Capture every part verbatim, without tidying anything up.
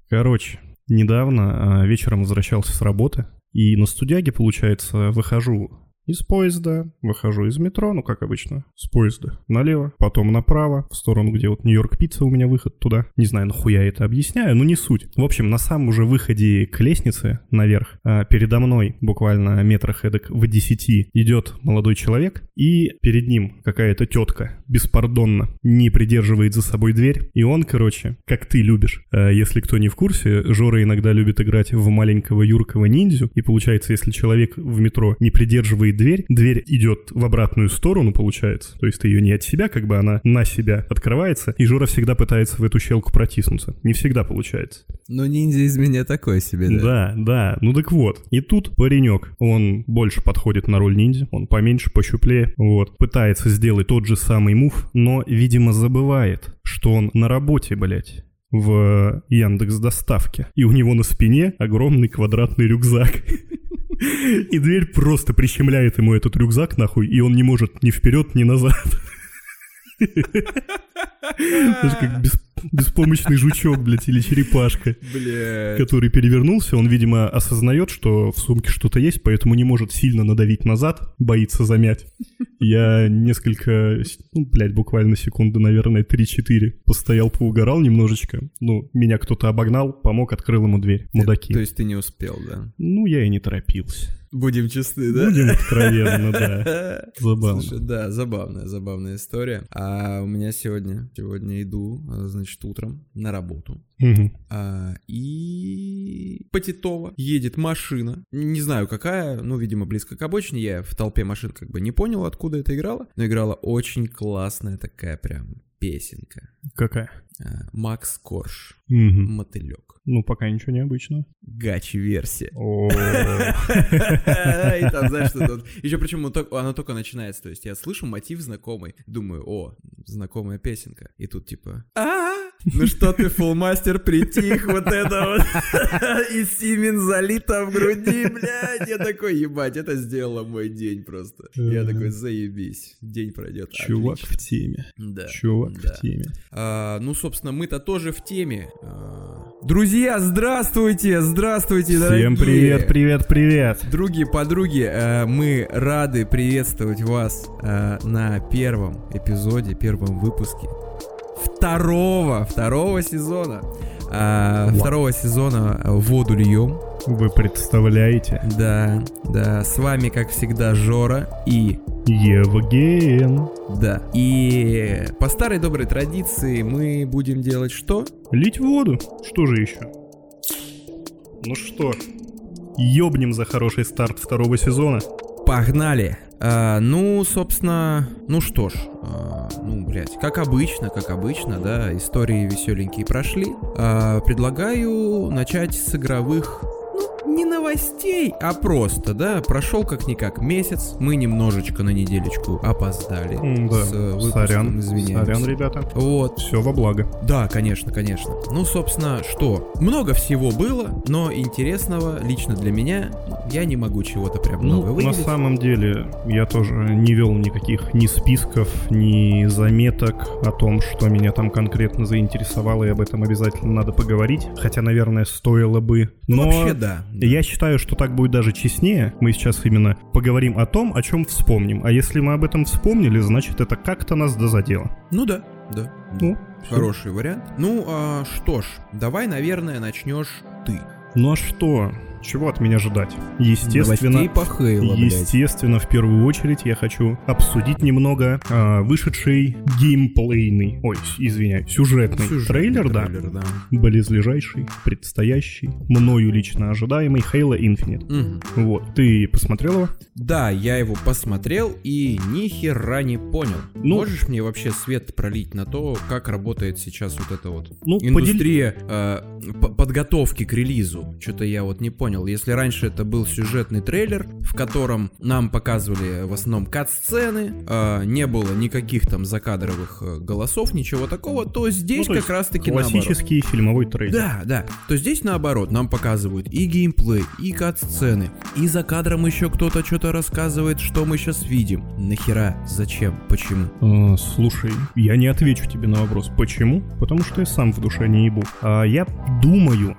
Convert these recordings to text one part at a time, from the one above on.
Короче, недавно а, вечером возвращался с работы, и на студяге, получается, выхожу из поезда, выхожу из метро, ну, как обычно, с поезда налево, потом направо, в сторону, где вот Нью-Йорк Пицца, у меня выход туда. Не знаю, нахуя я это объясняю, но не суть. В общем, на самом уже выходе к лестнице наверх, а, передо мной, буквально метрах эдак в десяти, идет молодой человек, и перед ним какая-то тетка беспардонно не придерживает за собой дверь, и он, короче, как ты любишь. А, если кто не в курсе, Жора иногда любит играть в маленького юркого ниндзю, и получается, если человек в метро не придерживает дверь, дверь идет в обратную сторону, получается. То есть ты ее не от себя, как бы она на себя открывается, и Жора всегда пытается в эту щелку протиснуться. Не всегда получается. Ну, ниндзя из меня такой себе, да? Да, да. Ну так вот. И тут паренек, он больше подходит на роль ниндзя, он поменьше, пощуплее, вот. Пытается сделать тот же самый мув, но, видимо, забывает, что он на работе, блять, в Яндекс.Доставке. И у него на спине огромный квадратный рюкзак. И дверь просто прищемляет ему этот рюкзак, нахуй, и он не может ни вперед, ни назад. Знаешь, как бес, беспомощный жучок, блядь, или черепашка, блядь, который перевернулся. Он, видимо, осознает, что в сумке что-то есть, поэтому не может сильно надавить назад, боится замять. Я несколько, ну, блядь, буквально секунды, наверное, три-четыре постоял, поугорал немножечко. Ну, меня кто-то обогнал, помог, открыл ему дверь. Мудаки. То есть ты не успел, да? Ну, я и не торопился. Будем честны, да? Будем откровенно, да. Забавно. Слушай, да, забавная, забавная история. А у меня сегодня, сегодня иду, значит, утром на работу. Угу. А, и по Титово едет машина. Не знаю, какая, ну, видимо, близко к обочине. Я в толпе машин как бы не понял, откуда это играло. Но играла очень классная такая прям песенка. Какая? А, Макс Корж. Угу. Мотылек. Ну, пока ничего необычного. Гачи-версия. И там, знаешь, что еще причем она только начинается. То есть я слышу мотив знакомый. Думаю, о, знакомая песенка. И тут типа... Ну что ты, фулмастер, притих, вот это вот. И Симен залито в груди, блядь. Я такой, ебать, это сделало мой день просто. Я такой, заебись. День пройдет. Чувак в теме. Да. Чувак в теме. Ну, собственно, мы-то тоже в теме. Друзья, здравствуйте, здравствуйте, дорогие. Всем привет, привет, привет. Други, подруги, мы рады приветствовать вас на первом эпизоде, первом выпуске второго, второго сезона. А, второго сезона «Воду льем». Вы представляете? Да, да. С вами, как всегда, Жора и... Евген. Да. И по старой доброй традиции мы будем делать что? Лить воду. Что же еще? Ну что, ёбнем за хороший старт второго сезона. Погнали. А, ну, собственно, ну что ж, а, ну, блядь, как обычно, как обычно, да, истории веселенькие прошли. А, предлагаю начать с игровых, ну, не новостей, а просто, да, прошел как-никак месяц, мы немножечко на неделечку опоздали. Да, с выпуском, сорян, извиняюсь. сорян, ребята. Вот. Все во благо. Да, конечно, конечно. Ну, собственно, что? Много всего было, но интересного лично для меня я не могу чего-то прям много ну, выделить. На самом деле, я тоже не вел никаких ни списков, ни заметок о том, что меня там конкретно заинтересовало, и об этом обязательно надо поговорить. Хотя, наверное, стоило бы. Но ну, вообще, да, да. Я считаю, что так будет даже честнее. Мы сейчас именно поговорим о том, о чем вспомним. А если мы об этом вспомнили, значит, это как-то нас дозадело. Ну да, да. Ну, хороший все. Вариант. Ну, а, что ж, давай, наверное, начнешь ты. Ну а что? Чего от меня ожидать? Естественно, по Хейлу, естественно, в первую очередь я хочу обсудить немного а, вышедший геймплейный, ой, извиняюсь, сюжетный, сюжетный трейлер, трейлер, да, да, близлежащий, предстоящий, мною лично ожидаемый Halo Infinite. Угу. Вот, ты посмотрел его? Да, я его посмотрел и ни хера не понял. Ну, можешь мне вообще свет пролить на то, как работает сейчас вот эта вот ну, индустрия подел... э, подготовки к релизу? Что-то я вот не понял. Если раньше это был сюжетный трейлер, в котором нам показывали в основном кат-сцены, э, не было никаких там закадровых э, голосов, ничего такого, то здесь ну, то как раз-таки классический наоборот. Фильмовой трейлер. Да, да. То здесь наоборот, нам показывают и геймплей, и кат-сцены, и за кадром еще кто-то что-то рассказывает, что мы сейчас видим. Нахера? Зачем? Почему? А, слушай, я не отвечу тебе на вопрос, почему, потому что я сам в душе не ебу. А я думаю, думаю,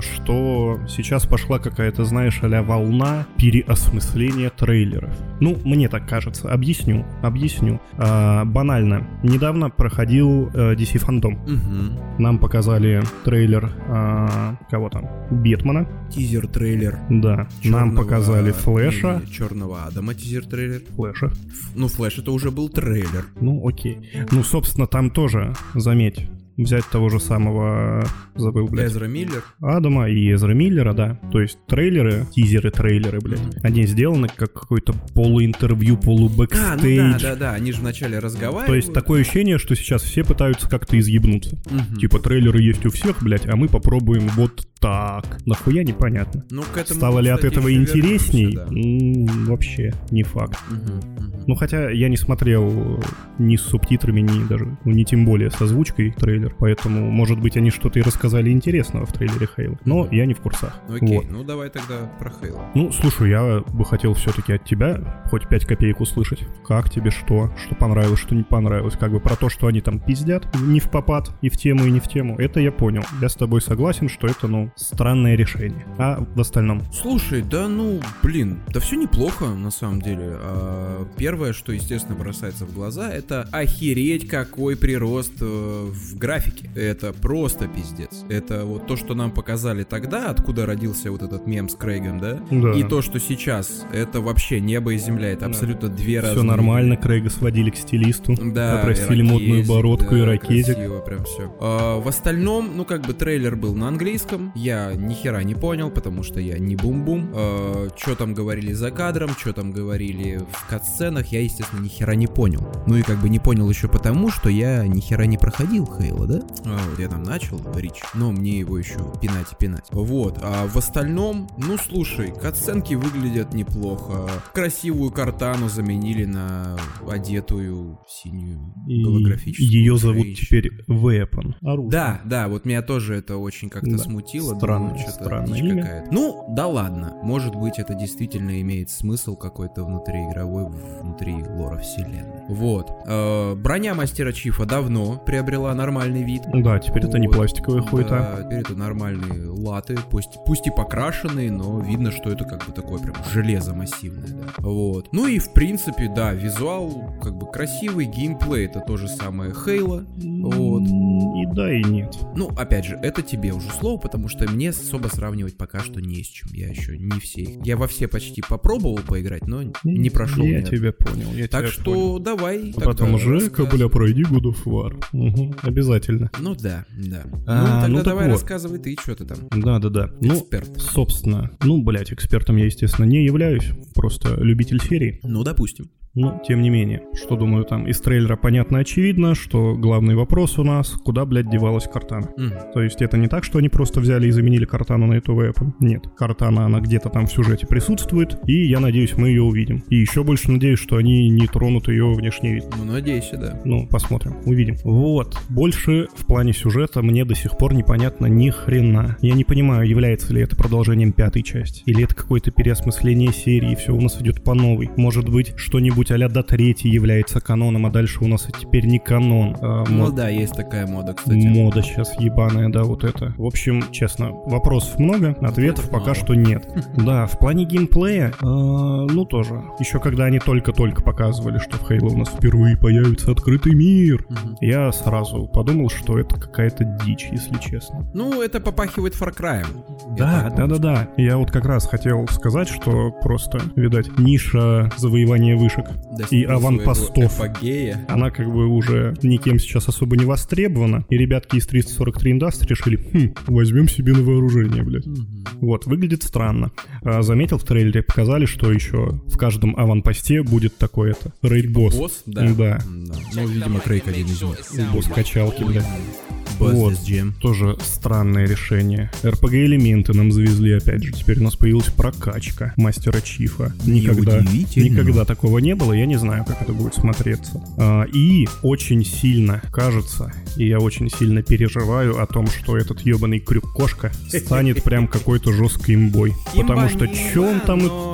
что сейчас пошла какая-то, знаешь, а-ля волна переосмысления трейлеров. Ну, мне так кажется. Объясню, объясню. А, банально. Недавно проходил а, ди си Fandom. Угу. Нам показали трейлер а, кого там? Бэтмена. Тизер-трейлер. Да. Черного... Нам показали Флэша. Черного Адама тизер-трейлер. Флэша. Ф... Ну, Флэш это уже был трейлер. Ну, окей. Ну, собственно, там тоже, заметь, взять того же самого, забыл, блядь. Эзра Миллер. Адама и Эзра Миллера, да. То есть трейлеры, тизеры-трейлеры, блядь, mm-hmm. они сделаны как какой-то полуинтервью, полубэкстейдж. А, ну да, да, да, они же вначале разговаривают. То есть такое ощущение, что сейчас все пытаются как-то изъебнуться. Mm-hmm. Типа трейлеры есть у всех, блядь, а мы попробуем вот так. Нахуя непонятно. Ну, к этому, стало ли кстати, от этого интересней? Да. М-м, вообще не факт. Mm-hmm. Mm-hmm. Ну, хотя я не смотрел ни с субтитрами, ни даже, ну, ни тем более с озвучкой трейлер, поэтому, может быть, они что-то и рассказали интересного в трейлере Хейла, но я не в курсах. Окей, вот. Ну давай тогда про Хейла. Ну, слушай, я бы хотел все-таки от тебя хоть пять копеек услышать. Как тебе что? Что понравилось, что не понравилось? Как бы про то, что они там пиздят не в попад, и в тему, и не в тему, это я понял. Я с тобой согласен, что это, ну, странное решение. А в остальном? Слушай, да ну, блин, да все неплохо, на самом деле. А, первое, что, естественно, бросается в глаза, это охереть какой прирост э, в графике. Это просто пиздец. Это вот то, что нам показали тогда, откуда родился вот этот мем с Крейгом, да? Да. И то, что сейчас, это вообще небо и земля, это абсолютно да. две разные... Все нормально, Крейга сводили к стилисту, да, попросили модную бородку, да, ирокезик. Красиво, прям все. А, в остальном, ну как бы трейлер был на английском, я ни хера не понял, потому что я не бум-бум. А, что там говорили за кадром, что там говорили в катсценах, я, естественно, ни хера не понял. Ну и как бы не понял еще потому, что я ни хера не проходил Хейла, да? А, вот я там начал Рич, но мне его еще пинать и пинать. Вот, а в остальном, ну слушай, катсценки выглядят неплохо. Красивую Картану заменили на одетую синюю голографическую. Ее зовут теперь Weapon. Оружие. Да, да, вот меня тоже это очень как-то да. смутило. Странно, странно имя. Ну, да ладно, может быть это действительно имеет смысл какой-то внутриигровой, внутри лора вселенной. Вот. Э, броня Мастера Чифа давно приобрела нормальный вид. Да, теперь вот. Это не пластиковая хуета. Да, теперь это нормальные латы, пусть, пусть и покрашенные, но видно, что это как бы такое прям железо массивное, да. Вот. Ну и в принципе, да, визуал как бы красивый, геймплей это то же самое Хейла. Вот. И да, и нет. Ну, опять же, это тебе уже слово, потому что мне особо сравнивать пока что не с чем. Я еще не все. Я во все почти попробовал поиграть, но не прошел. Я тебя понял. Я так тебя что понял. Давай. А потом Жека, бля, пройди God of War. Угу, обязательно. Ну да, да. А, ну тогда ну, давай вот. рассказывай ты, что ты там. Да, да, да. Эксперт. Ну, собственно, ну, блядь, экспертом я, естественно, не являюсь. Просто любитель серии. Ну, допустим. Ну, тем не менее, что думаю, там из трейлера понятно, очевидно, что главный вопрос у нас, куда, блядь, девалась Картана. Mm. То есть это не так, что они просто взяли и заменили Картану на эту Weapon. Нет, Картана, она где-то там в сюжете присутствует, и я надеюсь, мы ее увидим. И еще больше надеюсь, что они не тронут ее внешний вид. Ну, надеюсь, да. Ну, посмотрим, увидим. Вот, больше в плане сюжета мне до сих пор непонятно ни хрена. Я не понимаю, является ли это продолжением пятой части, или это какое-то переосмысление серии, все у нас идет по новой. Может быть, что-нибудь а-ля до третьей является каноном, а дальше у нас теперь не канон. А, ну мод... да, есть такая мода, кстати. Мода сейчас ебаная, да, вот это. В общем, честно, вопросов много, ответов Ответов пока мало. что нет. Да, в плане геймплея, э, ну тоже. Еще когда они только-только показывали, что в Halo у нас впервые появится открытый мир, угу. я сразу подумал, что это какая-то дичь, если честно. Ну, это попахивает Far Cry. Да, да, да, да. Я вот как раз хотел сказать, что просто, видать, ниша завоевания вышек и аванпостов, эпогея. Она как бы уже никем сейчас особо не востребована. И ребятки из триста сорок три Industries решили, хм, возьмем себе на вооружение, блядь. Угу. Вот, выглядит странно. А, заметил, в трейлере показали, что еще в каждом аванпосте будет такой это рейд-босс. Босс? Да. Да. да. Ну, видимо, Крейг один из них. Босс качалки, блядь. Босс вот, тоже странное решение. эр пи джи-элементы нам завезли, опять же. Теперь у нас появилась прокачка Мастера Чифа. Никогда, никогда такого не было, я не знаю, как это будет смотреться. А, и очень сильно кажется, и я очень сильно переживаю о том, что этот ебаный крюк-кошка станет прям какой-то жесткий имбой. Потому что чё он там...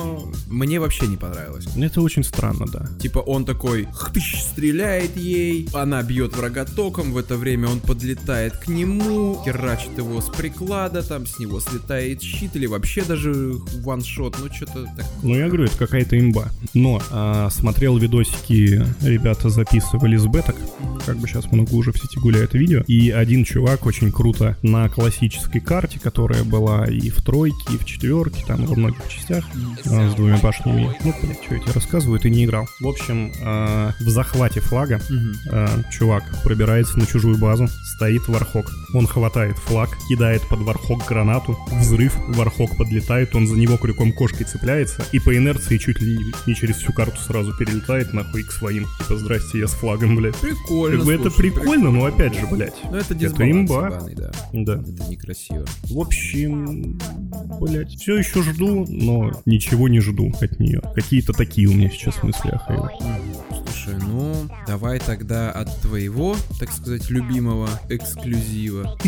Мне вообще не понравилось. Это очень странно, да. Типа он такой, хтыщ, стреляет ей, она бьет врага током, в это время он подлетает к нему, херачит его с приклада, там с него слетает щит, или вообще даже ваншот, ну что-то так. Ну я говорю, это какая-то имба. Но а, смотрел видосики, ребята записывали с беток, как бы сейчас много уже в сети гуляет видео, и один чувак очень круто на классической карте, которая была и в тройке, и в четверке, там во многих частях, а, с двумя башнями. Ну, блядь, что я тебе рассказываю, ты не играл. В общем, а, в захвате флага а, чувак пробирается на чужую базу, стоит вархок. Он хватает флаг, кидает под вархок гранату, взрыв, вархок подлетает, он за него крюком кошкой цепляется, и по инерции чуть ли не через всю карту сразу перелетает нахуй к своим. Типа, здрасте, я с флагом, блядь. Прикольно, как бы это прикольно, прикольно, но опять же, блядь. Ну это дисбаланс это имба. Ебаный, да. Да. Это некрасиво. В общем, блядь, все еще жду, но ничего не жду от нее. Какие-то такие у меня сейчас мысли о Хейло. Слушай, ну, давай тогда от твоего, так сказать, любимого эксклюзива.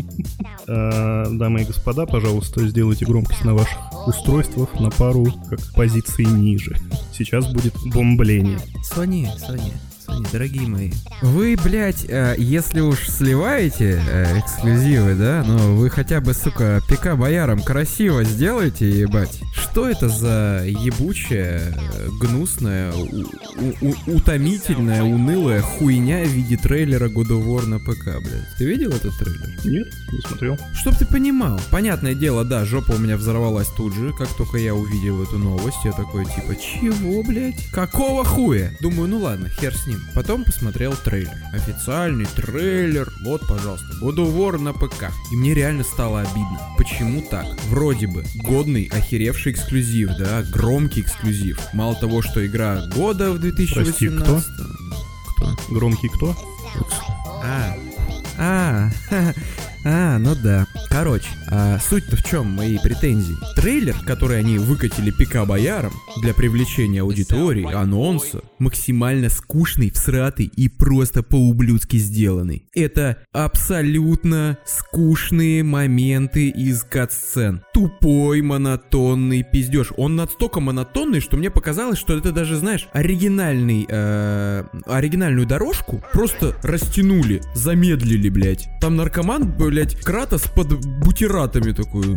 Дамы и господа, пожалуйста, сделайте громкость на ваших устройствах на пару как позиции ниже. Сейчас будет бомбление. Сони, Сони. Дорогие мои, вы, блядь, э, если уж сливаете э, эксклюзивы, да, ну вы хотя бы, сука, ПК боярам красиво сделайте, ебать. Что это за ебучая, гнусная, у- у- утомительная, унылая хуйня в виде трейлера God of War на ПК, блядь? Ты видел этот трейлер? Нет, не смотрел. Чтоб ты понимал. Понятное дело, да, жопа у меня взорвалась тут же, как только я увидел эту новость. Я такой, типа, чего, блядь? Какого хуя? Думаю, ну ладно, хер с ним. Потом посмотрел трейлер. Официальный трейлер. Вот, пожалуйста, God of War на ПК. И мне реально стало обидно. Почему так? Вроде бы годный, охеревший эксклюзив, да, громкий эксклюзив. Мало того, что игра года в две тысячи восемнадцатом. Прости, кто? Кто? Громкий кто? А, а, а, ну да. Короче, а суть-то в чем мои претензии? Трейлер, который они выкатили ПК-боярам для привлечения аудитории, анонса, максимально скучный, всратый и просто по-ублюдски сделанный. Это абсолютно скучные моменты из кат-сцен. Тупой, монотонный пиздеж. Он настолько монотонный, что мне показалось, что это даже, знаешь, оригинальный, э, оригинальную дорожку просто растянули, замедлили, блядь. Там наркоман, блядь, Кратос под бутератами такой.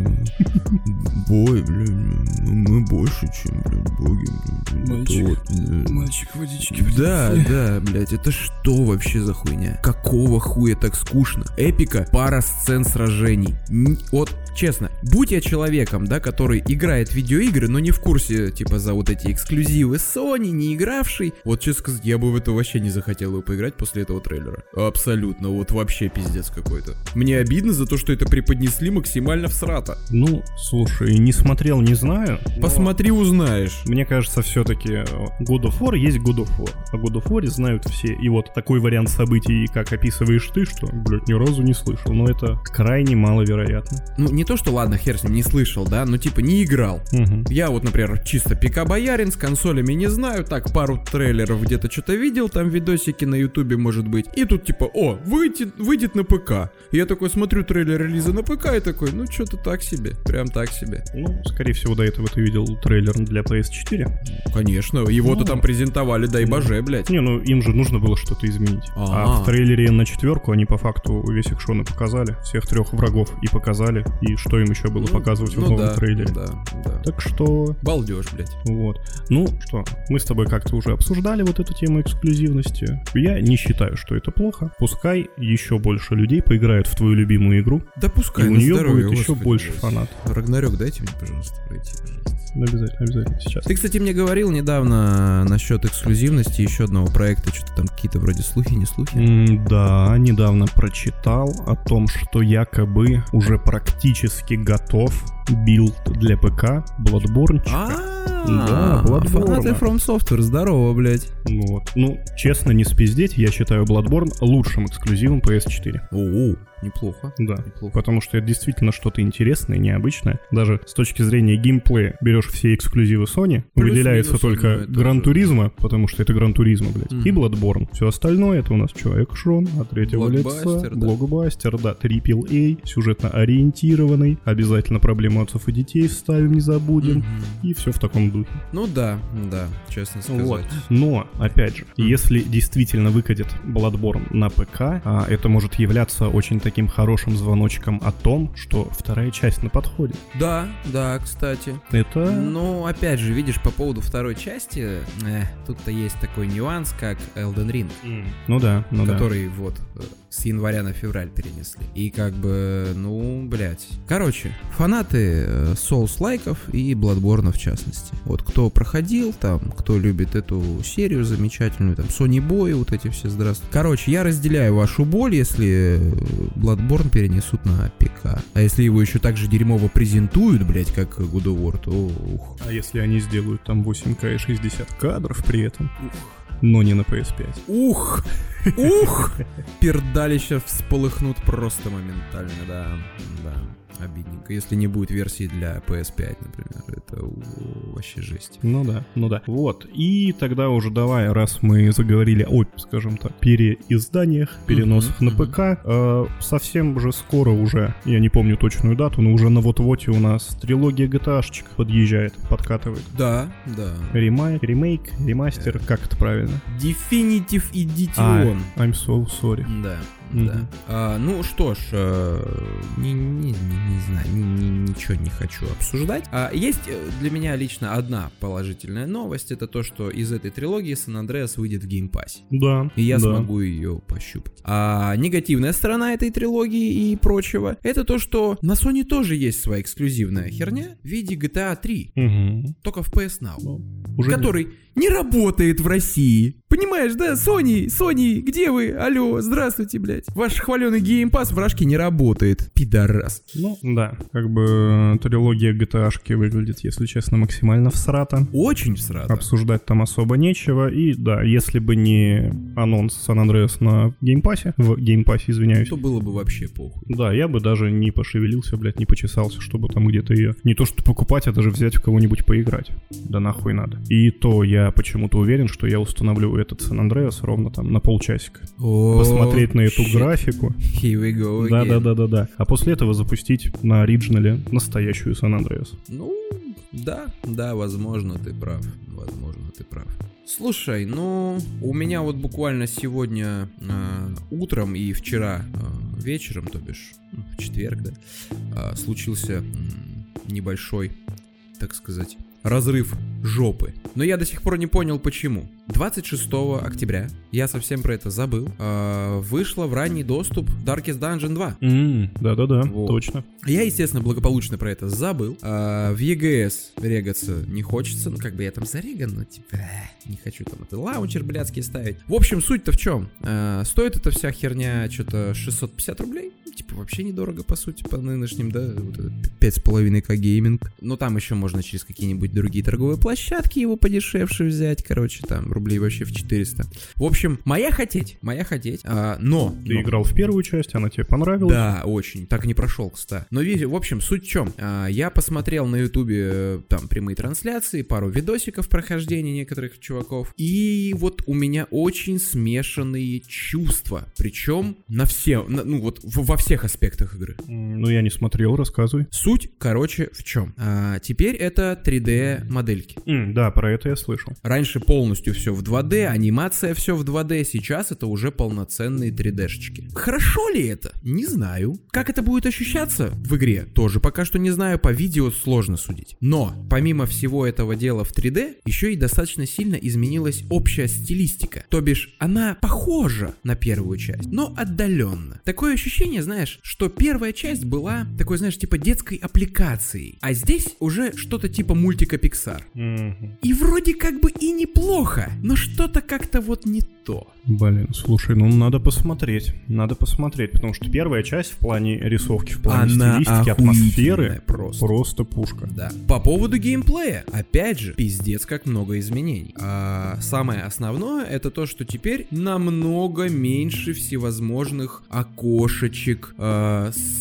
Бой, блядь, мы больше, чем, блядь, боги. Мальчик, вот, да. мальчик водички. Да, да, блядь, это что вообще за хуйня? Какого хуя так скучно? Эпика, пара сцен сражений. Н- вот, честно, будь я человеком, да, который играет в видеоигры, но не в курсе, типа, за вот эти эксклюзивы Sony, не игравший, вот, честно сказать, я бы в это вообще не захотел его поиграть после этого трейлера. Абсолютно, вот вообще пиздец какой-то. Мне обидно за то, что это преподнесли максимально всрато. Ну, слушай, не смотрел, не знаю. Посмотри, узнаешь. Мне кажется, все-таки God of War есть God of War. О God of War знают все. И вот такой вариант событий, как описываешь ты, что, блядь, ни разу не слышал. Но это крайне маловероятно. Ну, не то, что, ладно, хер с ним, не слышал, да, но типа не играл. Угу. Я вот, например, чисто ПК-боярин, с консолями не знаю, так, пару трейлеров где-то что-то видел, там видосики на ютубе, может быть. И тут типа, о, выйдет, выйдет на ПК. И я такой смотрю трейлер релиза на ПК и такой, ну, что-то так себе, прям так себе. Ну, скорее всего, до этого ты видел трейлер для пи эс четыре. Конечно, его-то ну, там презентовали, дай боже, блядь. Не, ну, им же нужно было что-то изменить. А-а-а. А в трейлере на четверку они по факту весь экшон и показали, всех трех врагов и показали, и что им еще было ну, показывать ну, в новом да, трейлере. Да, да. Так что... Балдеж, блядь. Вот. Ну, что, мы с тобой как-то уже обсуждали вот эту тему эксклюзивности. Я не считаю, что это плохо. Пускай еще больше людей поиграют в твою любимую игру. Да пускай, и у нее здоровье, будет еще больше блядь. Фанатов. Рагнарёк дайте мне, пожалуйста, пройти, пожалуйста. Обязательно, обязательно, сейчас. Ты, кстати, мне говорил недавно насчет эксклюзивности еще одного проекта, что-то там какие-то вроде слухи, не слухи? М- да, недавно прочитал о том, что якобы уже практически готов билд для ПК Bloodborne-чика. Да, Bloodborne. Фанаты From Software, здорово, блядь. Вот. Ну, честно, не спиздеть, я считаю Bloodborne лучшим эксклюзивом пи эс четыре. О-о, неплохо. Да, неплохо. Потому что это действительно что-то интересное, необычное. Даже с точки зрения геймплея берешь все эксклюзивы Sony, плюс выделяется только Гран Туризмо, потому что это Гран Туризмо, блядь, mm-hmm. и Bloodborne. Все остальное это у нас что, экшон от третьего лица, да. блокбастер, да, трипл эй, сюжетно ориентированный, обязательно проблема анимацию и детей ставим, не забудем. Mm-hmm. И все в таком духе. Ну да, да, честно сказать. Вот. Но, опять же, mm-hmm. если действительно выкатит Bloodborne на ПК, а, это может являться очень таким хорошим звоночком о том, что вторая часть на подходе. Да, да, кстати. Это... Ну, опять же, видишь, по поводу второй части, э, тут-то есть такой нюанс, как Elden Ring. Mm. Ну да, ну который да. вот с января на февраль перенесли. И как бы, ну, блять. Короче, фанаты Souls-лайков и Bloodborne в частности. Вот кто проходил там, кто любит эту серию замечательную, там, Sony Boy, вот эти все, здравствуйте. Короче, я разделяю вашу боль, если Bloodborne перенесут на ПК. А если его еще так же дерьмово презентуют, блять, как God of War, то ух. А если они сделают там восемь ка и шестьдесят кадров при этом? Ух. Но не на пи эс пять. Ух! Ух! Пердалища всполыхнут просто моментально, да. Да. Обидненько. Если не будет версии для пи эс пять, например. Это вообще жесть. Ну да, ну да. Вот. И тогда уже давай, раз мы заговорили о, скажем так, переизданиях, переносах uh-huh, на ПК, uh-huh. э, совсем уже скоро уже, я не помню точную дату, но уже на вот-воте у нас трилогия джи ти эй-шечек подъезжает, подкатывает. Да, да. Ремайк, ремейк, ремастер, yeah. Как это правильно? Definitive Edition. Ah, I'm so sorry. Да. Mm-hmm. Да. А, ну что ж, а, не, не, не, не знаю, ни, ни, ничего не хочу обсуждать. А, есть для меня лично одна положительная новость. Это то, что из этой трилогии San Andreas выйдет в геймпассе. Да. И я да. смогу ее пощупать. А негативная сторона этой трилогии и прочего, это то, что на Sony тоже есть своя эксклюзивная херня в виде джи ти эй три. Mm-hmm. Только в пи эс Now. Ну, уже который нет. Не работает в России. Понимаешь, да? Sony, Sony, где вы? Алло, здравствуйте, блядь. Ваш хваленый геймпасс в Рашке не работает. Пидорас. Ну, да. Как бы трилогия джи ти эй-шки выглядит, если честно, максимально всрато. Очень всрато. Обсуждать там особо нечего. И да, если бы не анонс San Andreas на геймпассе, в геймпассе, извиняюсь. То было бы вообще похуй. Да, я бы даже не пошевелился, блядь, не почесался, чтобы там где-то ее не то что покупать, а даже взять у кого-нибудь поиграть. Да нахуй надо. И то я почему-то уверен, что я установлю этот San Andreas ровно там на полчасика. Oh, посмотреть на эту shit. графику. Here we go again. Да-да-да-да-да. А после этого запустить на оригинале настоящую San Andreas. Ну, да, да, возможно, ты прав. Возможно, ты прав. Слушай, ну, у меня вот буквально сегодня э, утром и вчера э, вечером, то бишь ну, в четверг, да, э, случился э, небольшой, так сказать, разрыв жопы. Но я до сих пор не понял, почему. двадцать шестого октября, я совсем про это забыл, э, вышла в ранний доступ Darkest Dungeon два. Mm, да-да-да, вот. Точно. Я, естественно, благополучно про это забыл. Э, в и джи эс регаться не хочется. Ну, как бы я там зареган, но типа э, не хочу там это лаунчер блядский ставить. В общем, суть-то в чем? Э, стоит эта вся херня что-то шестьсот пятьдесят рублей. Типа вообще недорого, по сути, по нынешним, да, вот пять с половиной ка гейминг. Но там еще можно через какие-нибудь другие торговые площадки его подешевше взять, короче, там рублей вообще в четыреста. В общем, моя хотеть, моя хотеть, а, но... Ты но... играл в первую часть, она тебе понравилась? Да, очень, так не прошел, кстати. Но, в общем, суть в чем? А, я посмотрел на ютубе там прямые трансляции, пару видосиков прохождения некоторых чуваков, и вот у меня очень смешанные чувства, причем на все, на, ну вот в, во всех аспектах игры. Ну, я не смотрел, рассказывай. Суть, короче, в чем? А, теперь это три дэ модельки. Mm, да, про это я слышал. Раньше полностью все в два дэ, анимация все в два дэ, сейчас это уже полноценные три дэ-шечки. Хорошо ли это? Не знаю. Как это будет ощущаться в игре? Тоже пока что не знаю, по видео сложно судить. Но, помимо всего этого дела в три дэ, еще и достаточно сильно изменилась общая стилистика. То бишь, она похожа на первую часть, но отдаленно. Такое ощущение, знаешь, что первая часть была такой, знаешь, типа детской аппликацией, а здесь уже что-то типа мультика Pixar. Mm-hmm. И вроде как бы и неплохо, но что-то как-то вот не то. Блин, слушай, ну надо посмотреть, надо посмотреть, потому что первая часть в плане рисовки, в плане она стилистики, атмосферы просто. просто пушка. Да. По поводу геймплея, опять же, пиздец как много изменений. А самое основное это то, что теперь намного меньше всевозможных окошечек, а,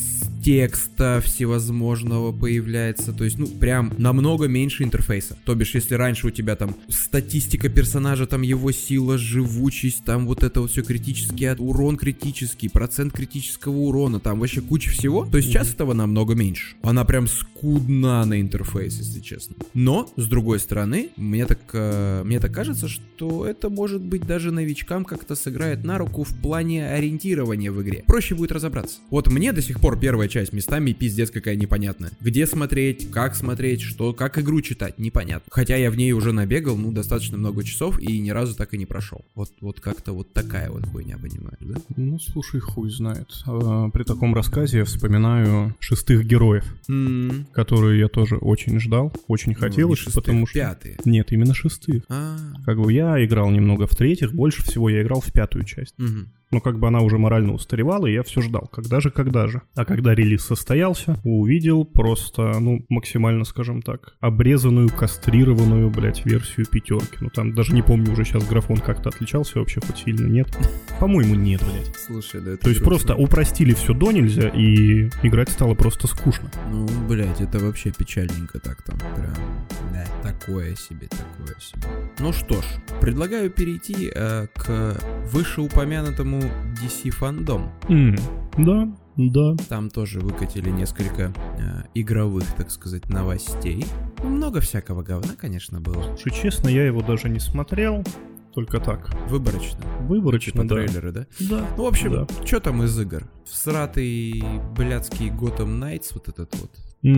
текста всевозможного появляется, то есть, ну, прям намного меньше интерфейса. То бишь, если раньше у тебя там статистика персонажа, там его сила, живучесть, там вот это вот все критический, урон критический, процент критического урона, там вообще куча всего, то сейчас этого намного меньше. Она прям скудна на интерфейс, если честно. Но, с другой стороны, мне так, э, мне так кажется, что это может быть даже новичкам как-то сыграет на руку в плане ориентирования в игре. Проще будет разобраться. Вот мне до сих пор первая часть местами пиздец какая непонятная. Где смотреть, как смотреть, что, как игру читать, непонятно. Хотя я в ней уже набегал, ну, достаточно много часов и ни разу так и не прошел. Вот, вот как-то вот такая вот хуйня, понимаешь, да? Ну, слушай, хуй знает. При таком рассказе я вспоминаю шестых героев, mm. которые я тоже очень ждал, очень ну, хотелось, шестых, потому что... пятые. Нет, именно шестых. А-а-а. Как бы я играл немного в третьих, больше всего я играл в пятую часть. Mm-hmm. Но как бы она уже морально устаревала, и я все ждал, когда же, когда же. А когда релиз состоялся, увидел просто, ну, максимально, скажем так, обрезанную, кастрированную, блядь, версию пятерки. Ну, там даже не помню уже сейчас графон как-то отличался вообще, хоть сильно нет. По-моему, нет, блядь. Слушай, да это То есть грустно. Просто упростили все до нельзя, и играть стало просто скучно. Ну, блядь, это вообще печальненько так там, прям, да, такое себе, такое себе. Ну что ж, предлагаю перейти э, к вышеупомянутому ди си фандом. Mm, да, да. Там тоже выкатили несколько э, игровых, так сказать, новостей. Ну, много всякого говна, конечно, было. Слушай, честно, я его даже не смотрел. Только так. Выборочно. Выборочно, типа да. трейлеры, да? Да. Ну, в общем, да. Что там из игр? Всратый блядский Gotham Knights, вот этот вот.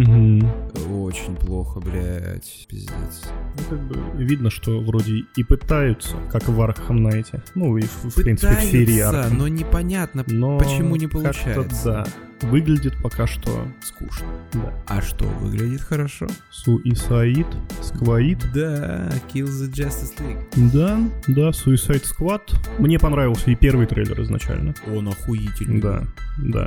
Угу. Очень плохо, блядь, пиздец. Ну, как бы видно, что вроде и пытаются, как в Arkham Knight. Ну, и, в, в принципе, в серии Arkham. Но непонятно, но почему не получается. Да. Выглядит пока что скучно. Да. А что выглядит хорошо? Suicide Squad. Да, Kill the Justice League. Да, да, Suicide Squad. Мне понравился и первый трейлер изначально. Он охуительный. Да, да.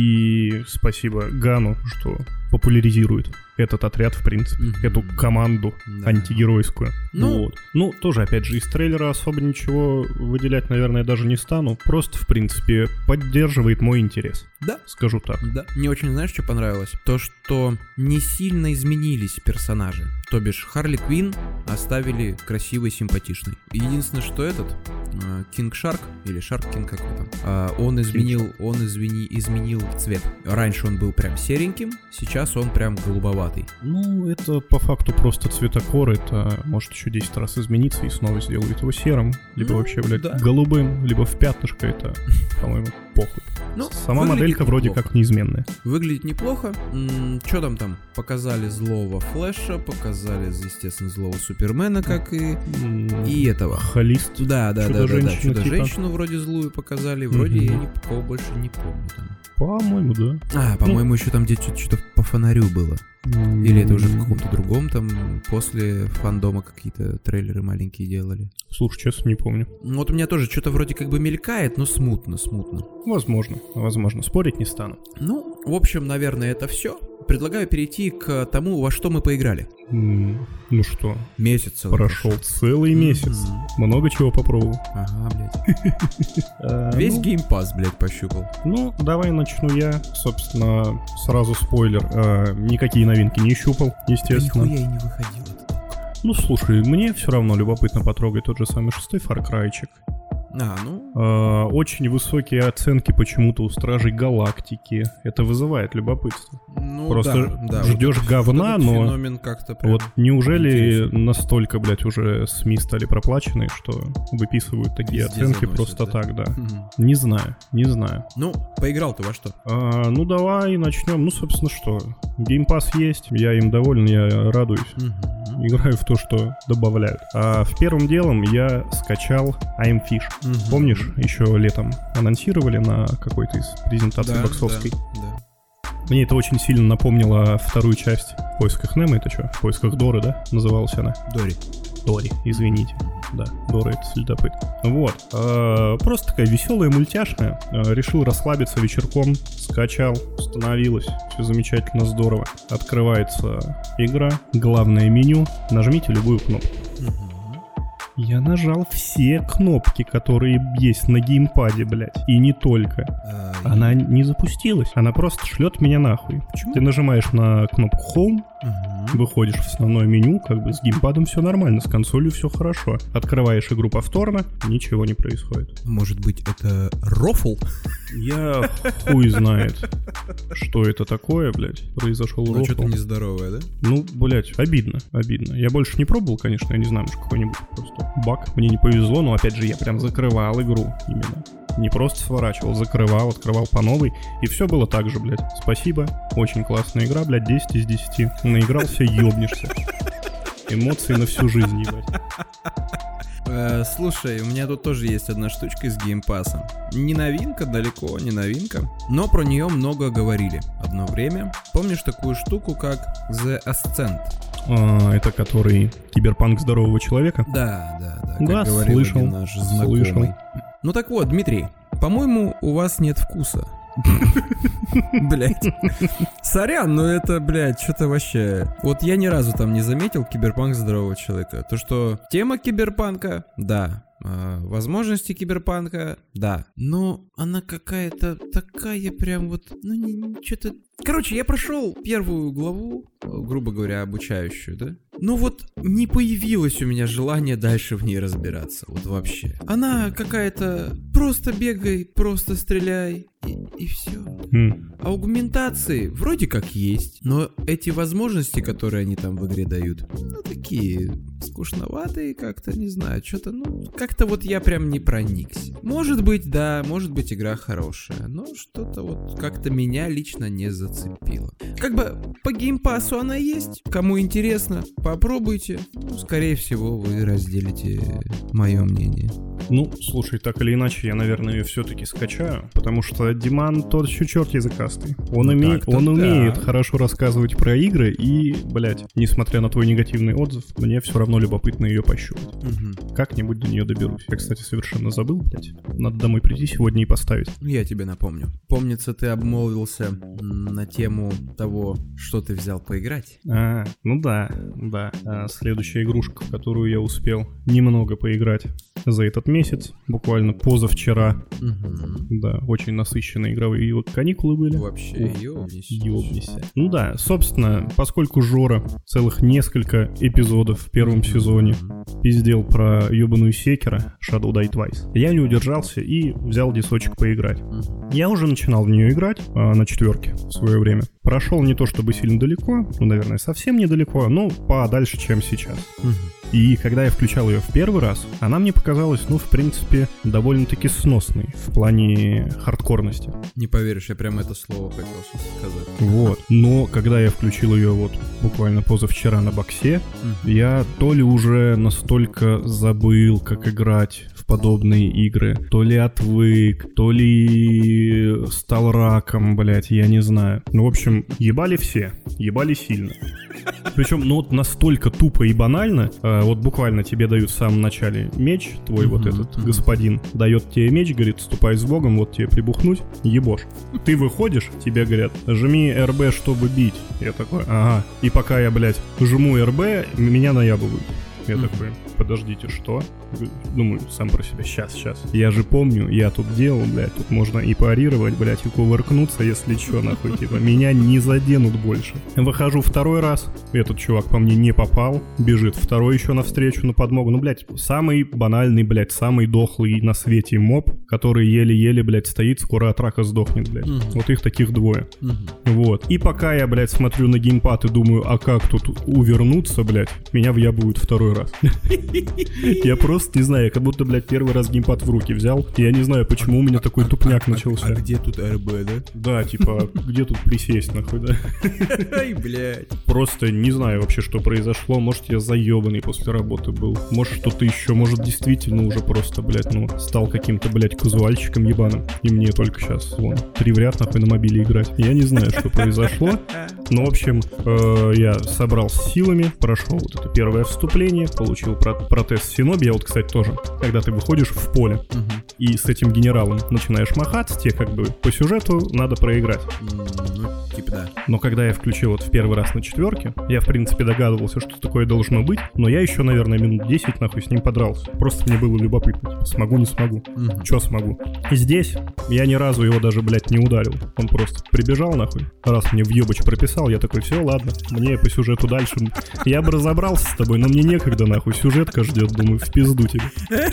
И спасибо Гану, что популяризирует этот отряд, в принципе, mm-hmm. эту команду да. антигеройскую. Ну, вот. Ну, тоже, опять же, из трейлера особо ничего выделять, наверное, даже не стану. Просто, в принципе, поддерживает мой интерес. Да. Скажу так. Да. Мне очень, знаешь, что понравилось? То, что не сильно изменились персонажи. То бишь, Харли Квинн оставили красивой, симпатичной. Единственное, что этот, Кинг Шарк, или Шарк Кинг, как его там, он изменил, он извини, изменил цвет. Раньше он был прям сереньким, сейчас он прям голубоватый. Ну, это по факту просто цветокор, это может еще десять раз измениться и снова сделают его серым, либо ну, вообще, блядь, да. голубым, либо в пятнышко, это, по-моему, похуй. Ну, Сама моделька вроде неплохо. Как неизменная. Выглядит неплохо. М-м, что там там? Показали злого Флэша, показали, естественно, злого Супермена, как и... Mm-hmm. И этого. Холист. Да, да, да, да, да. Чудо-женщину типа. Вроде злую показали, вроде mm-hmm. я никого больше не помню там. По-моему, да. А, по-моему, ну, еще там где-то что-то по фонарю было. Mm-hmm. Или это уже в каком-то другом там, после фандома какие-то трейлеры маленькие делали. Слушай, честно, не помню. Вот у меня тоже что-то вроде как бы мелькает, но смутно, смутно. Возможно, возможно. Спорить не стану. Ну, в общем, наверное, это все. Предлагаю перейти к тому, во что мы поиграли. Mm, ну что? Месяц целый. Прошел целый месяц. Mm-hmm. Много чего попробовал. Ага, блядь. Весь Game Pass, блядь, пощупал. Ну, давай начну я. Собственно, сразу спойлер. Никакие новинки не щупал, естественно. Да нихуя и не выходил. Ну, слушай, мне все равно любопытно потрогать тот же самый шестой Far Cry'чик. А, ну... э, очень высокие оценки почему-то у Стражей Галактики. Это вызывает любопытство. Ну, просто да, да, ждешь вот говна, вот но... Феномен как-то прям вот неужели интересен. Настолько, блядь, уже СМИ стали проплачены, что выписывают такие Везде оценки заносят, просто да? так, да. Угу. Не знаю, не знаю. Ну, поиграл ты во что? А, ну, давай начнем. Ну, собственно, что? Game Pass есть, я им доволен, я радуюсь. Угу. Играю в то, что добавляют. А в первым делом я скачал I'm Fish. Угу. Помнишь, еще летом анонсировали на какой-то из презентаций да, боксовской? Да, да. Мне это очень сильно напомнило вторую часть «В поисках Немо». Это что? «В поисках Доры», да? Называлась она? Дори. Дори, извините. Да, Дора — это следопыт. Вот. Э, просто такая веселая мультяшная. Э, решил расслабиться вечерком. Скачал, установилось. Все замечательно, здорово. Открывается игра. Главное меню. Нажмите любую кнопку. Я нажал все кнопки, которые есть на геймпаде, блядь. И не только. А, Она и... не запустилась. Она просто шлет меня нахуй. Почему? Ты нажимаешь на кнопку Home, угу. выходишь в основное меню, как бы с геймпадом все нормально, с консолью все хорошо. Открываешь игру повторно, ничего не происходит. Может быть, это рофл? Я хуй знает, что это такое, блядь. Произошел рофл. Ну, что-то нездоровое, да? Ну, блядь, обидно, обидно. Я больше не пробовал, конечно, я не знаю, может, какой-нибудь просто баг. Мне не повезло, но, опять же, я прям закрывал игру именно. Не просто сворачивал, закрывал, открывал по новой. И все было так же, блядь. Спасибо, очень классная игра, блядь, десять из десяти. Наигрался, ёбнешься. Эмоции на всю жизнь, ебать. Э, слушай, у меня тут тоже есть одна штучка из геймпасса. Не новинка, далеко не новинка, но про нее много говорили одно время. Помнишь такую штуку, как The Ascent? А, это который киберпанк здорового человека? Да, да, да. Как да, говорил слышал, один наш знакомый. Слышал. Ну так вот, Дмитрий, по-моему, у вас нет вкуса. Блять. Сорян, но это, блядь, что-то вообще... Вот я ни разу там не заметил киберпанк здорового человека. То, что тема киберпанка, да. Возможности киберпанка, да. Но она какая-то такая прям вот... Ну, не, не, что-то... Короче, я прошел первую главу, грубо говоря, обучающую, да? Но вот не появилось у меня желания дальше в ней разбираться, вот вообще. Она какая-то просто бегай, просто стреляй, и, и все. Mm. Аугментации вроде как есть, но эти возможности, которые они там в игре дают, ну, такие скучноватые как-то, не знаю, что-то, ну, как-то вот я прям не проникся. Может быть, да, может быть, игра хорошая, но что-то вот как-то меня лично не зацепило. Как бы по геймпассу она есть, кому интересно, попробуйте. Ну, скорее всего, вы разделите мое мнение. Ну, слушай, так или иначе, я, наверное, ее все-таки скачаю, потому что Диман тот еще черт языкастый. Он, ну, уме... он да. умеет хорошо рассказывать про игры, и, блядь, несмотря на твой негативный отзыв, мне все равно любопытно ее пощупать. Угу. Как-нибудь до нее доберусь. Я, кстати, совершенно забыл, блядь. Надо домой прийти сегодня и поставить. Я тебе напомню. Помнится, ты обмолвился на тему того, что ты взял поиграть. А, ну да, да. А следующая игрушка, в которую я успел немного поиграть за этот месяц, буквально позавчера. Угу. Да, очень насыщенные игровые вот каникулы были. Вообще, ёбнись. Ну да, собственно, поскольку Жора целых несколько эпизодов в первом mm-hmm. сезоне пиздел про ёбаную Секера, Shadow Die Twice, я не удержался и взял дисочек поиграть. Mm-hmm. Я уже начинал в нее играть а, на четверке в свое время. Прошел не то чтобы сильно далеко, ну, наверное, совсем недалеко, но подальше, чем сейчас. Mm-hmm. И когда я включал ее в первый раз, она мне показалась, ну, в принципе, довольно-таки сносной в плане хардкорности. Не поверишь, я прям это слово хотел сейчас сказать. Вот. Но когда я включил ее вот буквально позавчера на боксе, mm. я то ли уже настолько забыл, как играть в подобные игры, то ли отвык, то ли стал раком, блять, я не знаю. Ну, в общем, ебали все, ебали сильно. Причем, ну вот настолько тупо и банально, э, вот буквально тебе дают в самом начале меч, твой mm-hmm. вот этот mm-hmm. господин дает тебе меч, говорит, ступай с Богом, вот тебе прибухнуть, ебошь. Ты выходишь, тебе говорят, жми эр бэ, чтобы бить. Я такой, ага. И пока я, блядь, жму эр бэ, меня наябывают. Я mm-hmm. такой, подождите, что? Думаю, сам про себя, сейчас, сейчас. Я же помню, я тут делал, блядь, тут можно и парировать, блядь, и кувыркнуться, если что, нахуй, типа, меня не заденут больше. Выхожу второй раз, этот чувак по мне не попал, бежит второй еще навстречу на подмогу. Ну, блядь, самый банальный, блядь, самый дохлый на свете моб, который еле-еле, блядь, стоит, скоро от рака сдохнет, блядь. Mm-hmm. Вот их таких двое. Mm-hmm. Вот. И пока я, блядь, смотрю на геймпад и думаю, а как тут увернуться, блядь, меня въябывают второй раз. Я просто не знаю, я как будто, блядь, первый раз геймпад в руки взял. И я не знаю, почему у меня такой тупняк начался. А где тут эр бэ, да? Да, типа, где тут присесть, нахуй, да? Ай, блядь. Просто не знаю вообще, что произошло. Может, я заебанный после работы был. Может, что-то еще. Может, действительно уже просто, блядь, ну, стал каким-то, блядь, казуальщиком ебаным. И мне только сейчас, вон, три в ряд, нахуй, на мобиле играть. Я не знаю, что произошло. Но, в общем, э, я собрал с силами, прошел вот это первое вступление, получил протез Синоби. Я вот, кстати, тоже, когда ты выходишь в поле угу. и с этим генералом начинаешь махаться, тебе как бы по сюжету надо проиграть. Ну, типа да. Но когда я включил вот в первый раз на четверке, четверки. Я, в принципе, догадывался, что такое должно быть, но я еще, наверное, минут десять нахуй с ним подрался. Просто мне было любопытно, типа, смогу, не смогу. Угу. Че смогу? И здесь я ни разу его даже, блядь, не ударил. Он просто прибежал нахуй. Раз мне въебач прописал, я такой, все, ладно, мне по сюжету дальше. Я бы разобрался с тобой, но мне некогда, нахуй, сюжетка ждет, думаю, в пизду тебе.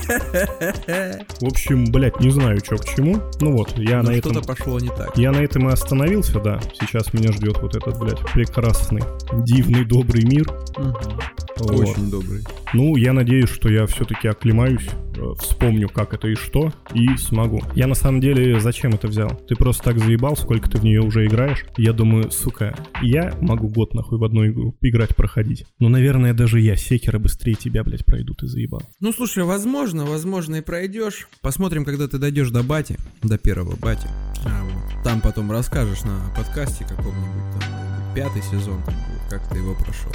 В общем, блядь, не знаю, что к чему. Ну вот, я но на этом... что-то пошло не так. Я на этом и остановился, да. Сейчас меня ждет вот этот, блядь, прекрасный, дивный, добрый мир. Угу. Вот. Очень добрый. Ну, я надеюсь, что я все-таки оклемаюсь, вспомню, как это и что, и смогу. Я на самом деле зачем это взял? Ты просто так заебал, сколько ты в нее уже играешь. Я думаю, сука, я могу год нахуй в одну игру играть, проходить. Ну, наверное, даже я, Секера, быстрее тебя, блядь, пройду, ты заебал. Ну, слушай, возможно, возможно и пройдешь. Посмотрим, когда ты дойдешь до бати, до первого бати. А, вот. Там потом расскажешь на подкасте каком-нибудь, там, пятый сезон, там, как ты его прошел.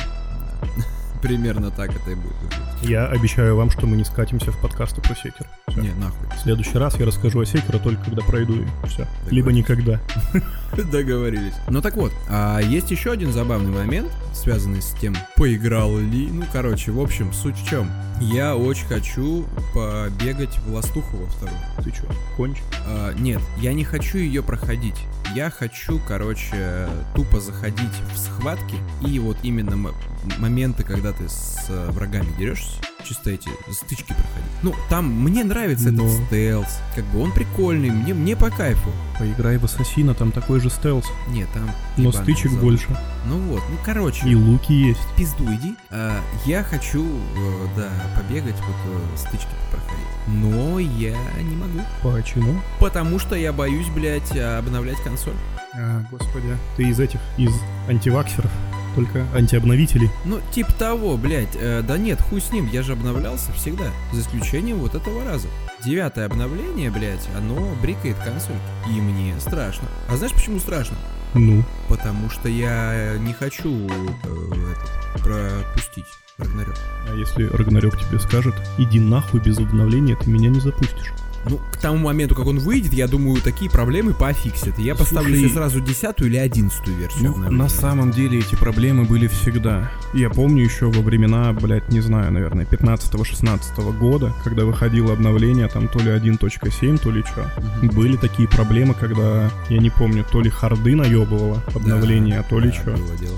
Примерно так это и будет. Я обещаю вам, что мы не скатимся в подкасты про Секер. Все. Не, нахуй. В следующий раз я расскажу о Секере только когда пройду ее. Все. Либо никогда. Договорились. Ну так вот, а есть еще один забавный момент, связанный с тем, поиграл ли. Ну, короче, в общем, суть в чем. Я очень хочу побегать в Ластуху во вторую. Ты что, кончишь? А, нет, я не хочу ее проходить. Я хочу, короче, тупо заходить в схватки. И вот именно м- моменты, когда ты с э, врагами дерешься, чисто эти стычки проходить. Ну, там мне нравится Но... этот стелс. Как бы он прикольный, мне, мне по кайфу. Поиграй в Ассасина, там такой же стелс. Нет, там... Но стычек зал. больше. Ну вот, ну короче. И луки есть. Пизду иди. А, я хочу, э, да, побегать, вот э, стычки проходить. Но я не могу. Почему? Потому что я боюсь, блядь, обновлять консоль. А, господи. Ты из этих, из антиваксеров? Только антиобновителей? Ну, типа того, блядь. Э, да нет, хуй с ним, я же обновлялся всегда. За исключением вот этого раза. Девятое обновление, блядь, оно брикает консоль. И мне страшно. А знаешь, почему страшно? Ну? Потому что я не хочу э, этот, пропустить Рагнарёк. А если Рагнарёк тебе скажет, иди нахуй, без обновления ты меня не запустишь? Ну, к тому моменту, как он выйдет, я думаю, такие проблемы пофиксят. Я поставлю Слушай, себе сразу десятую или одиннадцатую версию. Ну, на самом деле эти проблемы были всегда. Я помню еще во времена, блядь, не знаю, наверное, пятнадцатого-шестнадцатого года, когда выходило обновление, там то ли один точка семь, то ли что. Угу. Были такие проблемы, когда, я не помню, то ли харды наебывало обновление, да, а то ли да, что.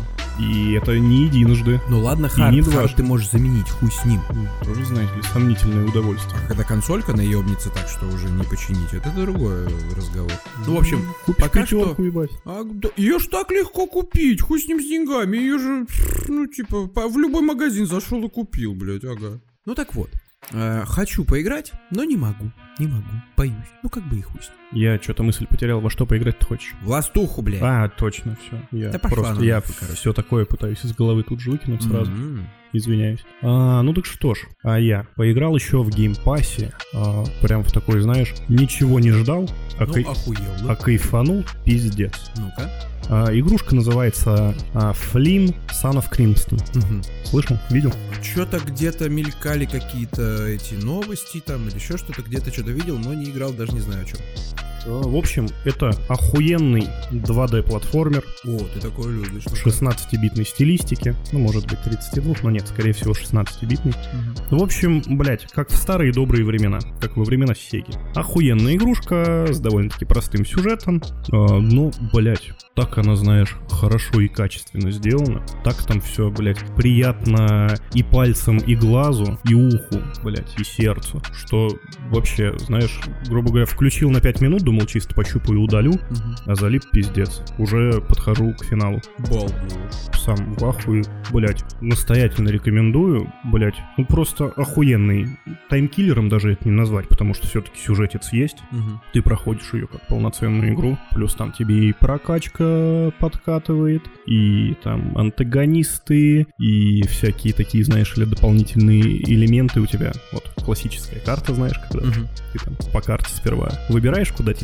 И это не единожды. Ну ладно, хард, хард ты можешь заменить, хуй с ним. Тоже, знаете ли, сомнительное удовольствие. А когда консолька наебнется так, что уже не починить, это другой разговор. Ну, в общем, Купишь пока что... Ебать. А, да, ее ж так легко купить, хуй с ним с деньгами. Ее же, ну, типа, по, в любой магазин зашел и купил, блядь, ага. Ну так вот. Э, хочу поиграть, но не могу. Не могу. Боюсь. Ну как бы и хуй с ним. Я что-то мысль потерял. Во что поиграть ты хочешь? В Ластуху, блядь. А, точно, все. Я да просто, я все такое пытаюсь из головы тут же выкинуть сразу. Mm-hmm. Извиняюсь. А, ну так что ж, а я поиграл еще в геймпассе. А, прям в такой, знаешь, ничего не ждал. А, ну, кай... охуел, да? а кайфанул пиздец. Ну-ка. А, игрушка называется а, Flynn Son of Crimson. Угу. Слышал? Видел? Что-то где-то мелькали какие-то эти новости там или еще что-то, где-то что-то видел, но не играл, даже не знаю о чем. В общем, это охуенный два дэ-платформер. О, ты такое любишь. В шестнадцатибитной стилистике. Ну, может быть, тридцать два, но нет, скорее всего, шестнадцатибитный. Угу. В общем, блять, как в старые добрые времена. Как во времена Сеги. Охуенная игрушка с довольно-таки простым сюжетом. А, ну, блять, так она, знаешь, хорошо и качественно сделана. Так там все, блять, приятно и пальцем, и глазу, и уху, блять, и сердцу. Что вообще, знаешь, грубо говоря, включил на пять минут, думал, чисто пощупаю и удалю, угу. а залип пиздец. Уже подхожу к финалу. Балдеж. Сам в ахуе, блять. Настоятельно рекомендую, блять. Ну просто охуенный. Таймкиллером даже это не назвать, потому что все-таки сюжетец есть. Угу. Ты проходишь ее как полноценную игру. Плюс там тебе и прокачка подкатывает, и там антагонисты, и всякие такие, знаешь ли, дополнительные элементы у тебя. Вот классическая карта, знаешь, когда угу. ты там по карте сперва выбираешь, куда тебе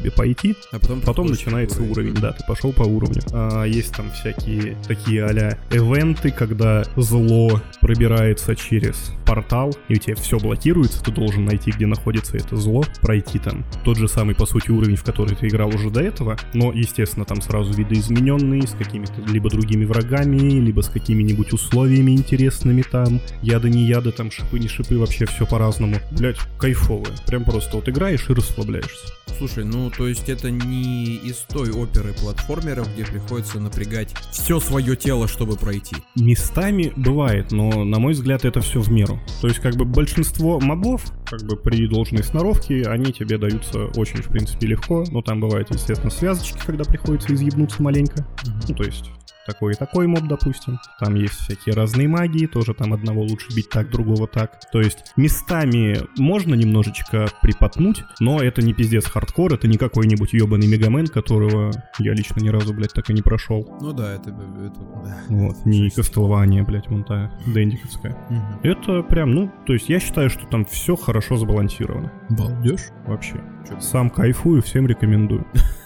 себе пойти, а потом, потом начинается уровень. уровень, да, ты пошел по уровню. А, есть там всякие такие а-ля эвенты, когда зло пробирается через портал, и у тебя все блокируется, ты должен найти, где находится это зло, пройти там тот же самый, по сути, уровень, в который ты играл уже до этого, но, естественно, там сразу видоизмененные, с какими-то либо другими врагами, либо с какими-нибудь условиями интересными там, яды не яды, там шипы не шипы, вообще все по-разному. Блять, кайфовое. Прям просто вот играешь и расслабляешься. Слушай, ну то есть это не из той оперы платформеров, где приходится напрягать все свое тело, чтобы пройти? Местами бывает, но на мой взгляд это все в меру. То есть как бы большинство мобов, как бы при должной сноровке, они тебе даются очень в принципе легко, но там бывают, естественно, связочки, когда приходится изъебнуться маленько. Mm-hmm. Ну то есть... такой и такой моб, допустим. Там есть всякие разные магии, тоже там одного лучше бить так, другого так. То есть местами можно немножечко припотнуть, но это не пиздец хардкор, это не какой-нибудь ебаный Мегамен, которого я лично ни разу, блядь, так и не прошел. Ну да, это... это да. Вот, не Castlevania, блядь, вон та Дэндиковская. Угу. Это прям, ну, то есть я считаю, что там все хорошо сбалансировано. Балдеж? Вообще. Чё? Сам кайфую, всем рекомендую.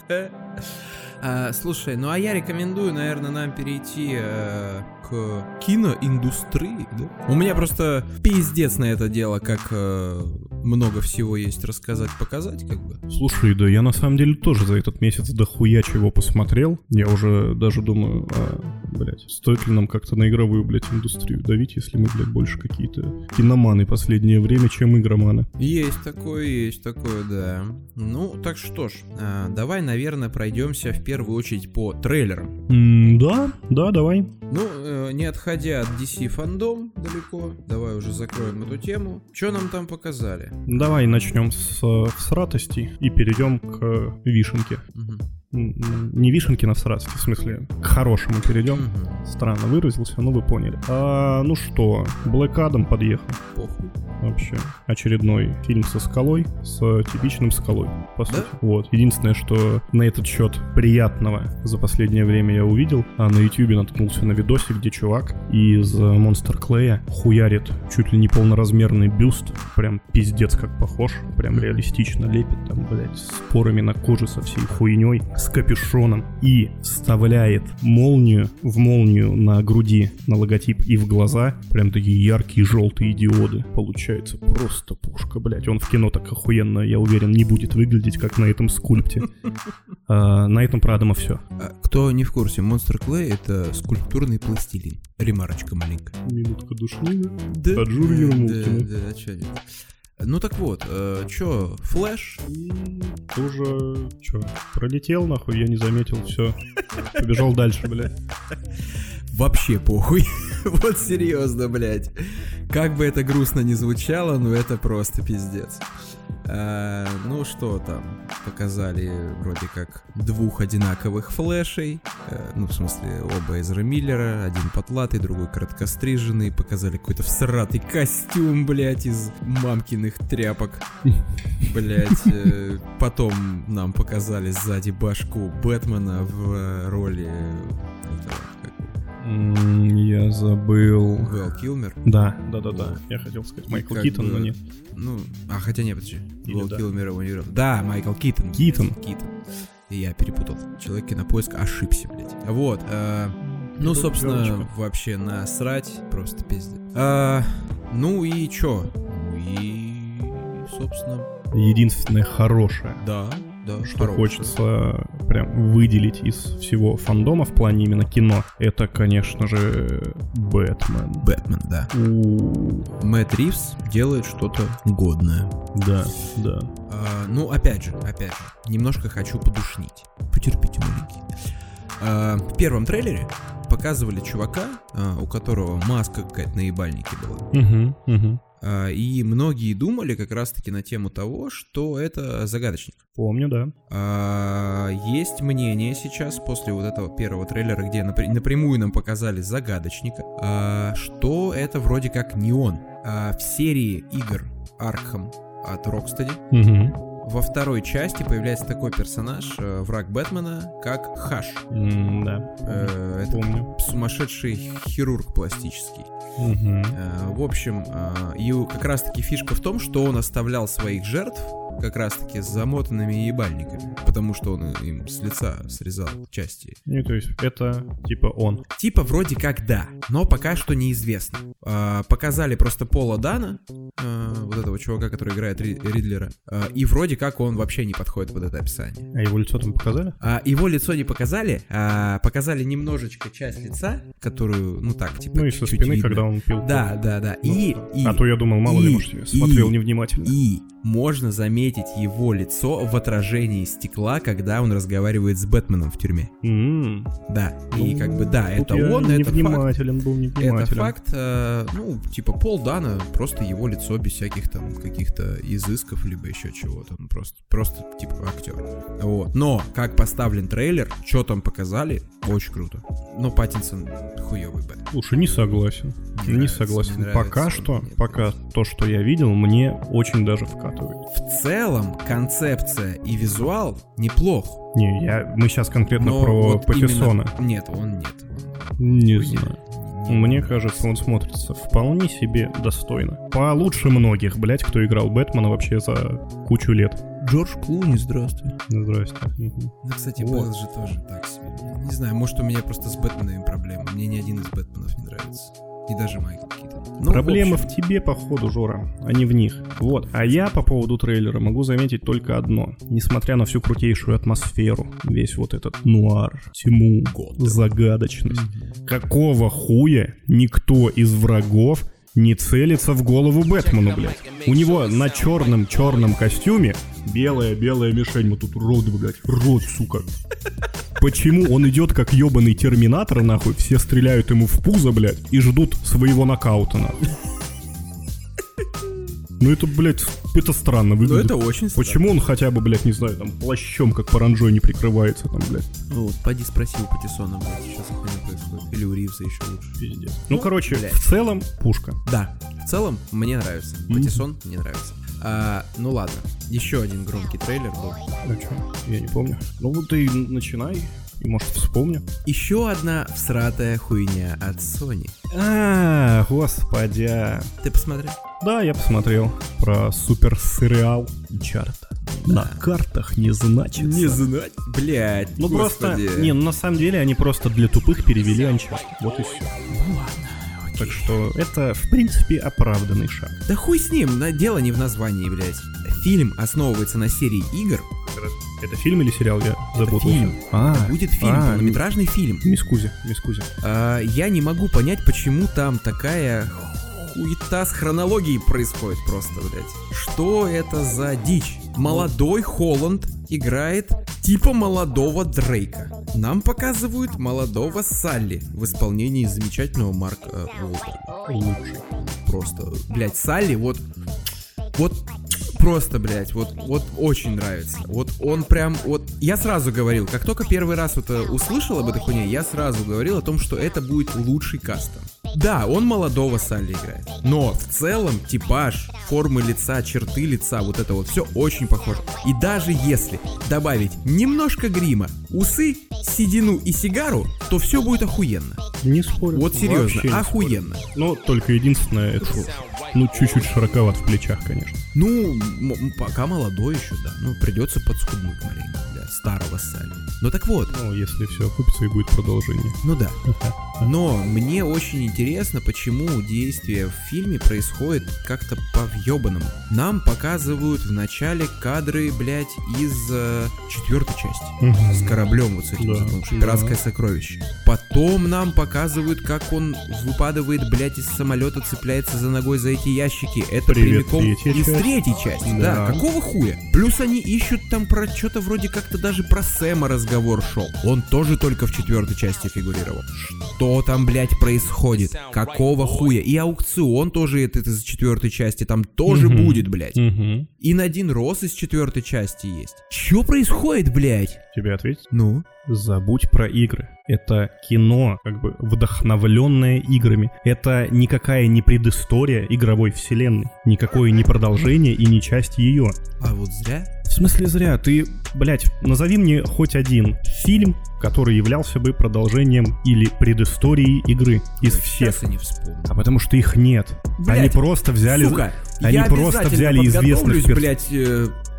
А, слушай, ну а я рекомендую, наверное, нам перейти э, к киноиндустрии, да? У меня просто пиздец на это дело, как э, много всего есть рассказать, показать, как бы. Слушай, да я на самом деле тоже за этот месяц дохуя чего посмотрел. Я уже даже думаю, а, блядь, стоит ли нам как-то на игровую, блядь, индустрию давить, если мы, блядь, больше какие-то киноманы последнее время, чем игроманы. Есть такое, есть такое, да. Ну, так что ж, а, давай, наверное, пройдемся в первую очередь по трейлерам. Mm, да, да, давай. Ну, э, не отходя от ди си фандом далеко, давай уже закроем эту тему. Что нам там показали? Давай начнем с, с ратости и перейдем к вишенке. Угу. Не вишенки на всратости, в смысле, к хорошему перейдем. Угу. Странно выразился, но вы поняли. А, ну что, Black Adam подъехал. Похуй. Вообще. Очередной фильм со скалой, с типичным скалой, по сути. Да? Вот. Единственное, что на этот счет приятного за последнее время я увидел, а на ютубе наткнулся на видосик, где чувак из Monster Clay хуярит чуть ли не полноразмерный бюст. Прям пиздец как похож. Прям реалистично лепит там, блядь, с порами на коже, со всей хуйней, с капюшоном. И вставляет молнию в молнию на груди, на логотип и в глаза. Прям такие яркие желтые диоды получаются. Просто пушка, блядь. Он в кино так охуенно, я уверен, не будет выглядеть, как на этом скульпте. А, на этом про Адама все. Кто не в курсе, Monster Clay — это скульптурный пластилин. Ремарочка маленькая. Минутка душнины. Да, Аджур Ермолкина. Да, да, чё нет. Ну так вот, э, чё, Флэш? Тоже, чё, пролетел нахуй, я не заметил, все. Побежал дальше, блядь. Вообще похуй. Вот серьезно, блядь. Как бы это грустно ни звучало, но это просто пиздец. А, ну что там, показали вроде как двух одинаковых Флэшей. А, ну в смысле оба Эзра Миллера, один потлатый, другой короткостриженный. Показали какой-то всратый костюм, блядь, из мамкиных тряпок. Блядь. Потом нам показали сзади башку Бэтмена в роли... Я забыл. Вэл Килмер? Да, да, да, да. Я хотел сказать Майкл Китон, бы, но нет. Ну, а хотя нет, подожди. Вэл да. Килмер его не играл. Да, Майкл Китон. Китон. Китон. Я перепутал. Человек Кинопоиск ошибся, блядь. Вот. Э, ну, собственно, Галочка. Вообще насрать. Просто пиздец. Э, ну и чё? Ну и, собственно... Единственное хорошее. Да. Да, что хороший. Хочется прям выделить из всего фандома в плане именно кино, это, конечно же, Бэтмен. Бэтмен, да. У... Мэтт Ривз делает что-то годное. Да, да. А, ну, опять же, опять же, немножко хочу подушнить. Потерпите, маленький. А, в первом трейлере показывали чувака, а, у которого маска какая-то на ебальнике была. Угу, угу. И многие думали как раз-таки на тему того, что это загадочник. Помню, да. А, есть мнение сейчас, после вот этого первого трейлера, где напр- напрямую нам показали загадочника, а, что это вроде как не он. А, в серии игр Arkham от Rocksteady угу. во второй части появляется такой персонаж, э, враг Бэтмена, как Хаш. Mm, да, э, это помню. Сумасшедший хирург пластический. Угу. Э, в общем, э, и как раз-таки фишка в том, что он оставлял своих жертв как раз-таки с замотанными ебальниками, потому что он им с лица срезал части. Ну, то есть это типа он. Типа вроде как да, но пока что неизвестно. А, показали просто Пола Дана, а, вот этого чувака, который играет Ридлера, а, и вроде как он вообще не подходит под это описание. А его лицо там показали? А, его лицо не показали, а показали немножечко часть лица, которую, ну так, типа, ну и со спины, видно. Когда он пил. Да, да, да. Ну, и, и, а то я думал, мало и, ли, может, я смотрел и, невнимательно. И можно заметить его лицо в отражении стекла, когда он разговаривает с Бэтменом в тюрьме. Mm. Да, и ну, как бы, да, это я он, это невнимателен, факт. был невнимателен. Это факт, э, ну, типа, Пол Дана, просто его лицо без всяких там каких-то изысков, либо еще чего-то, он просто, просто, типа, актер. Вот. Но, как поставлен трейлер, что там показали, очень круто. Но Паттинсон хуёвый Бэтмен. Слушай, не согласен. Не, не нравится, согласен. Не пока нравится, что, нет, пока то, что я видел, мне очень даже вкатывает. В целом, концепция и визуал неплох. Не, я, мы сейчас конкретно но про вот Паттинсона. Именно... Нет, он нет. Не Хуйня. знаю. Мне кажется, он смотрится вполне себе достойно. Получше многих, блять, кто играл Бэтмена вообще за кучу лет. Джордж Клуни, здравствуй. Здравствуйте. Угу. Ну, кстати, вот. Бейл же тоже так себе. Не знаю, может, у меня просто с Бэтменами проблемы. Мне ни один из Бэтменов не нравится. И даже Майкл Китон. Ну, проблемы в, в тебе, походу, Жора, а не в них. Вот. А я по поводу трейлера могу заметить только одно. Несмотря на всю крутейшую атмосферу, весь вот этот нуар, тьму, загадочность, mm-hmm. какого хуя никто из врагов не целится в голову Бэтмену, блядь? У него на черном-черном костюме белая-белая мишень. Вот тут рот, блядь, рот, сука. Почему он идет как ебаный терминатор, нахуй, все стреляют ему в пузо, блядь, и ждут своего нокаута, нахуй. Ну это, блядь, это странно выглядит. Ну это очень странно. Почему он хотя бы, блядь, не знаю, там, плащом, как паранджой, не прикрывается, там, блядь? Ну вот, поди спроси у Паттинсона, блядь, сейчас охуенно происходит. Или у Ривза еще лучше. Пиздец. Ну, ну короче, блядь. В целом, пушка. Да, в целом, мне нравится. Mm-hmm. Паттинсон мне нравится. А, ну ладно, еще один громкий трейлер был. Ну что, я не помню. Ну вот ты начинай, и может вспомню. Еще одна всратая хуйня от Sony. А, господи. Ты посмотрел? Да, я посмотрел про супер-сериал Uncharted. Да. На картах не значится. Не знать? Блять. Ну господи. Просто, не, ну на самом деле они просто для тупых перевели Uncharted. Вот и все. Ну ладно. Так что это, в принципе, оправданный шаг. Да хуй с ним, дело не в названии, блядь. Фильм основывается на серии игр. Это фильм или сериал? Я забыл. Это фильм. А, это будет фильм, а, полнометражный фильм. Мискузи, Мискузи. А, я не могу понять, почему там такая хуета с хронологией происходит просто, блядь. Что это за дичь? Молодой Холланд играет типа молодого Дрейка. Нам показывают молодого Салли в исполнении замечательного Марка Уолберга. Лучший. Просто, блядь, Салли, вот... Вот... Просто, блядь, вот, вот очень нравится. Вот он прям, вот, я сразу говорил, как только первый раз вот услышал об этой хуйне, я сразу говорил о том, что это будет лучший кастом. Да, он молодого Салли играет, но в целом типаж, формы лица, черты лица, вот это вот все очень похоже. И даже если добавить немножко грима, усы, седину и сигару, то все будет охуенно. Не спорю. Вот серьезно, охуенно. Но только единственное, это ну чуть-чуть широковат в плечах, конечно. Ну, м- пока молодой еще, да. Ну, придется подскуднуть маленько для старого Салли. Ну так вот. Ну, если все окупится и будет продолжение. Ну да. Но мне очень интересно, почему действие в фильме происходит как-то по-въебанному. Нам показывают в начале кадры, блядь, из э, четвертой части. Угу. С кораблем вот с этим, да, потому пиратское да. сокровище. Потом нам показывают, как он выпадывает, блядь, из самолета, цепляется за ногой за эти ящики. Это Привет, прямиком из часть. третьей части. Да. да, какого хуя? Плюс они ищут там про что-то вроде как-то даже про Сэма разговор шел. Он тоже только в четвертой части фигурировал. Что там, блядь, происходит? Какого хуя? И аукцион тоже это из четвертой части там тоже угу. будет, блядь. Угу. И Надин Росс из четвертой части есть. Чё происходит, блядь? Тебе ответить? Ну? Забудь про игры. Это кино, как бы вдохновленное играми. Это никакая не предыстория игровой вселенной. Никакое не продолжение и не часть ее. А вот зря? В смысле зря? Ты, блядь, назови мне хоть один фильм, который являлся бы продолжением или предысторией игры из Ой, всех. Сейчас я не вспомню. А потому что их нет. Блядь, они просто взяли... Сука, они я просто взяли известных... блядь, э,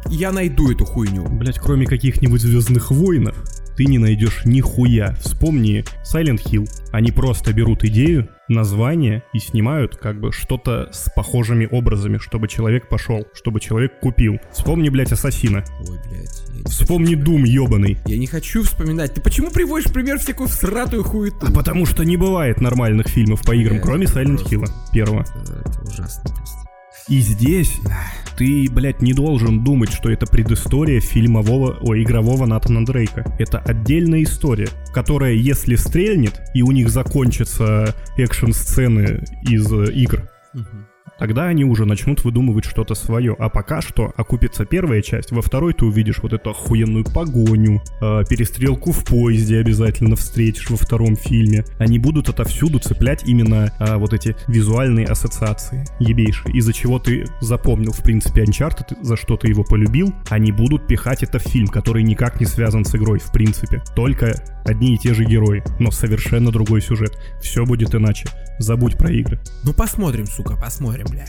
я найду эту хуйню. Блять, кроме каких-нибудь Звездных войнов, ты не найдешь нихуя. Вспомни Silent Hill. Они просто берут идею, название и снимают как бы что-то с похожими образами, чтобы человек пошел, чтобы человек купил. Вспомни, блять, Ассасина. Ой, блять. Вспомни Doom, ёбаный. Я не хочу вспоминать. Ты почему приводишь пример всякую всратую хуету? А потому что не бывает нормальных фильмов по играм, кроме Silent Hill первого. Это, это ужасно просто. И здесь ты, блядь, не должен думать, что это предыстория фильмового, о, игрового Натана Дрейка. Это отдельная история, которая, если стрельнет, и у них закончатся экшн-сцены из э, игр, угу. Тогда они уже начнут выдумывать что-то свое. А пока что окупится первая часть, во второй ты увидишь вот эту охуенную погоню, э, перестрелку в поезде обязательно встретишь во втором фильме. Они будут отовсюду цеплять именно э, вот эти визуальные ассоциации ебейшие, из-за чего ты запомнил, в принципе, Uncharted, за что ты его полюбил. Они будут пихать это в фильм, который никак не связан с игрой, в принципе. Только одни и те же герои, но совершенно другой сюжет. Все будет иначе. Забудь про игры. Ну посмотрим, сука, посмотрим, бля.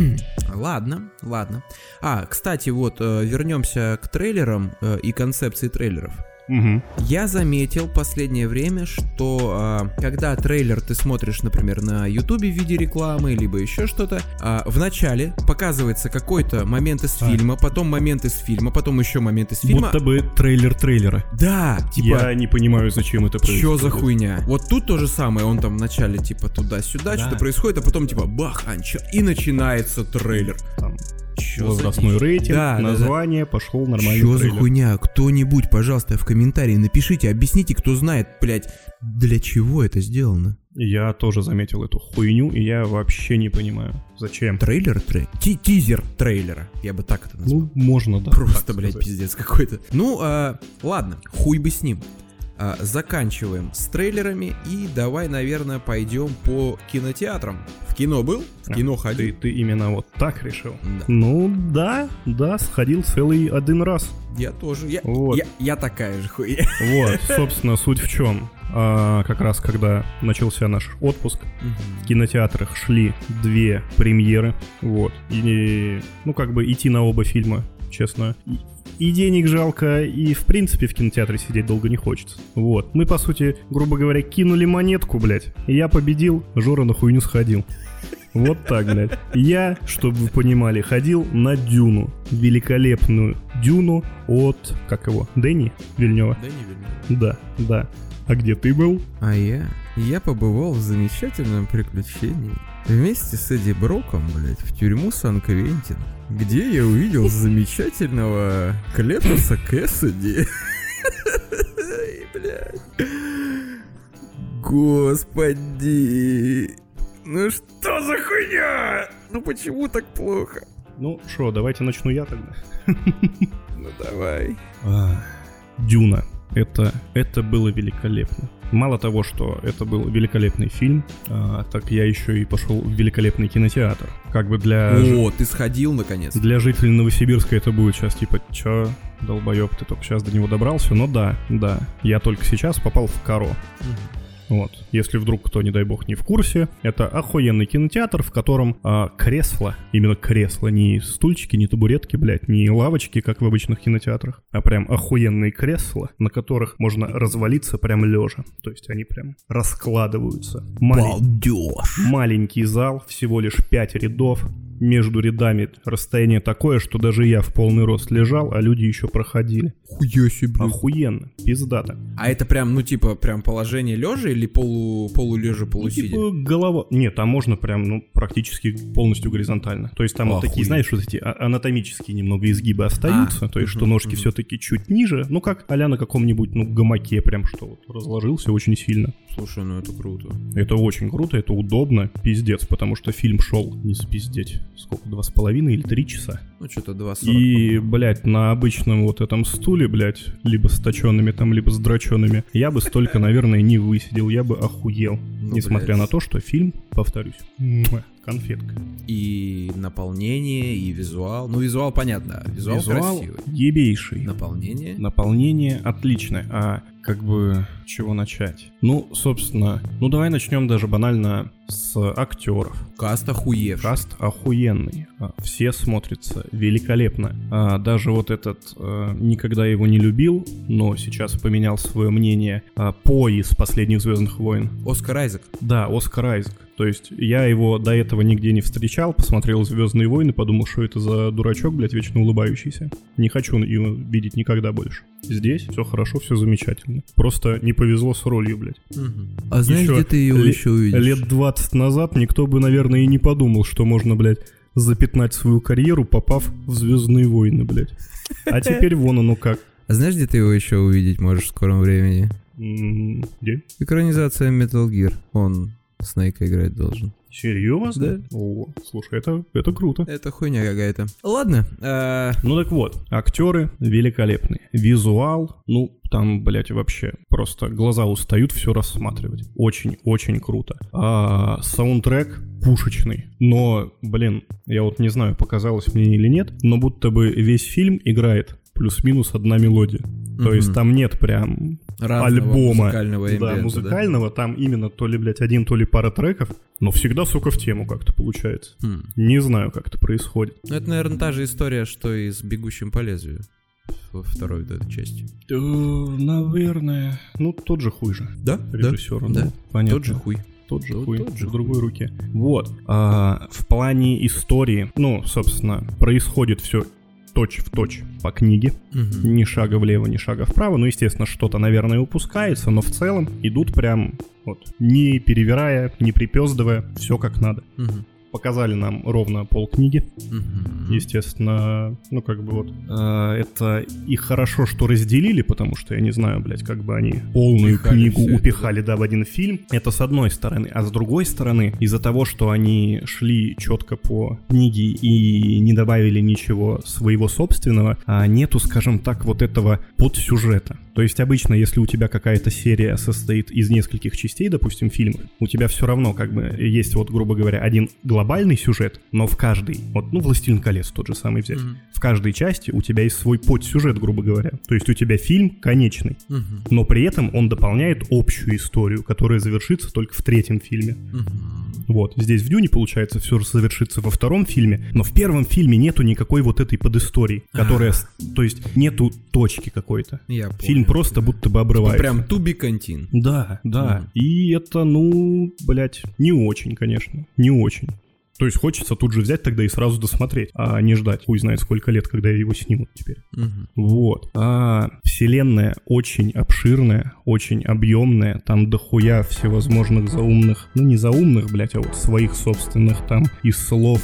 Ладно, ладно. А, кстати, вот, э, вернемся к трейлерам э, и концепции трейлеров. Угу. Я заметил в последнее время, что э, когда трейлер ты смотришь, например, на Ютубе в виде рекламы, либо еще что-то, э, в начале показывается какой-то момент из а. фильма, потом момент из фильма, потом еще момент из фильма. Будто бы трейлер трейлера. Да, типа... Я не понимаю, зачем это происходит. Что за хуйня? Вот тут то же самое, он там в начале типа туда-сюда, да. Что-то происходит, а потом типа бах, анча, и начинается трейлер. Там... Чё возрастной за... рейтинг, да, название, да, да. Пошел нормальный Чё трейлер. За хуйня? Кто-нибудь, пожалуйста, в комментарии напишите, объясните, кто знает, блядь, для чего это сделано. Я тоже заметил эту хуйню, и я вообще не понимаю, зачем. Трейлер? Трей... Ти-тизер трейлера, я бы так это назвал. Ну, можно, да. Просто, блядь, сказать. Пиздец какой-то. Ну, а, ладно, хуй бы с ним. А, заканчиваем с трейлерами и давай, наверное, пойдем по кинотеатрам. В кино был? В кино а, ходил? Ты, ты именно вот так решил? Да. Ну, да, да, сходил целый один раз. Я тоже, я, вот. я, я такая же хуйня. Вот, собственно, суть в чем. А, как раз когда начался наш отпуск, uh-huh. в кинотеатрах шли две премьеры, вот, и, ну, как бы идти на оба фильма, честно, и денег жалко, и, в принципе, в кинотеатре сидеть долго не хочется. Вот. Мы, по сути, грубо говоря, кинули монетку, блядь. Я победил, Жора на хуйню сходил. Вот так, блядь. Я, чтобы вы понимали, ходил на Дюну. Великолепную Дюну от... Как его? Дэни Вильнёва? Дэни Вильнёва. Да, да. А где ты был? А я? Я побывал в замечательном приключении. Вместе с Эдди Броком, блядь, в тюрьму Сан-Квентин. Где я увидел замечательного Клетуса Кэссиди. Блядь. Господи. Ну что за хуйня? Ну почему так плохо? Ну шо, давайте начну я тогда. Ну давай. Дюна. Это, это было великолепно. Мало того, что это был великолепный фильм, а, так я еще и пошел в великолепный кинотеатр. Как бы для... О, ты сходил наконец. Для жителей Новосибирска это будет сейчас типа, чё, долбоёб, ты только сейчас до него добрался? Но да, да, я только сейчас попал в Каро. Угу. Вот. Если вдруг кто, не дай бог, не в курсе, это охуенный кинотеатр, в котором а, кресла, именно кресла, не стульчики, не табуретки, блядь, не лавочки, как в обычных кинотеатрах, а прям охуенные кресла, на которых можно развалиться прям лежа. То есть они прям раскладываются. Балдеж! Маленький зал, всего лишь пять рядов. Между рядами расстояние такое, что даже я в полный рост лежал, а люди еще проходили. Хуя себе. Охуенно, пиздато. А это прям, ну типа, прям положение лежа или полу, полулежа, полусидя? Ну, типа голова... Нет, там можно прям, ну, практически полностью горизонтально. То есть там Охуеть. Вот такие, знаешь, вот эти анатомические немного изгибы остаются, а, то есть угу, что ножки угу. все-таки чуть ниже, ну как а-ля на каком-нибудь, ну, гамаке прям, что вот разложился очень сильно. Слушай, ну это круто. Это очень круто, это удобно, пиздец, потому что фильм шел не спиздеть. Сколько, два с половиной или три часа? Ну, что-то два сорок. И, блядь, на обычном вот этом стуле, блядь, либо с точенными там, либо с дрочеными, я бы столько, наверное, не высидел, я бы охуел. Ну, несмотря блядь. На то, что фильм, повторюсь, конфетка. И наполнение, и визуал. Ну, визуал понятно, визуал, визуал красивый. Ебейший. Наполнение? Наполнение отличное. А как бы, чего начать? Ну, собственно, ну давай начнем даже банально с актеров. Каст охуевший. Каст охуенный. Все смотрятся великолепно. А, даже вот этот, а, никогда его не любил, но сейчас поменял свое мнение, а, По из «Последних Звездных войн». Оскар Айзек. Да, Оскар Айзек. То есть я его до этого нигде не встречал, посмотрел «Звездные войны», подумал, что это за дурачок, блядь, вечно улыбающийся. Не хочу его видеть никогда больше. Здесь все хорошо, все замечательно. Просто не повезло с ролью, блядь. Угу. А знаешь, еще где ты его лет, еще увидишь? Лет двадцать назад никто бы, наверное, и не подумал, что можно, блядь, запятнать свою карьеру, попав в «Звездные войны», блядь. А теперь вон оно как. А знаешь, где ты его еще увидеть можешь в скором времени? Где? Экранизация Metal Gear. Он Снейка играть должен. Серьезно? Да. О, слушай, это, это круто. Это хуйня какая-то. Ладно. А... Ну так вот, актеры великолепные. Визуал, ну, там, блядь, вообще просто глаза устают все рассматривать. Очень-очень круто. А саундтрек пушечный. Но, блин, я вот не знаю, показалось мне или нет, но будто бы весь фильм играет плюс-минус одна мелодия. Mm-hmm. То есть там нет прям разного альбома музыкального эмбиента, да, музыкального, да? Там именно то ли, блядь, один, то ли пара треков, но всегда, сука, в тему как-то получается. Mm. Не знаю, как это происходит. Ну, это, наверное, та же история, что и с «Бегущим по лезвию» во второй вот этой части. Да, наверное. Ну, тот же хуй же. Да? Режиссер. Да, ну, понятно. Тот же хуй. Тот же тот, хуй, тот же в другой руке. Вот. А, в плане истории, ну, собственно, происходит все точь в точь по книге. Угу. Ни шага влево, ни шага вправо. Ну, естественно, что-то, наверное, упускается, но в целом идут прям вот, не перевирая, не припёздывая, все как надо. Угу. Показали нам ровно полкниги. Угу. Естественно, ну, как бы вот э, это и хорошо, что разделили, потому что, я не знаю, блядь, как бы они полную упихали книгу упихали, это, да, в один фильм. Это с одной стороны. А с другой стороны, из-за того, что они шли четко по книге и не добавили ничего своего собственного, а нету, скажем так, вот этого подсюжета. То есть обычно, если у тебя какая-то серия состоит из нескольких частей, допустим, фильмов, у тебя все равно как бы есть вот, грубо говоря, один глобальный сюжет, но в каждой, вот, ну, «Властелин колец» тот же самый взять, mm-hmm. в каждой части у тебя есть свой подсюжет, грубо говоря. То есть у тебя фильм конечный, mm-hmm. но при этом он дополняет общую историю, которая завершится только в третьем фильме. Mm-hmm. Вот, здесь в «Дюне», получается, все завершится во втором фильме, но в первом фильме нету никакой вот этой подистории, которая, ah. то есть нету точки какой-то. Я Фильм понял, просто да. будто бы обрывается. Прям to be continued. Да, да. Mm. И это, ну, блядь, не очень, конечно, не очень. То есть хочется тут же взять тогда и сразу досмотреть, а не ждать, хуй знает сколько лет, когда его снимут теперь. Угу. Вот. А вселенная очень обширная, очень объемная, там дохуя всевозможных заумных, ну не заумных, блядь, а вот своих собственных там и слов,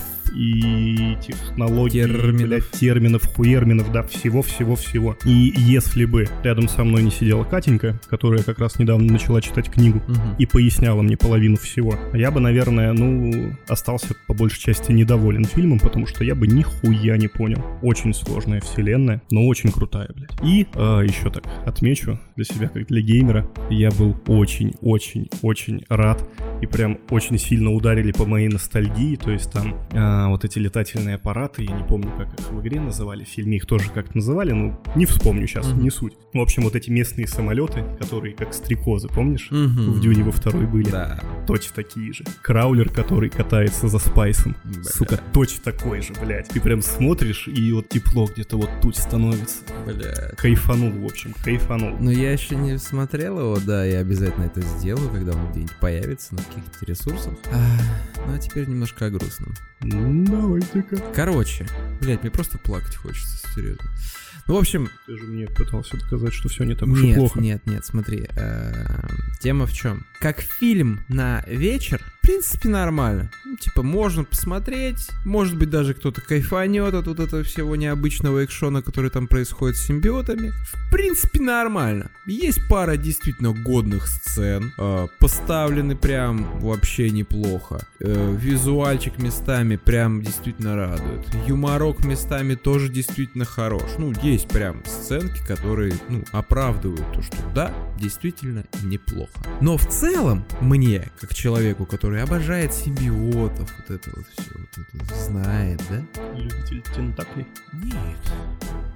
и технологий, терминов, блядь, терминов, хуерминов, да, всего-всего-всего. И если бы рядом со мной не сидела Катенька, которая как раз недавно начала читать книгу угу. и поясняла мне половину всего, я бы, наверное, ну, остался по большей части недоволен фильмом, потому что я бы нихуя не понял. Очень сложная вселенная, но очень крутая, блядь. И э, еще так отмечу для себя, как для геймера, я был очень-очень-очень рад и прям очень сильно ударили по моей ностальгии, то есть там э, вот эти летательные аппараты, я не помню, как их в игре называли, в фильме их тоже как-то называли, ну, не вспомню сейчас, mm-hmm. не суть. В общем, вот эти местные самолеты, которые как стрекозы, помнишь? Mm-hmm. В «Дюне» во второй были. Да. Точно такие же. Краулер, который катается за Спайсом. Бля. Сука, точно такой же, блядь. Ты прям смотришь, и вот тепло где-то вот тут становится. Бля. Кайфанул, в общем, кайфанул. Но я еще не смотрел его, да, я обязательно это сделаю, когда он где-нибудь появится на каких-то ресурсах. А, ну а теперь немножко о грустном. Давайте-ка. Короче, блядь, мне просто плакать хочется, серьезно. Ну, в общем... Ты же мне пытался доказать, что все не так уж и плохо. Нет, нет, смотри. Э-э- тема в чем? Как фильм на вечер, в принципе, нормально. Ну, типа, можно посмотреть, может быть, даже кто-то кайфанет от вот этого всего необычного экшона, который там происходит с симбиотами. В принципе, нормально. Есть пара действительно годных сцен, э- поставлены прям вообще неплохо. Э- визуальчик местами прям действительно радует. Юморок местами тоже действительно хорош. Ну, есть Есть прям сценки, которые, ну, оправдывают то, что да, действительно неплохо. Но в целом, мне, как человеку, который обожает симбиотов, вот это вот все, вот это знает, да? Любитель тентаклей? Нет.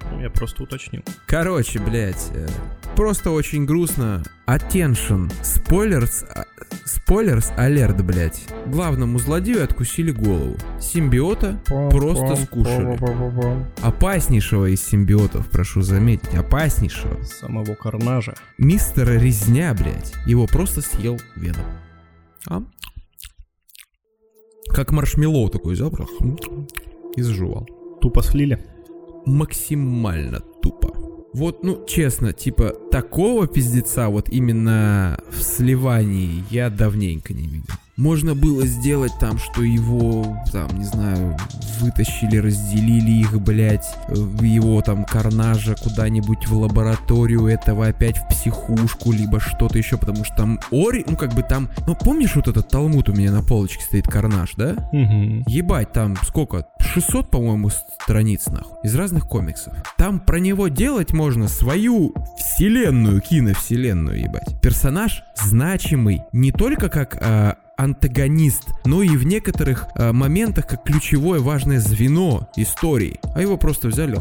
Я просто уточнил. Короче, блядь, просто очень грустно. Attention. Spoilers. Spoilers alert, блядь. Главному злодею откусили голову. Симбиота просто скушали. Опаснейшего из симбиотов, прошу заметить. Опаснейшего. Самого Карнажа. Мистера Резня, блядь. Его просто съел Веном. А? Как маршмеллоу такой забрал и заживал. Тупо слили? Максимально тупо. Вот, ну, честно, типа, такого пиздеца вот именно в сливании я давненько не видел. Можно было сделать там, что его, там, не знаю, вытащили, разделили их, блядь, его там Карнажа куда-нибудь в лабораторию, этого опять в психушку, либо что-то еще, потому что там Ори, ну как бы там, ну помнишь вот этот Талмуд у меня на полочке стоит, Карнаж, да? Угу. Ебать, там сколько? шестьсот, по-моему, страниц, нахуй, из разных комиксов. Там про него делать можно свою вселенную, киновселенную, ебать. Персонаж значимый, не только как... А, антагонист, но и в некоторых э, моментах как ключевое важное звено истории. А его просто взяли.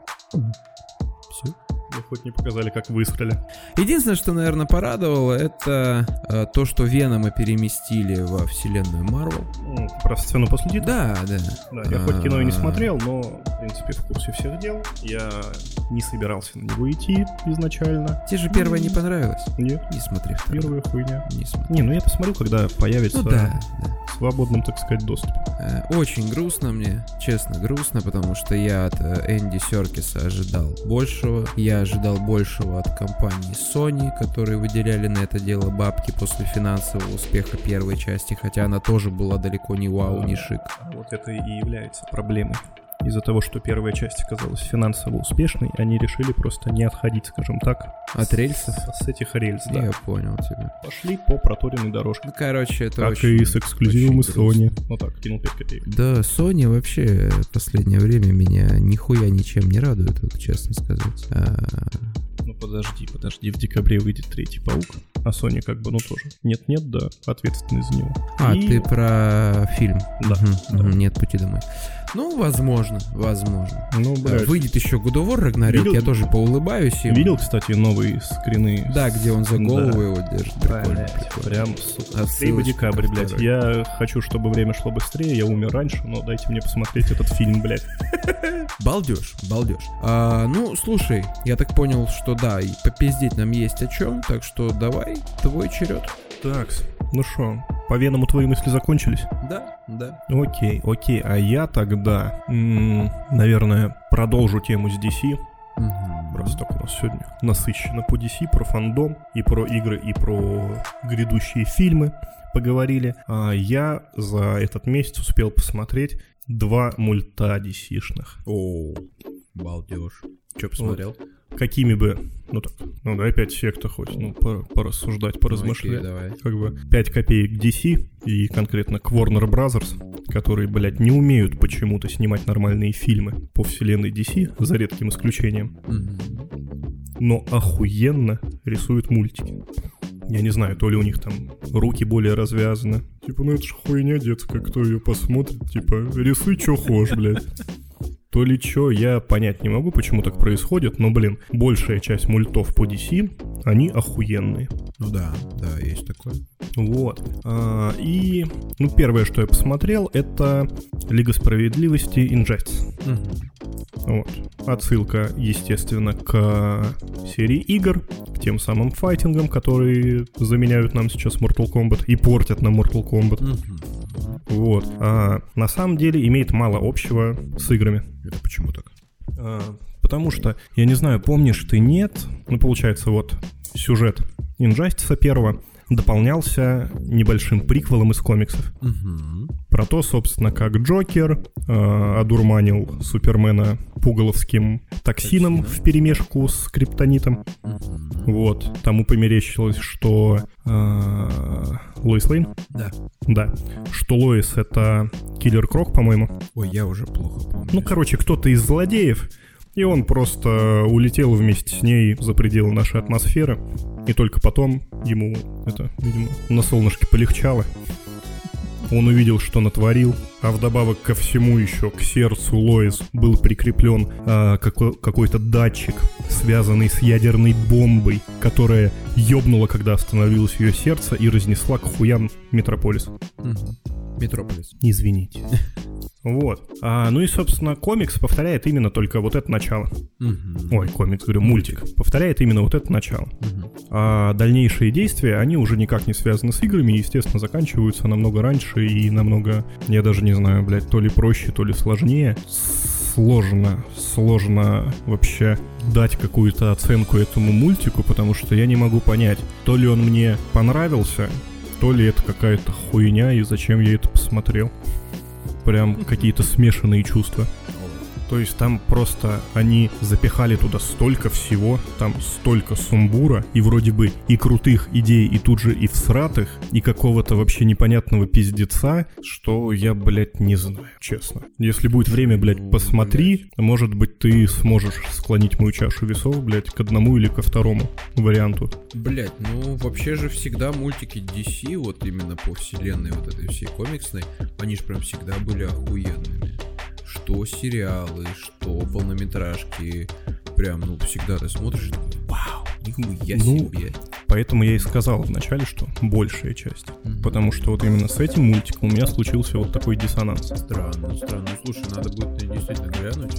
Все. Ну, хоть не показали, как выстрелили. Единственное, что, наверное, порадовало, это э, то, что Венома переместили во вселенную Марвел. Ну, про сцену после титра? Да, да. Да, я хоть кино и не смотрел, но, в принципе, в курсе всех дел. Я не собирался на него идти изначально. Тебе же первая не понравилась? Нет. Не смотри. Первая хуйня. Не смотри. Не, ну я посмотрю, когда появится ну, да, да. в свободном, так сказать, доступе. Э, очень грустно мне, честно, грустно, потому что я от э, Энди Серкиса ожидал большего. Я ожидал большего от компании Sony, которые выделяли на это дело бабки после финансового успеха первой части, хотя она тоже была далеко не вау, не шик. Вот это и является проблемой. Из-за того, что первая часть оказалась финансово успешной, они решили просто не отходить, скажем так. От рельсов? С, с этих рельс, да. Я понял тебя. Пошли по проторенной дорожке. Ну, короче, это как очень... и с эксклюзивом из Sony. Ну так, кинул пять копеек. Да, Sony вообще в последнее время меня нихуя ничем не радует, вот, честно сказать. А... Ну подожди, подожди, в декабре выйдет третий Паук, а Sony как бы, ну тоже. Нет-нет, да, ответственность за него. А, и... ты про фильм? Да, угу, да. Угу, нет пути домой. Ну, возможно, возможно. Ну, блядь. Выйдет еще God of War Ragnarok, Видел? я тоже поулыбаюсь ему. Видел, кстати, новые скрины? Да, где он за голову да. его держит. Прикольно, блядь, прикольно. Прям, сука. Отсылочка декабрь, блядь. второй. Я хочу, чтобы время шло быстрее, я умер раньше, но дайте мне посмотреть этот фильм, блядь. Балдеж, балдеж. А, ну, слушай, я так понял, что да, и попиздеть нам есть о чем, так что давай, твой черед. Так, ну шо, по Веному твои мысли закончились? Да, да. Окей, окей, а я тогда, м- наверное, продолжу тему с ди си. Угу. Раз так у нас сегодня насыщенно по ди си, про фандом, и про игры, и про грядущие фильмы поговорили. А я за этот месяц успел посмотреть два мульта ди си-шных. О, балдеж. Че посмотрел? Вот. Какими бы, ну так, ну да, опять все, кто хочет, ну, порассуждать, поразмышлять. Ну, окей, давай. Как бы пять копеек ди си и конкретно к Warner Brothers, которые, блядь, не умеют почему-то снимать нормальные фильмы по вселенной ди си, за редким исключением, Mm-hmm. но охуенно рисуют мультики. Я не знаю, то ли у них там руки более развязаны. Типа, ну это ж хуйня детская, кто ее посмотрит, типа, рисуй чё хочешь, блядь. То ли чё, я понять не могу, почему так происходит, но, блин, большая часть мультов по ди си, они охуенные. Ну да, да, есть такое. Вот. А, и, ну, первое, что я посмотрел, это Лига Справедливости Injustice. Угу. Вот. Отсылка, естественно, к серии игр, к тем самым файтингам, которые заменяют нам сейчас Mortal Kombat и портят нам Mortal Kombat. Угу. Вот. А на самом деле имеет мало общего с играми. Это почему так? А, потому что, я не знаю, помнишь ты, нет, ну, получается, вот, сюжет Injustice первого дополнялся небольшим приквелом из комиксов. Угу. Про то, собственно, как Джокер э, одурманил Супермена пугаловским токсином Токсином. вперемешку с криптонитом. Угу. Вот. Тому померещилось, что э, Лоис Лейн? Да. Да. Что Лоис — это Киллер Крок, по-моему. Ой, я уже плохо помню. Ну, короче, кто-то из злодеев, и он просто улетел вместе с ней за пределы нашей атмосферы, и только потом ему это, видимо, на солнышке полегчало. он увидел, что натворил, а вдобавок ко всему еще к сердцу Лоис был прикреплен а, какой- какой-то датчик, связанный с ядерной бомбой, которая ёбнула, когда остановилось ее сердце, и разнесла к хуям Метрополис. Угу. Метрополис. Извините. Вот. А, ну и, собственно, комикс повторяет именно только вот это начало. Угу. Ой, комикс, говорю, мультик. Повторяет именно вот это начало. Угу. А дальнейшие действия, они уже никак не связаны с играми, и, естественно, заканчиваются намного раньше и намного, я даже не знаю, блядь, то ли проще, то ли сложнее. Сложно, сложно вообще дать какую-то оценку этому мультику, потому что я не могу понять, то ли он мне понравился, то ли это какая-то хуйня, и зачем я это посмотрел. Прям какие-то смешанные чувства. То есть там просто они запихали туда столько всего, там столько сумбура, и вроде бы и крутых идей, и тут же и всратых, и какого-то вообще непонятного пиздеца, что я, блядь, не знаю, честно. Если будет время, блядь, посмотри, может быть, ты сможешь склонить мою чашу весов, блядь, к одному или ко второму варианту. Блядь, ну вообще же всегда мультики ди си, вот именно по вселенной вот этой всей комиксной, они же прям всегда были охуенными. Что сериалы, что полнометражки. Прям, ну, всегда ты смотришь и такой, вау, нихуя ну, себе. Поэтому я и сказал вначале, что большая часть. Mm-hmm. Потому что вот именно с этим мультиком у меня случился вот такой диссонанс. Странно, странно. Слушай, надо будет действительно глянуть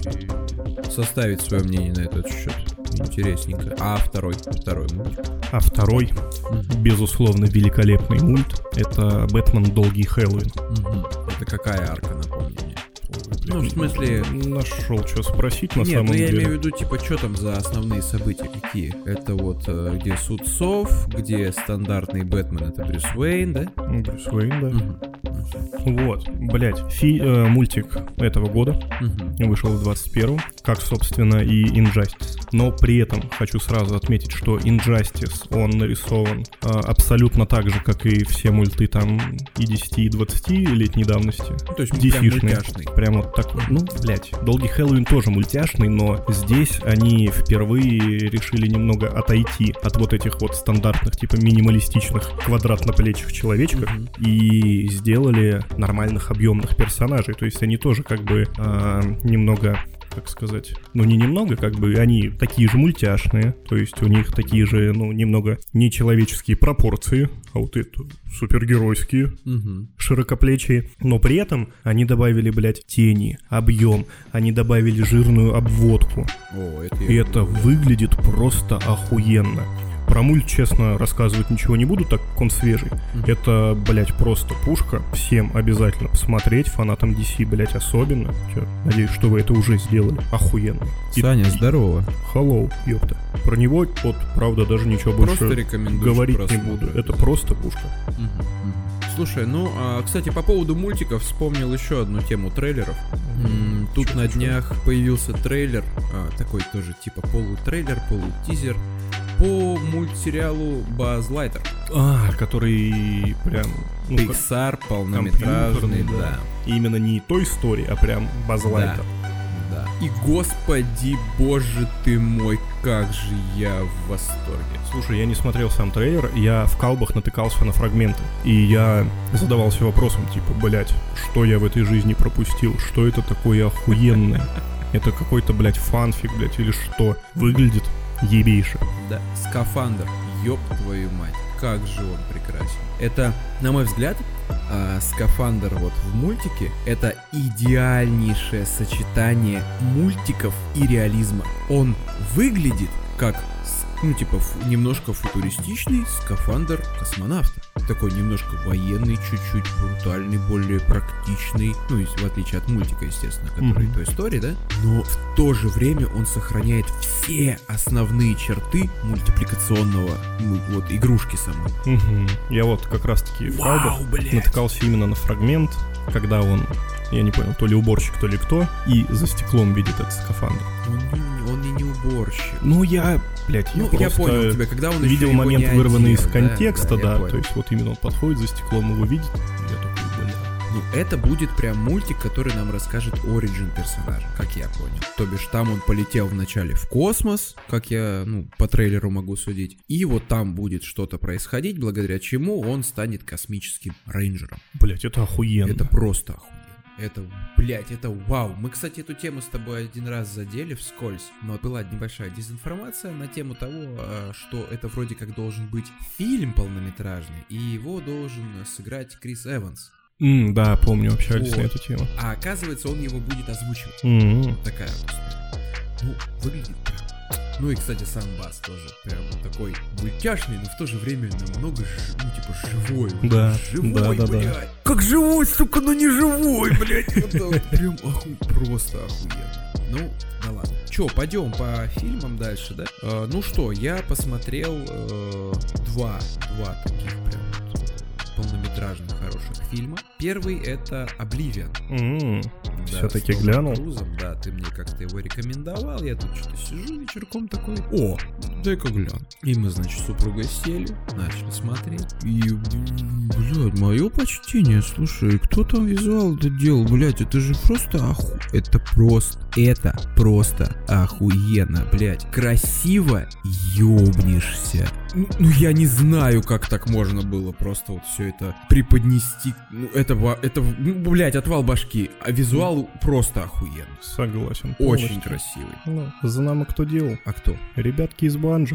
и составить свое мнение на этот счет. Интересненько. А второй? Второй мультик? А второй, mm-hmm. безусловно, великолепный мульт. Это «Бэтмен. Долгий Хэллоуин». Mm-hmm. Это какая арка, напомни мне? Ну, в смысле... Нашел, что спросить на Нет, самом деле. Нет, ну я имею в виду, типа, что там за основные события какие? Это вот, где суд сов, где стандартный Бэтмен, это Брюс Уэйн, да? Брюс Уэйн, да. Угу. Вот, блять, фи- э, мультик этого года угу. вышел в двадцать первом, как, собственно, и Injustice. Но при этом хочу сразу отметить, что Injustice, он нарисован э, абсолютно так же, как и все мульты там и десяти, и двадцатилетней давности. То есть ди си-шные. прям мультяшный. Прям вот такой. Ну, блять, Долгий Хэллоуин тоже мультяшный, но здесь они впервые решили немного отойти от вот этих вот стандартных, типа минималистичных квадратноплечих человечков mm-hmm. и сделали нормальных объемных персонажей. То есть они тоже как бы э, немного... как сказать, ну не немного, как бы они такие же мультяшные, то есть у них такие же, ну, немного нечеловеческие пропорции, а вот это супергеройские, угу. широкоплечие, но при этом они добавили, блядь, тени, объем, они добавили жирную обводку. О, это и это выглядит просто охуенно. Про мульт, честно, рассказывать ничего не буду, так как он свежий. Mm-hmm. Это, блядь, просто пушка. Всем обязательно посмотреть, фанатам ди си, блядь, особенно. Чё, надеюсь, что вы это уже сделали. Охуенно. Саня, и... здорово. Hello, ёпта. Про него, вот, правда, даже ничего просто больше говорить не буду. Это просто пушка. Mm-hmm. Mm-hmm. Слушай, ну, а, кстати, по поводу мультиков вспомнил еще одну тему трейлеров. Mm-hmm. Тут Чё, на днях что? Появился трейлер, а, такой тоже типа полутрейлер, полутизер, по мультсериалу Buzz Lightyear. А, который прям... Ну, Pixar, полнометражный, да. да. И именно не той истории, а прям Buzz Lightyear. Да, да. И, господи, боже ты мой, как же я в восторге. Слушай, я не смотрел сам трейлер, я в калбах натыкался на фрагменты. И я задавался вопросом, типа, блять, что я в этой жизни пропустил? Что это такое охуенное? Это какой-то, блять, фанфик, блять, или что? Выглядит ебейше. Да, скафандр, ёб твою мать, как же он прекрасен. Это, на мой взгляд, э, скафандр вот в мультике, это идеальнейшее сочетание мультиков и реализма. Он выглядит как, ну, типа, фу, немножко футуристичный скафандр космонавта. Такой немножко военный, чуть-чуть брутальный, более практичный. Ну, в отличие от мультика, естественно, который mm-hmm. Toy Story, да? Но в то же время он сохраняет все основные черты мультипликационного, ну, вот, игрушки самой. Mm-hmm. Я вот как раз-таки в калбах натыкался именно на фрагмент, когда он, я не понял, то ли уборщик, то ли кто, и за стеклом видит этот скафандр. Он не, он и не уборщик. Ну, я, блядь, я ну, просто я понял тебя, когда он видел момент, вырванный из да, контекста, да, да, то есть вот именно он подходит за стеклом, его видит, я такой, блядь. Ну, это будет прям мультик, который нам расскажет оригин персонажа, как я понял. То бишь, там он полетел вначале в космос, как я, ну, по трейлеру могу судить. И вот там будет что-то происходить, благодаря чему он станет космическим рейнджером. Блять, это охуенно. Это просто охуенно. Это, блять, это вау. Мы, кстати, эту тему с тобой один раз задели вскользь, но была небольшая дезинформация на тему того, что это вроде как должен быть фильм полнометражный, и его должен сыграть Крис Эванс. Mm, да, помню, общались вот. на эту тему. А оказывается, он его будет озвучивать. Mm-hmm. Вот такая вот история. Ну, выглядит прям. Ну и, кстати, сам бас тоже прям такой мультяшный, но в то же время намного, ну, типа, живой. Да, живой, да, да, блядь. да. Как живой, сука, но не живой, блядь. Вот прям охуй, просто охуенно. Ну, да ладно. Че, пойдем по фильмам дальше, да? А, ну что, я посмотрел э, два, два таких прям полнометражных хороших фильма. Первый — это «Обливион». Mm, да, все-таки глянул. Крузом, да, ты мне как-то его рекомендовал. Я тут что-то сижу вечерком такой: о, дай-ка гляну. И мы, значит, с супругой сели, начали смотреть. И, блядь, мое почтение, слушай, кто там визуал это делал? Блядь, это же просто оху... Это просто, это просто охуенно, блядь. Красиво ёбнешься. Ну, ну, я не знаю, как так можно было просто вот все это преподнести. Ну, это, это, ну, блядь, отвал башки. А визуал просто охуенный. Согласен. Очень полностью. красивый. Ну, знамо кто делал. А кто? Ребятки из Банжи.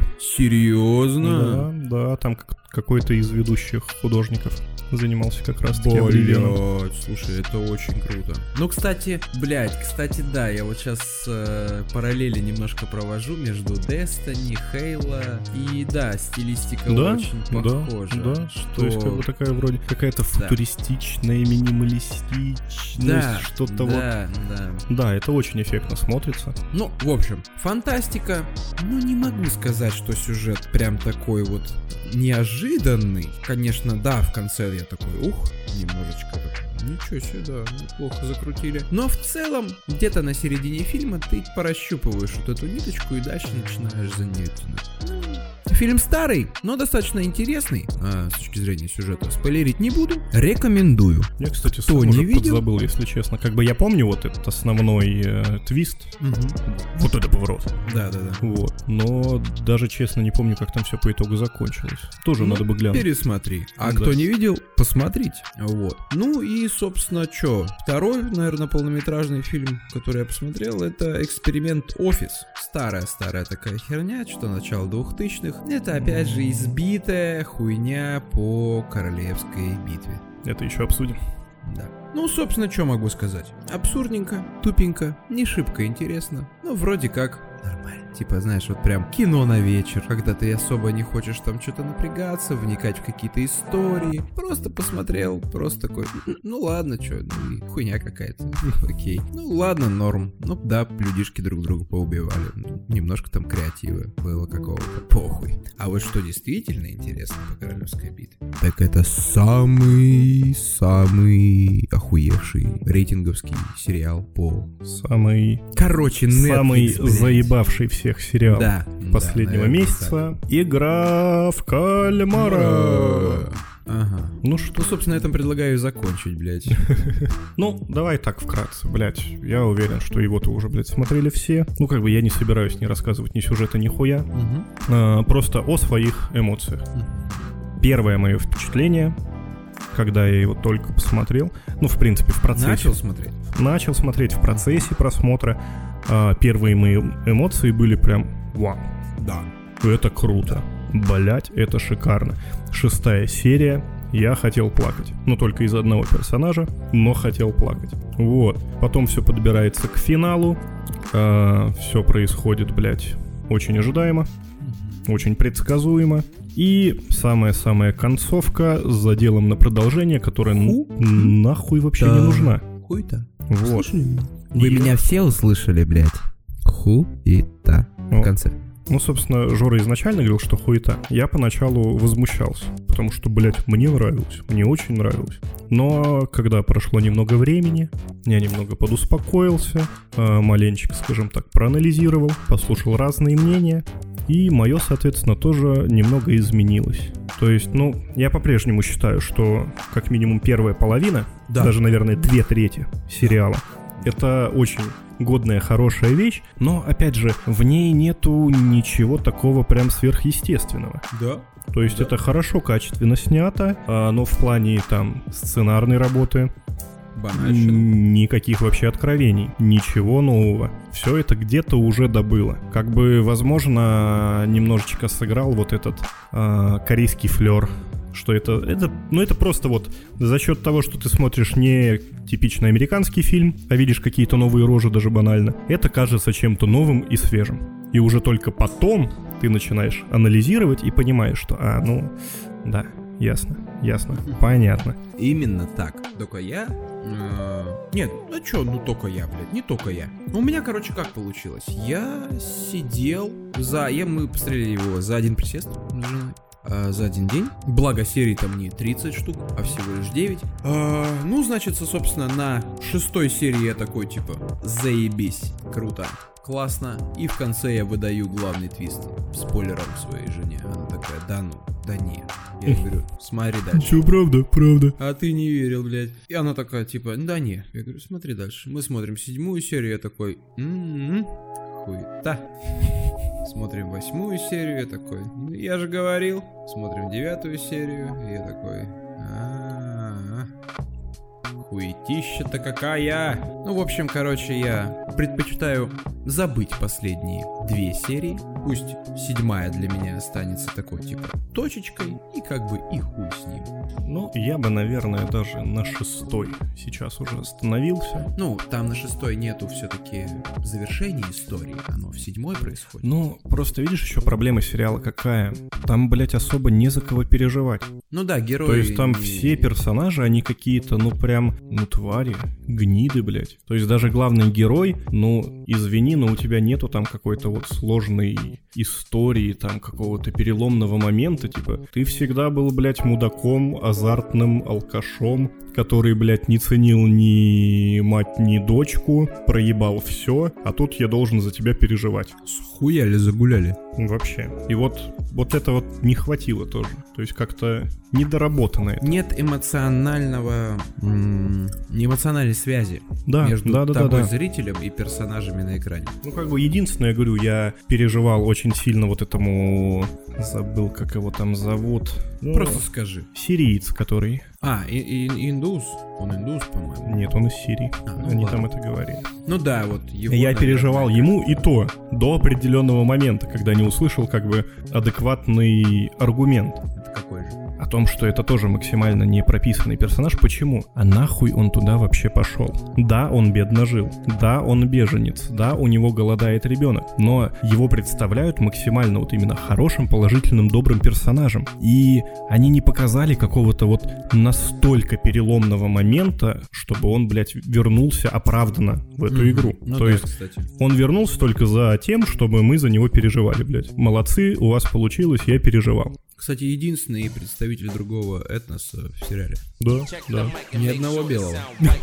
Серьезно? Да, да, там какой-то из ведущих художников занимался как раз таки Обливионом. Слушай, это очень круто. Ну, кстати, блядь, кстати, да, я вот сейчас э, параллели немножко провожу между Destiny, Halo и, да, стилистика да? очень похожа. Да, да, что... то есть как бы такая вроде какая-то футуристичная, да. минималистичность, да, что-то да, вот. Да, да. Да, это очень эффектно смотрится. Ну, в общем, фантастика. Ну, не могу сказать, что сюжет прям такой вот неожиданный. Конечно, да, в конце я такой, ух, немножечко так, ничего себе, да, неплохо закрутили. Но в целом, где-то на середине фильма ты поращупываешь вот эту ниточку и дальше начинаешь за нее тянуть. Фильм старый, но достаточно интересный, а, с точки зрения сюжета. Спойлерить не буду, рекомендую. Я, кстати, сам Кто уже не видел? подзабыл, если честно. Как бы я помню вот этот основной э, твист, угу. вот это поворот. Да-да-да. Вот. Но даже, честно, не помню, как там все по итогу закончилось. Тоже ну, надо бы глянуть. Пересмотри. А да. кто не видел, посмотрите. Вот. Ну и, собственно, что? Второй, наверное, полнометражный фильм, который я посмотрел, это «Эксперимент Офис». Старая-старая такая херня, что начало двухтысячных. Это, опять же, избитая хуйня по королевской битве. Это еще обсудим. Да. Ну, собственно, что могу сказать? Абсурдненько, тупенько, не шибко интересно, но вроде как нормально. Типа, знаешь, вот прям кино на вечер, когда ты особо не хочешь там что-то напрягаться, вникать в какие-то истории. Просто посмотрел, просто такой, ну ладно, что, ну и хуйня какая-то, окей. Ну ладно, норм. Ну да, людишки друг друга поубивали. Ну, немножко там креатива было какого-то, похуй. А вот что действительно интересно по королевской битве, так это самый-самый охуевший рейтинговский сериал по... Самый... Короче, Netflix, самый блядь. заебавший всех сериалов да, последнего да, месяца. Так. Игра в кальмара. Ага. Ну что, собственно, на этом предлагаю закончить, блядь. Ну, давай так вкратце, блядь. Я уверен, что его-то уже, блядь, смотрели все. Ну, как бы я не собираюсь ни рассказывать ни сюжета, ни хуя. А, просто о своих эмоциях. Первое мое впечатление, когда я его только посмотрел, ну, в принципе, в процессе... Начал смотреть? Начал смотреть в процессе просмотра. А, первые мои эмоции были прям вау. Да. Это круто. Блять, это шикарно. Шестая серия. Я хотел плакать. Ну, только из одного персонажа, но хотел плакать. Вот. Потом все подбирается к финалу. А, все происходит, блять, очень ожидаемо. Очень предсказуемо. И самая-самая концовка с заделом на продолжение, которая ну, нахуй вообще да. не нужна. Хуй-то. Вот. Вы и... меня все услышали, блядь. Ху-и-та. В конце. Ну, собственно, Жора изначально говорил, что хуета. Я поначалу возмущался. потому что, блядь, мне нравилось, мне очень нравилось. Но когда прошло немного времени, я немного подуспокоился, маленечко, скажем так, проанализировал, послушал разные мнения, и мое, соответственно, тоже немного изменилось. То есть, ну, я по-прежнему считаю, что как минимум первая половина, да. даже, наверное, две трети сериала, это очень годная, хорошая вещь, но, опять же, в ней нету ничего такого прям сверхъестественного. Да. То есть да. это хорошо, качественно снято, но в плане там сценарной работы банальщина. Никаких вообще откровений, ничего нового. Все это где-то уже добыло. Как бы, возможно, немножечко сыграл вот этот э, корейский флер. Что это, это, ну это просто вот за счет того, что ты смотришь не типичный американский фильм, а видишь какие-то новые рожи даже банально, это кажется чем-то новым и свежим. И уже только потом ты начинаешь анализировать и понимаешь, что, а, ну, да, ясно, ясно, понятно. Именно так. Только я... Э, нет, а чё, ну только я, блядь, не только я. У меня, короче, как получилось? Я сидел за... Я, мы посмотрели его за один присест с женой. За один день. Благо серий там не тридцать штук, а всего лишь девять. А, ну, значит, собственно, на шестой серии я такой, типа, заебись, круто, классно. И в конце я выдаю главный твист спойлером своей жене. Она такая, да ну, да не. Я говорю, смотри дальше. Чё, правда, правда. А ты не верил, блядь. И она такая, типа, да не. Я говорю, смотри дальше. Мы смотрим седьмую серию, я такой, м-м-м, хуета. Смотрим восьмую серию, я такой, ну, я же говорил. Смотрим девятую серию, и я такой, а-а-а, хуетища-то какая. Ну, в общем, короче, я предпочитаю забыть последние две серии. Пусть седьмая для меня останется такой, типа, точечкой, и как бы и хуй с ним. Ну, я бы, наверное, даже на шестой сейчас уже остановился. Ну, там на шестой нету все-таки завершения истории, оно в седьмой происходит. Ну, просто видишь, еще проблема сериала какая? Там, блять, особо не за кого переживать. Ну да, герои... То есть там не... все персонажи, они какие-то, ну прям, ну твари, гниды, блять. То есть даже главный герой, ну, извини, но у тебя нету там какой-то вот сложной истории, там какого-то переломного момента, типа, ты всегда был, блять, мудаком, азартным алкашом, который, блядь, не ценил ни мать, ни дочку, проебал все, а тут я должен за тебя переживать. Схуяли, загуляли. Вообще. И вот, вот это вот не хватило тоже. То есть как-то недоработано это. Нет эмоционального... М- не эмоциональной связи да, между да, да, тобой, да, да. зрителем, и персонажами на экране. Ну, как бы, единственное, я говорю, я переживал очень сильно вот этому... Забыл, как его там зовут. Ну, просто скажи. Сириец, который... А, и, и, индус? Он индус, по-моему. Нет, он из Сирии. А, ну Они ладно. там это говорили. Ну да, вот его... Я наверное, переживал ему и то, до определенного момента, когда не услышал как бы адекватный аргумент. Это какой же? О том, что это тоже максимально не прописанный персонаж. Почему? А нахуй он туда вообще пошел? Да, он бедно жил. Да, он беженец. Да, у него голодает ребенок. Но его представляют максимально вот именно хорошим, положительным, добрым персонажем. И они не показали какого-то вот настолько переломного момента, чтобы он, блядь, вернулся оправданно в эту mm-hmm. игру. Ну То да, есть кстати. Он вернулся только за тем, чтобы мы за него переживали, блядь. Молодцы, у вас получилось, я переживал. Кстати, единственный представитель другого этноса в сериале. Да, да. Ни одного белого.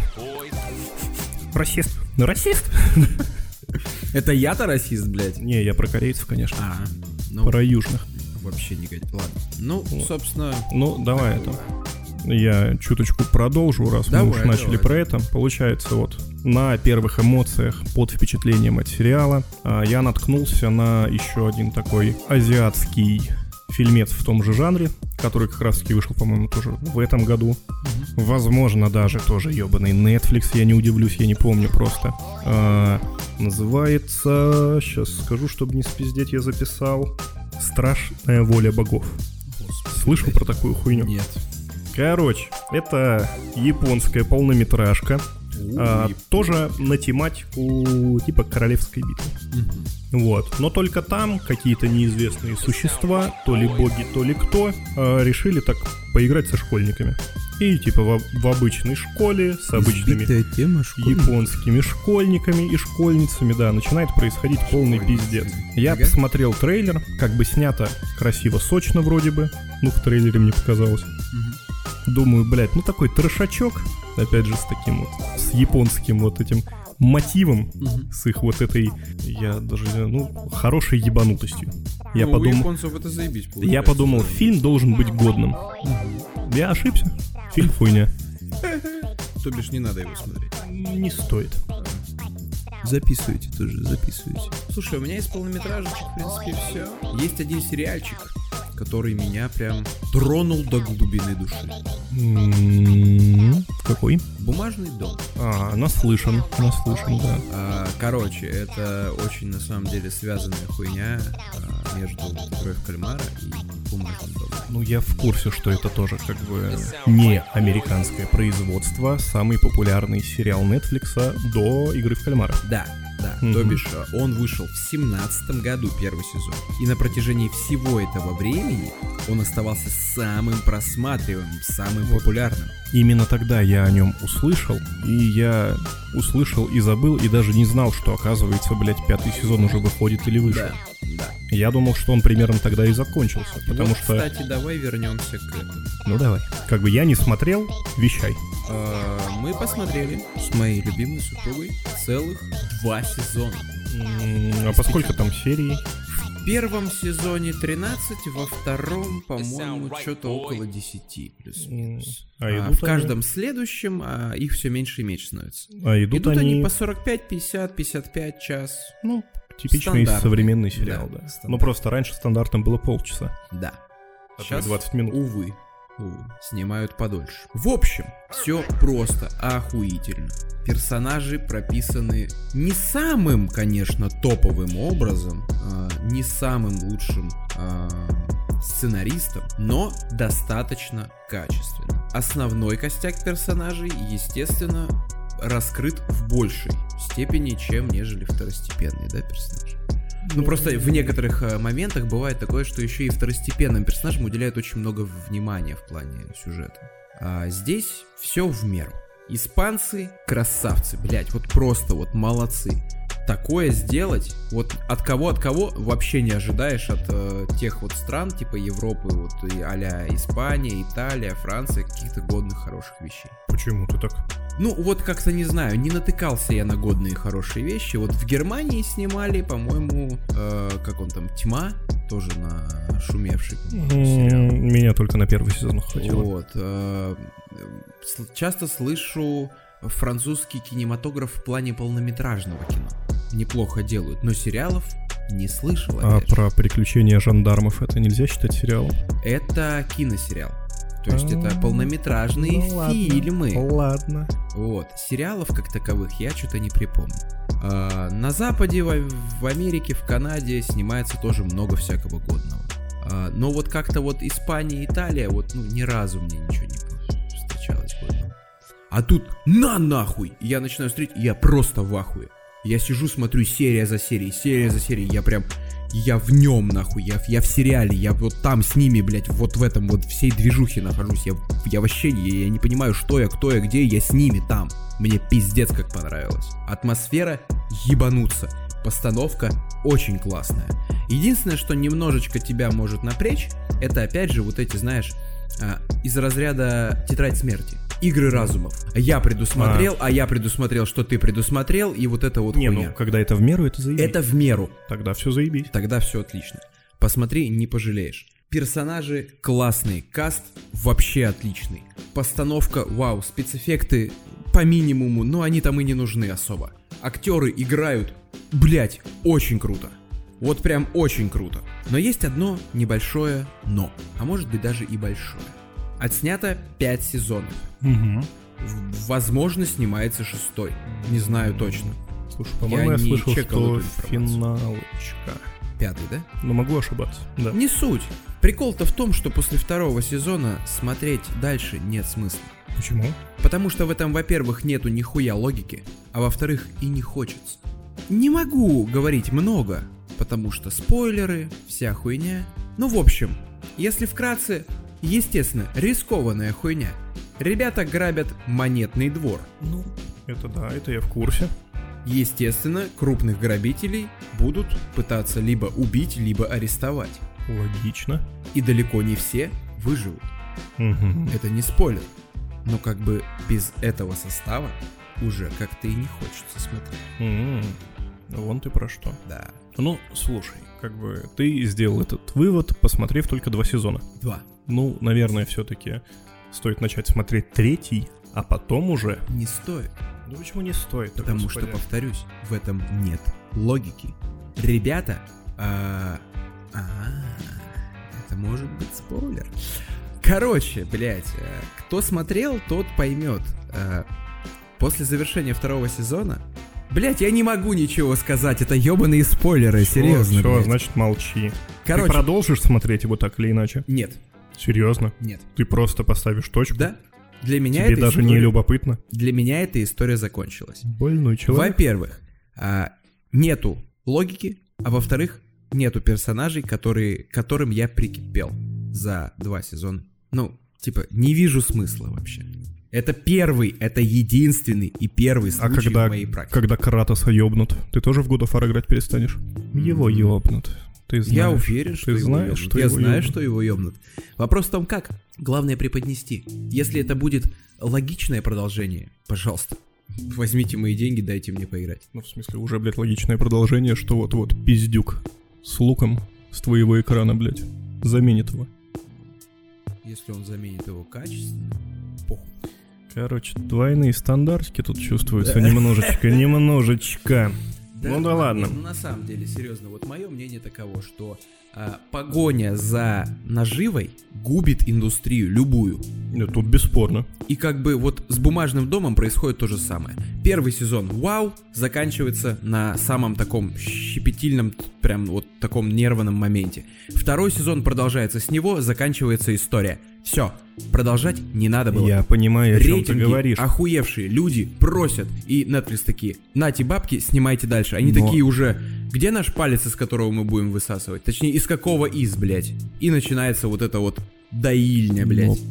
Расист. Ну, расист. Это я-то расист, блядь? Не, я про корейцев, конечно. А, ну... Про южных. Вообще не говорит. Ладно. Ну, собственно... Ну, давай это. Я чуточку продолжу, раз давай, мы уж начали давай. Про это. Получается, вот, на первых эмоциях, под впечатлением от сериала, я наткнулся на еще один такой азиатский фильмец в том же жанре, который как раз-таки вышел, по-моему, тоже в этом году. Mm-hmm. Возможно, даже тоже ебаный Netflix, я не удивлюсь, я не помню просто. А, называется... Сейчас скажу, чтобы не спиздеть, я записал. «Страшная воля богов». Господи, слышал блядь. Про такую хуйню? Нет. Короче, это японская полнометражка. А, тоже на тематику типа королевской битвы. Угу. Вот. Но только там какие-то неизвестные существа, то ли боги, то ли кто, а, решили так поиграть со школьниками. И типа в, в обычной школе с обычными тема, японскими школьниками и школьницами, да, начинает происходить полный пиздец. Я ага. посмотрел трейлер, как бы снято красиво, сочно вроде бы, ну в трейлере мне показалось. Угу. Думаю, блядь, ну такой трешачок, опять же с таким вот, с японским вот этим мотивом, угу. с их вот этой, я даже, ну, хорошей ебанутостью. Я ну, подумал, у японцев это заебись получается. Я подумал, фильм должен быть годным. Угу. Я ошибся. Фильм хуйня. То бишь не надо его смотреть. Не стоит. Записывайте тоже, записывайте. Слушай, у меня из полнометражечек, в принципе, все. Есть один сериальчик, который меня прям тронул до глубины души. Mm-hmm. Какой? «Бумажный дом». А, наслышан, наслышан, да. А, короче, это очень, на самом деле, связанная хуйня а, между «Игрой в кальмара» и «Бумажным домом». Ну, я в курсе, что это тоже как бы не американское производство. Самый популярный сериал Netflix до «Игры в кальмара». Да. Да, mm-hmm. то бишь он вышел в семнадцатом году, первый сезон. И на протяжении всего этого времени он оставался самым просматриваемым, самым вот. популярным. Именно тогда я о нем услышал, и я услышал и забыл, и даже не знал, что, оказывается, блядь, пятый сезон уже выходит или вышел. Да, да. Я думал, что он примерно тогда и закончился, потому вот, что... кстати, давай вернемся к этому. Ну давай. Как бы я не смотрел, вещай. Мы посмотрели с моей любимой супругой целых два сезона. А по сколько там серий? В первом сезоне тринадцать, во втором, по-моему, что-то около десять плюс-минус. А, а в каждом они... следующем а, их все меньше и меньше становится. А идут, идут они... они по сорок пять, пятьдесят, пятьдесят пять час. Ну, типичный современный сериал, да. да. Ну просто раньше стандартом было полчаса. Да. А сейчас двадцать минут. Увы. Снимают подольше. В общем, все просто охуительно. Персонажи прописаны не самым, конечно, топовым образом, э, не самым лучшим э, сценаристом, но достаточно качественно. Основной костяк персонажей, естественно, раскрыт в большей степени, чем нежели второстепенные, да, персонажи. Ну, просто в некоторых э, моментах бывает такое, что еще и второстепенным персонажам уделяют очень много внимания в плане сюжета. А здесь все в меру. Испанцы красавцы, блять, вот просто вот молодцы. Такое сделать, вот от кого, от кого вообще не ожидаешь от э, тех вот стран, типа Европы, вот а-ля Испания, Италия, Франция, каких-то годных хороших вещей. Почему ты так? Ну, вот как-то, не знаю, не натыкался я на годные хорошие вещи. Вот в Германии снимали, по-моему, э, как он там, «Тьма», тоже на шумевший сериал. Меня только на первый сезон хватило. Вот. Э, часто слышу французский кинематограф в плане полнометражного кино. Неплохо делают, но сериалов не слышал. А про приключения жандармов это нельзя считать сериалом? Это киносериал. То есть это полнометражные ну, фильмы. Ладно. Вот. Сериалов как таковых я что-то не припомню. А, на Западе, в, в Америке, в Канаде снимается тоже много всякого годного. А, но вот как-то вот Испания, Италия, вот ну ни разу мне ничего не встречалось годного. А тут на нахуй! Я начинаю смотреть, и я просто в ахуе. Я сижу, смотрю серия за серией, серия за серией, я прям... Я в нем, нахуй, я, я в сериале, я вот там с ними, блядь, вот в этом вот всей движухе нахожусь. Я, я вообще я, я не понимаю, что я, кто я, где я с ними там. Мне пиздец как понравилось. Атмосфера ебануться. Постановка очень классная. Единственное, что немножечко тебя может напрячь, это опять же вот эти, знаешь, а, из разряда «Тетрадь смерти». Игры разумов. Я предусмотрел, а. а я предусмотрел, что ты предусмотрел, и вот это вот не, хуйня. Ну, когда это в меру, это заебись. Это в меру. Тогда все заебись. Тогда все отлично. Посмотри, не пожалеешь. Персонажи классные, каст вообще отличный. Постановка, вау, спецэффекты по минимуму, но они там и не нужны особо. Актеры играют, блять, очень круто. Вот прям очень круто. Но есть одно небольшое но, а может быть даже и большое. Отснято пять сезонов. Угу. Возможно, снимается шестой. Не знаю точно. Слушай, по-моему, я, я слышал, что финалочка. Пятый, да? Но могу ошибаться. Да. Не суть. Прикол-то в том, что после второго сезона смотреть дальше нет смысла. Почему? Потому что в этом, во-первых, нету нихуя логики, а во-вторых, и не хочется. Не могу говорить много, потому что спойлеры, вся хуйня. Ну, в общем, если вкратце... Естественно, рискованная хуйня. Ребята грабят монетный двор. Ну, это да, это я в курсе. Естественно, крупных грабителей будут пытаться либо убить, либо арестовать. Логично. И далеко не все выживут. Угу. Это не спойлер. Но как бы без этого состава уже как-то и не хочется смотреть. М-м, вон ты про что. Да. Ну, слушай, как бы ты сделал этот вывод, посмотрев только два сезона. Два. Ну, наверное, все-таки стоит начать смотреть третий, а потом уже... Не стоит. Ну почему не стоит? Потому Господи. что, повторюсь, в этом нет логики. Ребята... А, а, это может быть спойлер. Короче, блядь, кто смотрел, тот поймет. После завершения второго сезона... Блядь, я не могу ничего сказать, это ебаные спойлеры, Всё, серьезно, Все, блядь. значит, молчи. Короче... Ты продолжишь смотреть его так или иначе? Нет. Серьезно? Нет. Ты просто поставишь точку? Да. Для меня Тебе эта даже история... не любопытно? Для меня эта история закончилась. Больной человек. Во-первых, а, нету логики, а во-вторых, нету персонажей, которые, к которым я прикипел за два сезона. Ну, типа, не вижу смысла вообще. Это первый, это единственный и первый случай а когда, в моей практике. когда Кратоса ёбнут, ты тоже в God of War играть перестанешь? Его ёбнут. Ты знаешь, Я уверен, что ты его знаешь, ёбнут. что Я его знаю, ёбнут. что его ёбнут. Вопрос в том, как. Главное преподнести. Если это будет логичное продолжение, пожалуйста, возьмите мои деньги, дайте мне поиграть. Ну, в смысле, уже, блядь, логичное продолжение, что вот-вот пиздюк с луком с твоего экрана, блядь, заменит его. Если он заменит его качественно, похуй. Короче, двойные стандартики тут чувствуются немножечко, немножечко. Ну да ладно. Ну, на самом деле, серьезно, вот мое мнение таково, что а, погоня за наживой губит индустрию любую. Нет, тут бесспорно. И как бы вот с «Бумажным домом» происходит то же самое. Первый сезон вау, заканчивается на самом таком щепетильном, прям вот таком нервном моменте. Второй сезон продолжается с него, заканчивается история. Все, продолжать не надо было. Я понимаю, о чем ты Рейтинги говоришь. охуевшие, люди просят. И Netflix такие: нате бабки, снимайте дальше. Они Но... такие уже: где наш палец, из которого мы будем высасывать? Точнее, из какого из, блядь? И начинается вот это вот доильня, блядь. Ну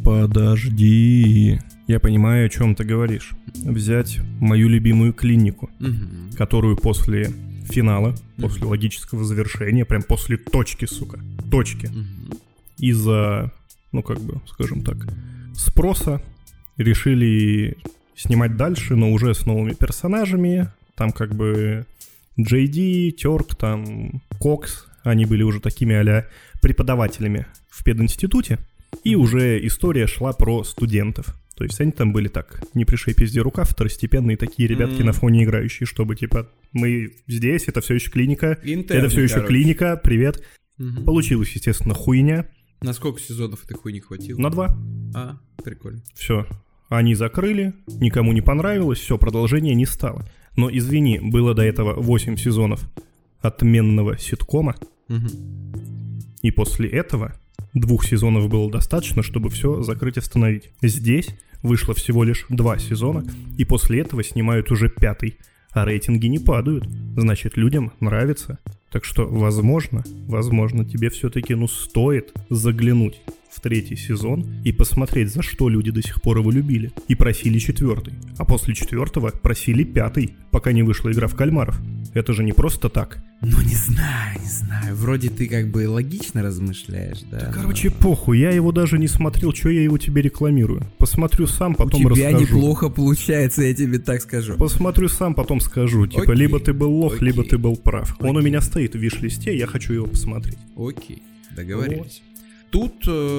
подожди. Я понимаю, о чем ты говоришь. Взять мою любимую клинику, Угу. которую после финала, после логического завершения, прям после точки, сука, точки, Угу. из-за, ну как бы, скажем так, спроса решили снимать дальше, но уже с новыми персонажами. Там как бы Джей Ди, Терк, там Кокс, они были уже такими а-ля преподавателями в пединституте. И уже история шла про студентов. То есть они там были так, не пришей пизде рука, второстепенные такие ребятки mm. на фоне играющие, чтобы типа мы здесь, это все еще клиника, Интерны, это все еще короче. клиника, привет. Угу. Получилось, естественно, хуйня. На сколько сезонов этой хуйни хватило? На два. А, прикольно. Все. Они закрыли, никому не понравилось, все, продолжения не стало. Но извини, было до этого восемь сезонов отменного ситкома, Угу. и после этого двух сезонов было достаточно, чтобы все закрыть и остановить. Здесь вышло всего лишь два сезона, и после этого снимают уже пятый, а рейтинги не падают. Значит, людям нравится. Так что, возможно, возможно, тебе все-таки, ну, стоит заглянуть в третий сезон и посмотреть, за что люди до сих пор его любили. И просили четвертый. А после четвертого просили пятый, пока не вышла игра в кальмаров. Это же не просто так. Ну, не знаю, не знаю. Вроде ты как бы логично размышляешь, да? Да, короче, похуй, я его даже не смотрел, что я его тебе рекламирую. Посмотрю сам, потом У тебя расскажу. неплохо получается, я тебе так скажу. Посмотрю сам, потом скажу. Типа, Окей, либо ты был лох, окей, либо ты был прав. окей. Он у меня стоит в виш-листе, я хочу его посмотреть. Окей, договорились. Тут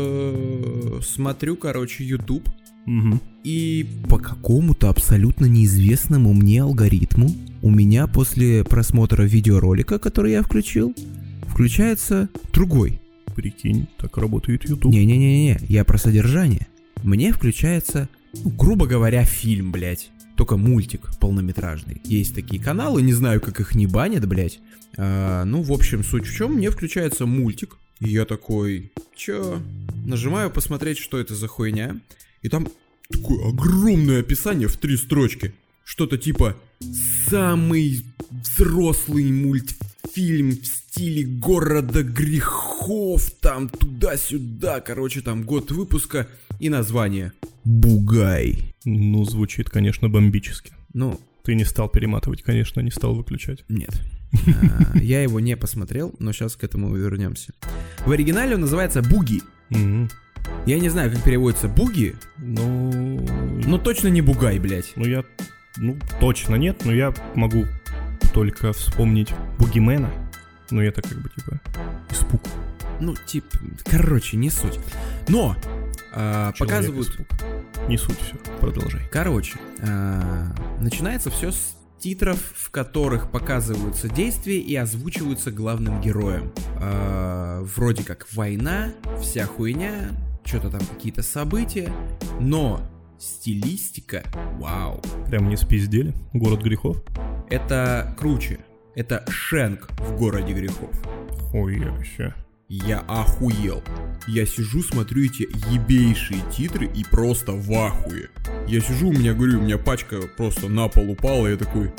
э, смотрю, короче, YouTube. Угу. И по какому-то абсолютно неизвестному мне алгоритму у меня после просмотра видеоролика, который я включил, включается другой. Прикинь, так работает YouTube. Не-не-не-не, я про содержание. Мне включается, ну, грубо говоря, фильм, блядь. Только мультик полнометражный. Есть такие каналы, не знаю, как их не банят, блядь. А, ну, в общем, суть в чем, мне включается мультик. И я такой, чё? Нажимаю посмотреть, что это за хуйня. И там такое огромное описание в три строчки. Что-то типа «Самый взрослый мультфильм в стиле города грехов, там туда-сюда, короче, там год выпуска и название «Бугай». Ну, звучит, конечно, бомбически. Ну, ты не стал перематывать, конечно, не стал выключать. Нет. Я его не посмотрел, но сейчас к этому вернемся. В оригинале он называется «Буги». Я не знаю, как переводится «буги». Ну... Ну, точно не «бугай», блядь. Ну, я... Ну, точно нет, но я могу только вспомнить «Бугимена». Ну, это как бы, типа, испуг. Ну, типа, короче, не суть. Но а, показывают... Испуг. Не суть, все, продолжай. Короче, а, начинается все с титров, в которых показываются действия и озвучиваются главным героем. А, вроде как война, вся хуйня, что-то там какие-то события, но стилистика, вау. Прям не спиздели? Город грехов? Это круче. Это Шенк в городе грехов. Хуя вообще. Я охуел. Я сижу, смотрю эти ебейшие титры и просто в ахуе. Я сижу, у меня, говорю, у меня пачка просто на пол упала, и я такой...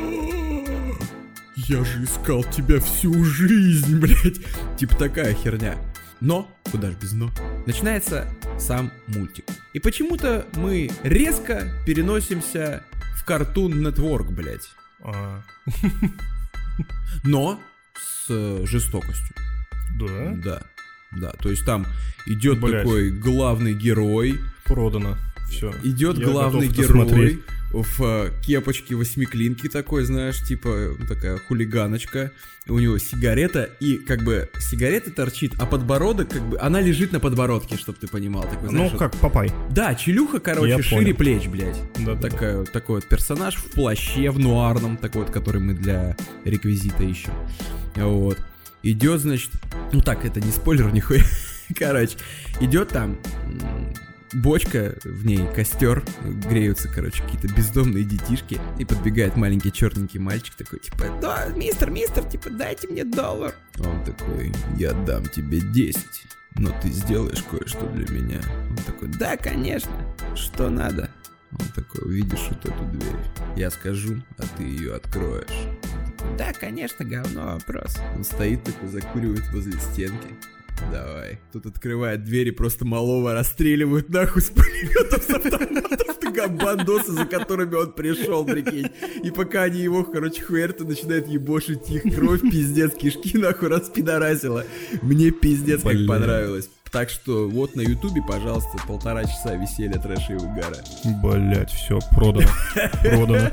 Я же искал тебя всю жизнь, блядь. Типа такая херня. Но, куда ж без но, начинается сам мультик. И почему-то мы резко переносимся в Cartoon Network, блядь. А. Но с жестокостью. Да? Да, да, то есть там идет Блядь. Такой главный герой. Продано. Все. Идет Я главный готов герой смотреть. в э, кепочке восьмиклинки такой, знаешь, типа такая хулиганочка. У него сигарета, и как бы сигарета торчит, а подбородок как бы, она лежит на подбородке, чтоб ты понимал. Такой, знаешь, ну, вот... как Папай. Да, челюха, короче, Я шире понял. плеч, блядь. Да, да, Такая, вот, такой вот персонаж в плаще, в нуарном, такой вот, который мы для реквизита ищем. Вот. Идет, значит, ну так, это не спойлер, нихуя. Короче, идет там м, бочка, в ней костер, греются, короче, какие-то бездомные детишки, и подбегает маленький черненький мальчик такой, типа, да, мистер, мистер, типа, дайте мне доллар. Он такой, я дам тебе десять, но ты сделаешь кое-что для меня. Он такой, да, конечно, что надо? Он такой, увидишь вот эту дверь, я скажу, а ты ее откроешь. Да, конечно, говно, вопрос. Он стоит такой, закуривает возле стенки. Давай. Тут открывает дверь и просто малого расстреливают нахуй с пулеметов, с автоматов, бандосы, за которыми он пришел, прикинь. И пока они его, короче, хуэрто начинают ебошить их, кровь, пиздец, кишки нахуй распидорасила. Мне пиздец как понравилось. Так что вот на ютубе, пожалуйста, полтора часа веселья, трэша и угара. Блять, все, продано. Продано.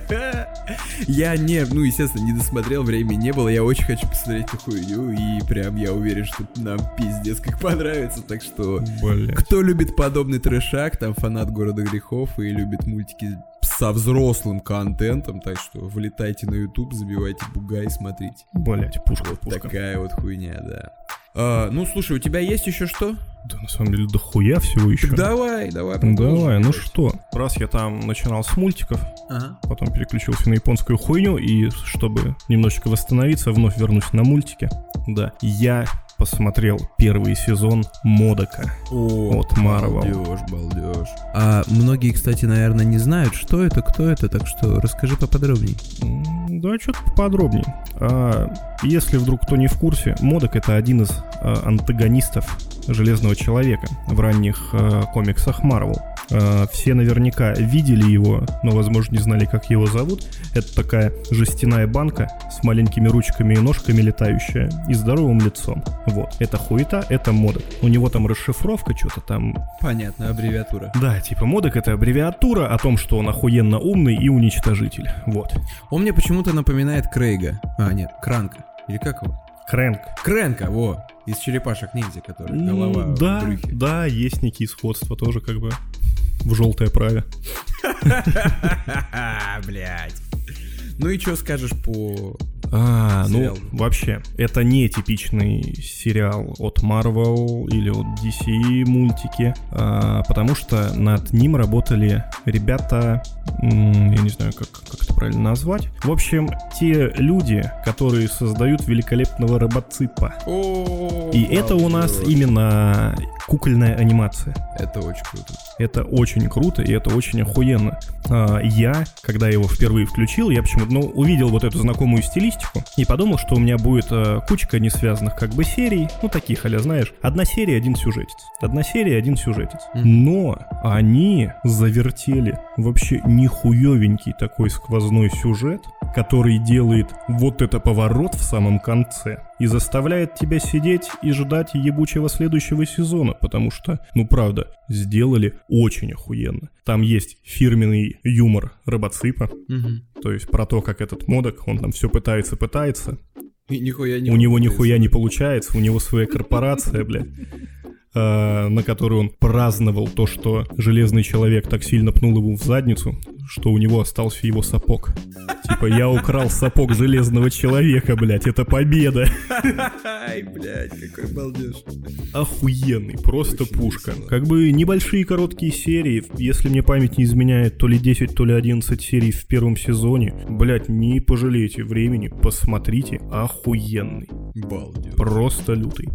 Я не, ну, естественно, не досмотрел, времени не было. Я очень хочу посмотреть эту хуйню. И прям я уверен, что нам пиздец как понравится. Так что, Блять. Кто любит подобный трэшак, там фанат Города Грехов и любит мультики со взрослым контентом, так что влетайте на ютуб, забивайте Бугай и смотрите. Блять, пушка, Вот пушка. такая вот хуйня, да. А, ну, слушай, у тебя есть еще что? Да, на самом деле, дохуя всего еще. Так давай, давай. Давай, ну что, раз я там начинал с мультиков, Ага. потом переключился на японскую хуйню, и чтобы немножечко восстановиться, вновь вернусь на мультики. Да, я посмотрел первый сезон Модока О, от Marvel. балдеж, балдеж. А многие, кстати, наверное, не знают, что это, кто это, так что расскажи поподробней. М, Да, что-то поподробнее. А, если вдруг кто не в курсе, Модок — это один из а, антагонистов Железного Человека в ранних а, комиксах Marvel. А, все наверняка видели его, но, возможно, не знали, как его зовут. Это такая жестяная банка с маленькими ручками и ножками летающая и здоровым лицом. Вот, это хуета, это Модок. У него там расшифровка, что-то там... Понятно, аббревиатура. Да, типа Модок — это аббревиатура о том, что он охуенно умный и уничтожитель. Вот. Он мне почему-то напоминает Крейга. А, нет, Кранка. Или как его? Крэнк. Крэнка, во. Из черепашек-ниндзя, который голова Ну, в да, брюхе. да, есть некие сходства тоже как бы в желтой оправе. Блять. Ну и что скажешь по... А, ну, Сериал. вообще, это не типичный сериал от Marvel или от ди си мультики, а, потому что над ним работали ребята, м, я не знаю, как, как это правильно назвать. В общем, те люди, которые создают великолепного робоципа. О, И это у нас балдеж. именно кукольная анимация. Это очень круто. Это очень круто, и это очень охуенно. А, я, когда его впервые включил, я почему-то, ну, увидел вот эту знакомую стилистику и подумал, что у меня будет а, кучка несвязанных как бы серий, ну, таких, а-ля, знаешь, одна серия, один сюжетец. Одна серия, один сюжетец. Mm-hmm. Но они завертели вообще нихуевенький такой сквозной сюжет, который делает вот это поворот в самом конце и заставляет тебя сидеть и ждать ебучего следующего сезона, потому что, ну правда, сделали очень охуенно. Там есть фирменный юмор Робоципа, угу. То есть про то, как этот модок, он там все пытается-пытается, и нихуя не у него нихуя не получается, у него своя корпорация, блядь, на которую он праздновал то, что Железный Человек так сильно пнул его в задницу, что у него остался его сапог. Типа, я украл сапог Железного Человека, блядь, это победа. Ай, блядь, какой балдеж. Охуенный, просто очень пушка. Весело. Как бы небольшие короткие серии, если мне память не изменяет, то ли десять, то ли одиннадцать серий в первом сезоне. Блядь, не пожалейте времени, посмотрите, охуенный. Балдеж. Просто лютый.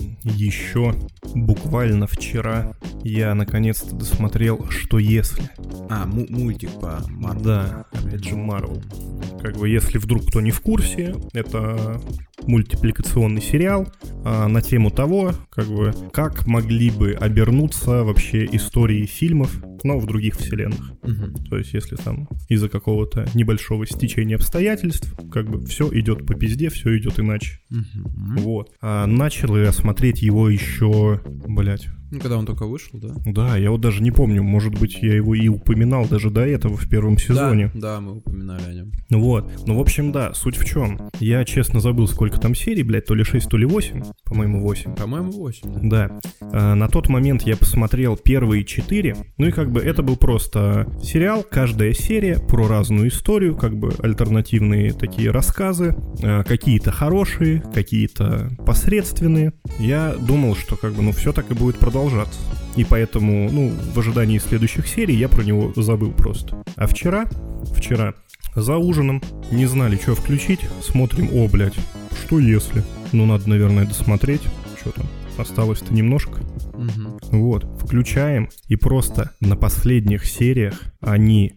Еще буквально вчера я наконец-то досмотрел «Что если?». А, м- мультик по Марвел. Да, опять же Марвел. Как бы, если вдруг кто не в курсе, это мультипликационный сериал а, на тему того, как бы, как могли бы обернуться вообще истории фильмов, но в других вселенных. Угу. То есть, если там из-за какого-то небольшого стечения обстоятельств, как бы все идет по пизде, все идет иначе. Угу. Вот. А начал я смотреть его еще, блять. Ну, когда он только вышел, да? Да, я вот даже не помню, может быть, я его и упоминал даже до этого в первом сезоне. Да, да, мы упоминали о нем. Вот, ну, в общем, да, суть в чем. Я, честно, забыл, сколько там серий, блядь, то ли шесть, то ли восемь. По-моему, восемь. По-моему, восемь, да. Да. А, на тот момент я посмотрел первые четыре, ну и как бы это был просто сериал, каждая серия про разную историю, как бы альтернативные такие рассказы, а, какие-то хорошие, какие-то посредственные. Я думал, что как бы, ну, все так и будет продолжаться. И поэтому, ну, в ожидании следующих серий я про него забыл просто. А вчера, вчера за ужином не знали, что включить, смотрим, о, блядь, что если? Ну, надо, наверное, досмотреть, что там, осталось-то немножко. Угу. Вот, включаем, и просто на последних сериях они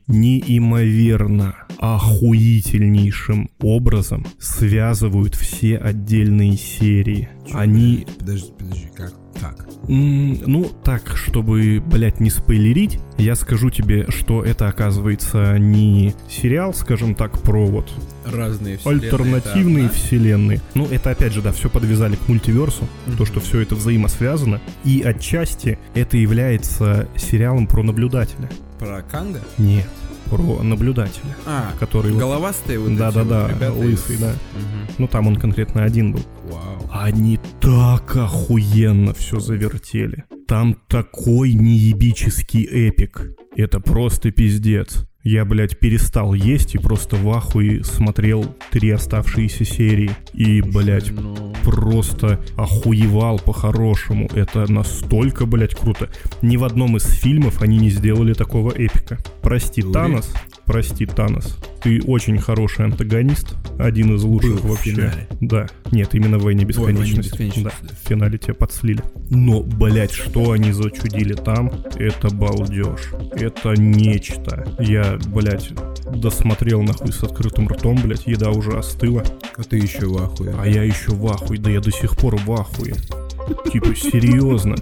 неимоверно охуительнейшим образом связывают все отдельные серии. Чё, они... Подожди, подожди, как? Как? Mm, ну, так, чтобы, блядь, не спойлерить, я скажу тебе, что это, оказывается, не сериал, скажем так, про вот... Разные вселенные. Альтернативные вселенные. Ну, это, опять же, да, все подвязали к мультиверсу, mm-hmm. то, что все это взаимосвязано. И отчасти это является сериалом про наблюдателя. Про Канга? Нет. Про наблюдателя. А, который головастые вот, вот да-да-да, ребята лысый, из... да. Угу. Ну, там он конкретно один был. Вау. Они так охуенно все завертели. Там такой неебический эпик. Это просто пиздец. Я, блядь, перестал есть и просто в ахуе смотрел три оставшиеся серии. И, блядь, ну... просто охуевал по-хорошему. Это настолько, блядь, круто. Ни в одном из фильмов они не сделали такого эпика. Прости, Дури. Танос. Прости, Танос. Ты очень хороший антагонист. Один из лучших Был вообще. В финале. Да. Нет, именно в «Войне бесконечности». Ой, да, в финале тебя подслили. Но, блядь, что они зачудили там, это балдеж. Это нечто. Я, блядь, досмотрел нахуй с открытым ртом, блядь, еда уже остыла. А ты еще в ахуе. А я еще в ахуе. Да я до сих пор в ахуе. Типа, серьезно.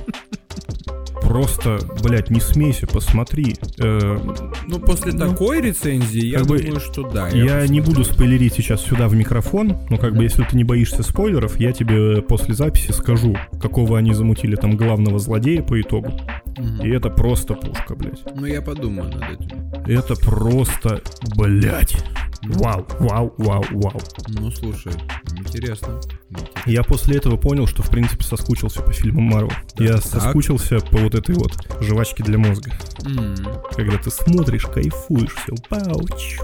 Просто, блядь, не смейся, посмотри. Э, ну, после ну, такой рецензии, я думаю, бы, что да. Я, я не буду спойлерить сейчас сюда в микрофон, но как бы, если ты не боишься спойлеров, я тебе после записи скажу, какого они замутили там главного злодея по итогу. Угу. И это просто пушка, блядь. Ну, я подумаю над этим. Это просто, блядь. Вау, вау, вау, вау. Ну, слушай, интересно. Я после этого понял, что, в принципе, соскучился по фильмам Марвел. Я так. соскучился по вот этой вот жвачке для мозга. Mm. Когда ты смотришь, кайфуешь, все, пауч,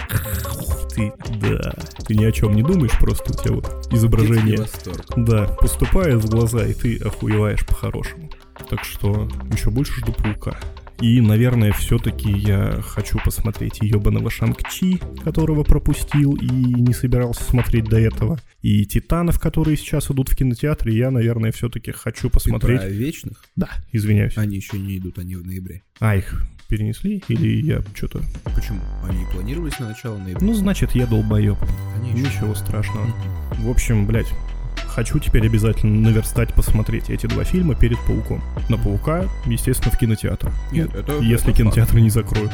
ты, да, ты ни о чем не думаешь, просто у тебя вот изображение, да, поступает в глаза, и ты охуеваешь по-хорошему. Так что еще больше жду Паука. И, наверное, все-таки я хочу посмотреть ебаного Шанг-Чи, которого пропустил и не собирался смотреть до этого. И Титанов, которые сейчас идут в кинотеатре, я, наверное, все-таки хочу посмотреть. Ты про Вечных? Да, извиняюсь. Они еще не идут, они в ноябре. А, их перенесли? Или я что-то... Почему? Они планировались на начало ноября. Ну, значит, я долбоеб. Конечно. Ничего страшного. Mm-hmm. В общем, блядь, хочу теперь обязательно наверстать посмотреть эти два фильма перед «Пауком». На «Паука», естественно, в кинотеатр. Нет, это... Если это кинотеатры не закроют.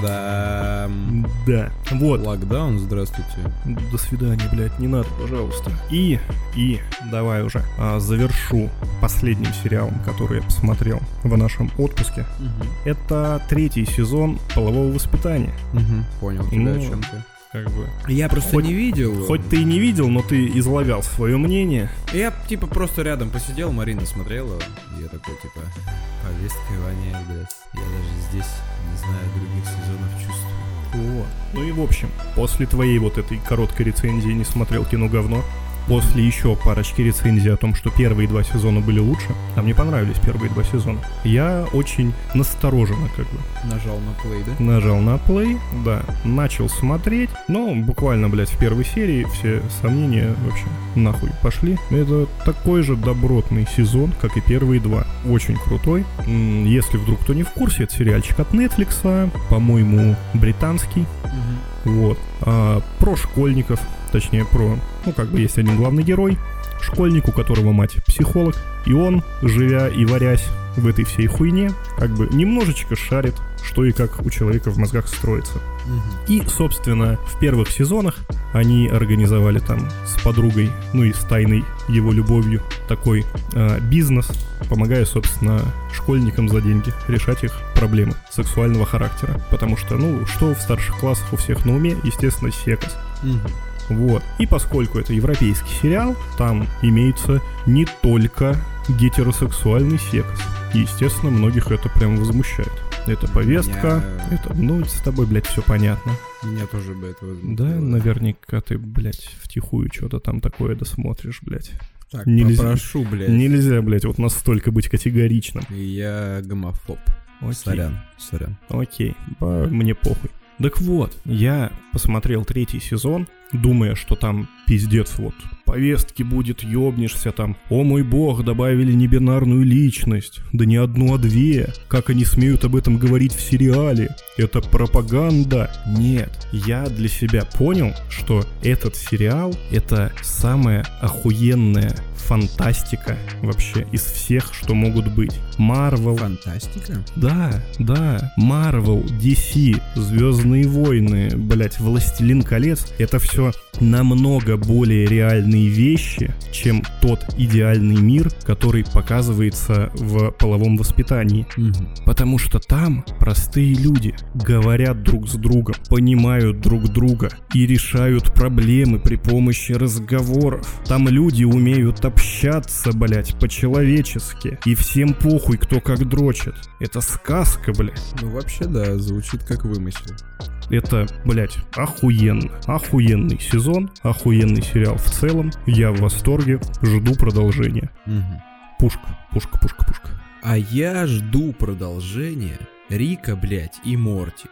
Та-дам! Да, вот. Локдаун, здравствуйте. До свидания, блядь, не надо, пожалуйста. И, и, давай уже а, завершу последним сериалом, который я посмотрел в нашем отпуске. Угу. Это третий сезон «Полового воспитания». Угу. Понял тебя, ну, о чем ты. Как бы. Я просто хоть, не видел. Хоть ты и не видел, но ты излагал свое мнение. Я типа просто рядом посидел, Марина смотрела. И я такой типа, повествование, блядь. Я даже здесь не знаю других сезонов чувствую. Вот. Ну и в общем, после твоей вот этой короткой рецензии «Не смотрел кино говно», после еще парочки рецензий о том, что первые два сезона были лучше, а мне понравились первые два сезона, я очень настороженно как бы. Нажал на плей, да? Нажал на плей, да. Начал смотреть, но буквально, блядь, в первой серии все сомнения вообще нахуй пошли. Это такой же добротный сезон, как и первые два. Очень крутой. Если вдруг кто не в курсе, это сериальчик от Netflix, по-моему, британский. Угу. Вот. А, про школьников. Точнее, про, ну, как бы есть один главный герой, школьник, у которого мать психолог, и он, живя и варясь в этой всей хуйне, как бы немножечко шарит, что и как у человека в мозгах строится. Угу. И, собственно, в первых сезонах они организовали там с подругой, ну и с тайной его любовью, такой э, бизнес, помогая, собственно, школьникам за деньги решать их проблемы сексуального характера. Потому что, ну, что в старших классах у всех на уме, естественно, секс. Угу. Вот. И поскольку это европейский сериал, там имеется не только гетеросексуальный секс. И, естественно, многих это прям возмущает. Это повестка, Меня... это, ну, с тобой, блядь, все понятно. Меня тоже бы это возмутило. Да, наверняка ты, блядь, втихую что-то там такое досмотришь, блядь. Так, нельзя, попрошу, блядь. Нельзя, блядь, вот настолько быть категоричным. Я гомофоб. Окей. Сорян, сорян. Окей, по... мне похуй. Так вот, я посмотрел третий сезон, думая, что там пиздец, вот, повестки будет, ёбнешься там. О мой бог, добавили небинарную личность. Да не одну, а две. Как они смеют об этом говорить в сериале? Это пропаганда. Нет, я для себя понял, что этот сериал — это самая охуенная фантастика вообще из всех, что могут быть. Марвел. Фантастика? Да, да. Марвел, ди си, Звездные войны, блять, Властелин колец. Это все намного более реальные вещи, чем тот идеальный мир, который показывается в половом воспитании. Угу. Потому что там простые люди говорят друг с другом, понимают друг друга и решают проблемы при помощи разговоров. Там люди умеют общаться, блять, по-человечески. И всем похуй, кто как дрочит. Это сказка, блять. Ну вообще да, звучит как вымысел. Это, блять, охуенно. Охуенный сезон, охуенный сериал в целом. Я в восторге, жду продолжения. Угу. Пушка, пушка, пушка, пушка. А я жду продолжения Рика, блять, и Морти.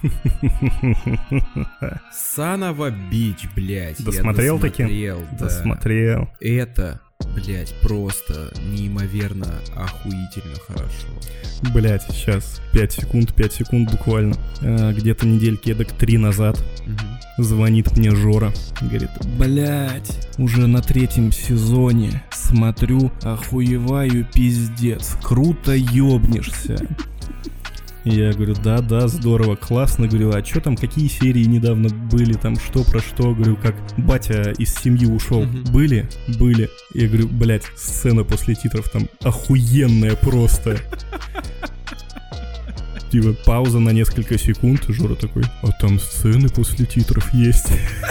Санова Бич, блять. Досмотрел таки? Да. Досмотрел. Это, блять, просто неимоверно охуительно хорошо. Блять, сейчас пять секунд, пять секунд буквально. А, где-то недельки эдак три назад угу. звонит мне Жора. Говорит, блять, уже на третьем сезоне смотрю, охуеваю, пиздец. Круто ёбнешься. Я говорю, да-да, здорово, классно. Говорю, а что там, какие серии недавно были, там, что про что? Говорю, как батя из семьи ушел. Mm-hmm. Были? Были. Я говорю, блядь, сцена после титров там охуенная просто. типа пауза на несколько секунд, и Жора такой, а там сцены после титров есть.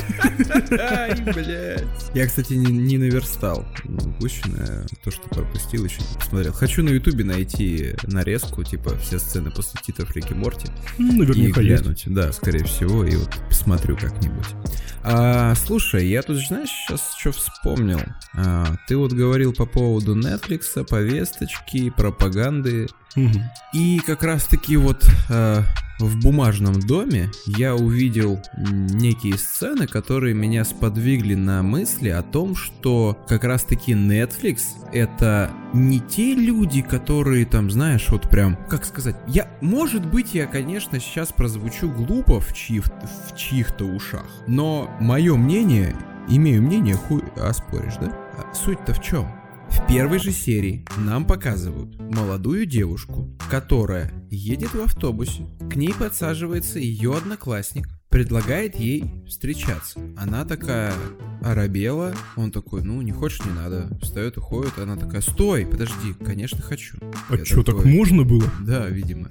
Ай, блядь. Я, кстати, не, не наверстал упущенное, то, что пропустил, еще не посмотрел. Хочу на Ютубе найти нарезку, типа, все сцены после титров Рик и Морти. Наверняка и глянуть. Есть. Да, скорее всего, и вот посмотрю как-нибудь. А, слушай, я тут, знаешь, сейчас что вспомнил. А, ты вот говорил по поводу Netflix, повесточки, пропаганды. Угу. И как раз-таки вот э, в «Бумажном доме» я увидел некие сцены, которые меня сподвигли на мысли о том, что как раз-таки Netflix — это не те люди, которые там, знаешь, вот прям, как сказать, я, может быть, я, конечно, сейчас прозвучу глупо в, чьих, в чьих-то ушах, но мое мнение, имею мнение, хуй оспоришь, да? Суть-то в чем? В первой же серии нам показывают молодую девушку, которая едет в автобусе, к ней подсаживается ее одноклассник, предлагает ей встречаться. Она такая оробела, он такой, ну не хочешь, не надо, встает, уходит, она такая, стой, подожди, конечно хочу. А что, так можно было? Да, видимо.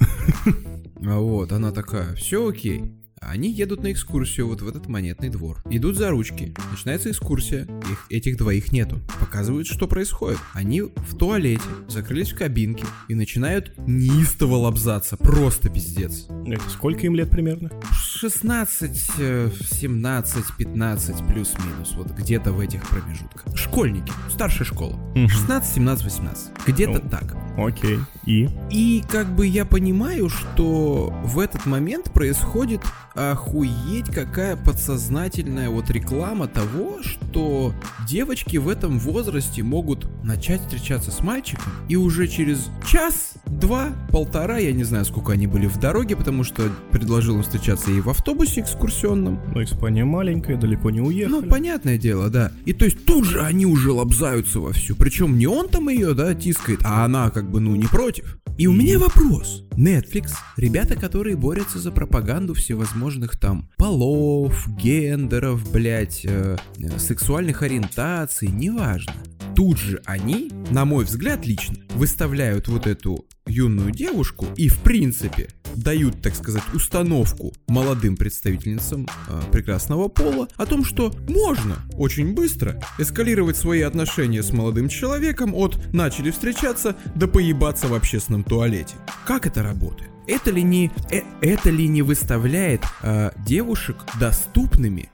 А вот, она такая, все окей. Они едут на экскурсию вот в этот монетный двор. Идут за ручки. Начинается экскурсия. Их, этих двоих нету. Показывают, что происходит. Они в туалете, закрылись в кабинке и начинают неистово лобзаться. Просто пиздец. Это сколько им лет примерно? шестнадцать, семнадцать, пятнадцать плюс-минус. Вот где-то в этих промежутках. Школьники. Старшая школа. шестнадцать, семнадцать, восемнадцать. Где-то ну, так. Окей. И? И как бы я понимаю, что в этот момент происходит охуеть какая подсознательная вот реклама того, что девочки в этом возрасте могут начать встречаться с мальчиком, и уже через час, два, полтора, я не знаю, сколько они были в дороге, потому что предложил им встречаться и в автобусе экскурсионном. Но Испания маленькая, далеко не уехали. Ну, понятное дело, да. И то есть тут же они уже лобзаются вовсю. Причем не он там ее, да, тискает, а она как бы, ну, не против. И у меня вопрос. Netflix, ребята, которые борются за пропаганду всевозможных там полов, гендеров, блять, э, сексуальных ориентаций, неважно. Тут же они, на мой взгляд лично, выставляют вот эту юную девушку и, в принципе, дают, так сказать, установку молодым представительницам э, прекрасного пола о том, что можно очень быстро эскалировать свои отношения с молодым человеком от «начали встречаться» до «поебаться в общественном туалете». Как это работает? Это ли не, э, это ли не выставляет э, девушек доступными?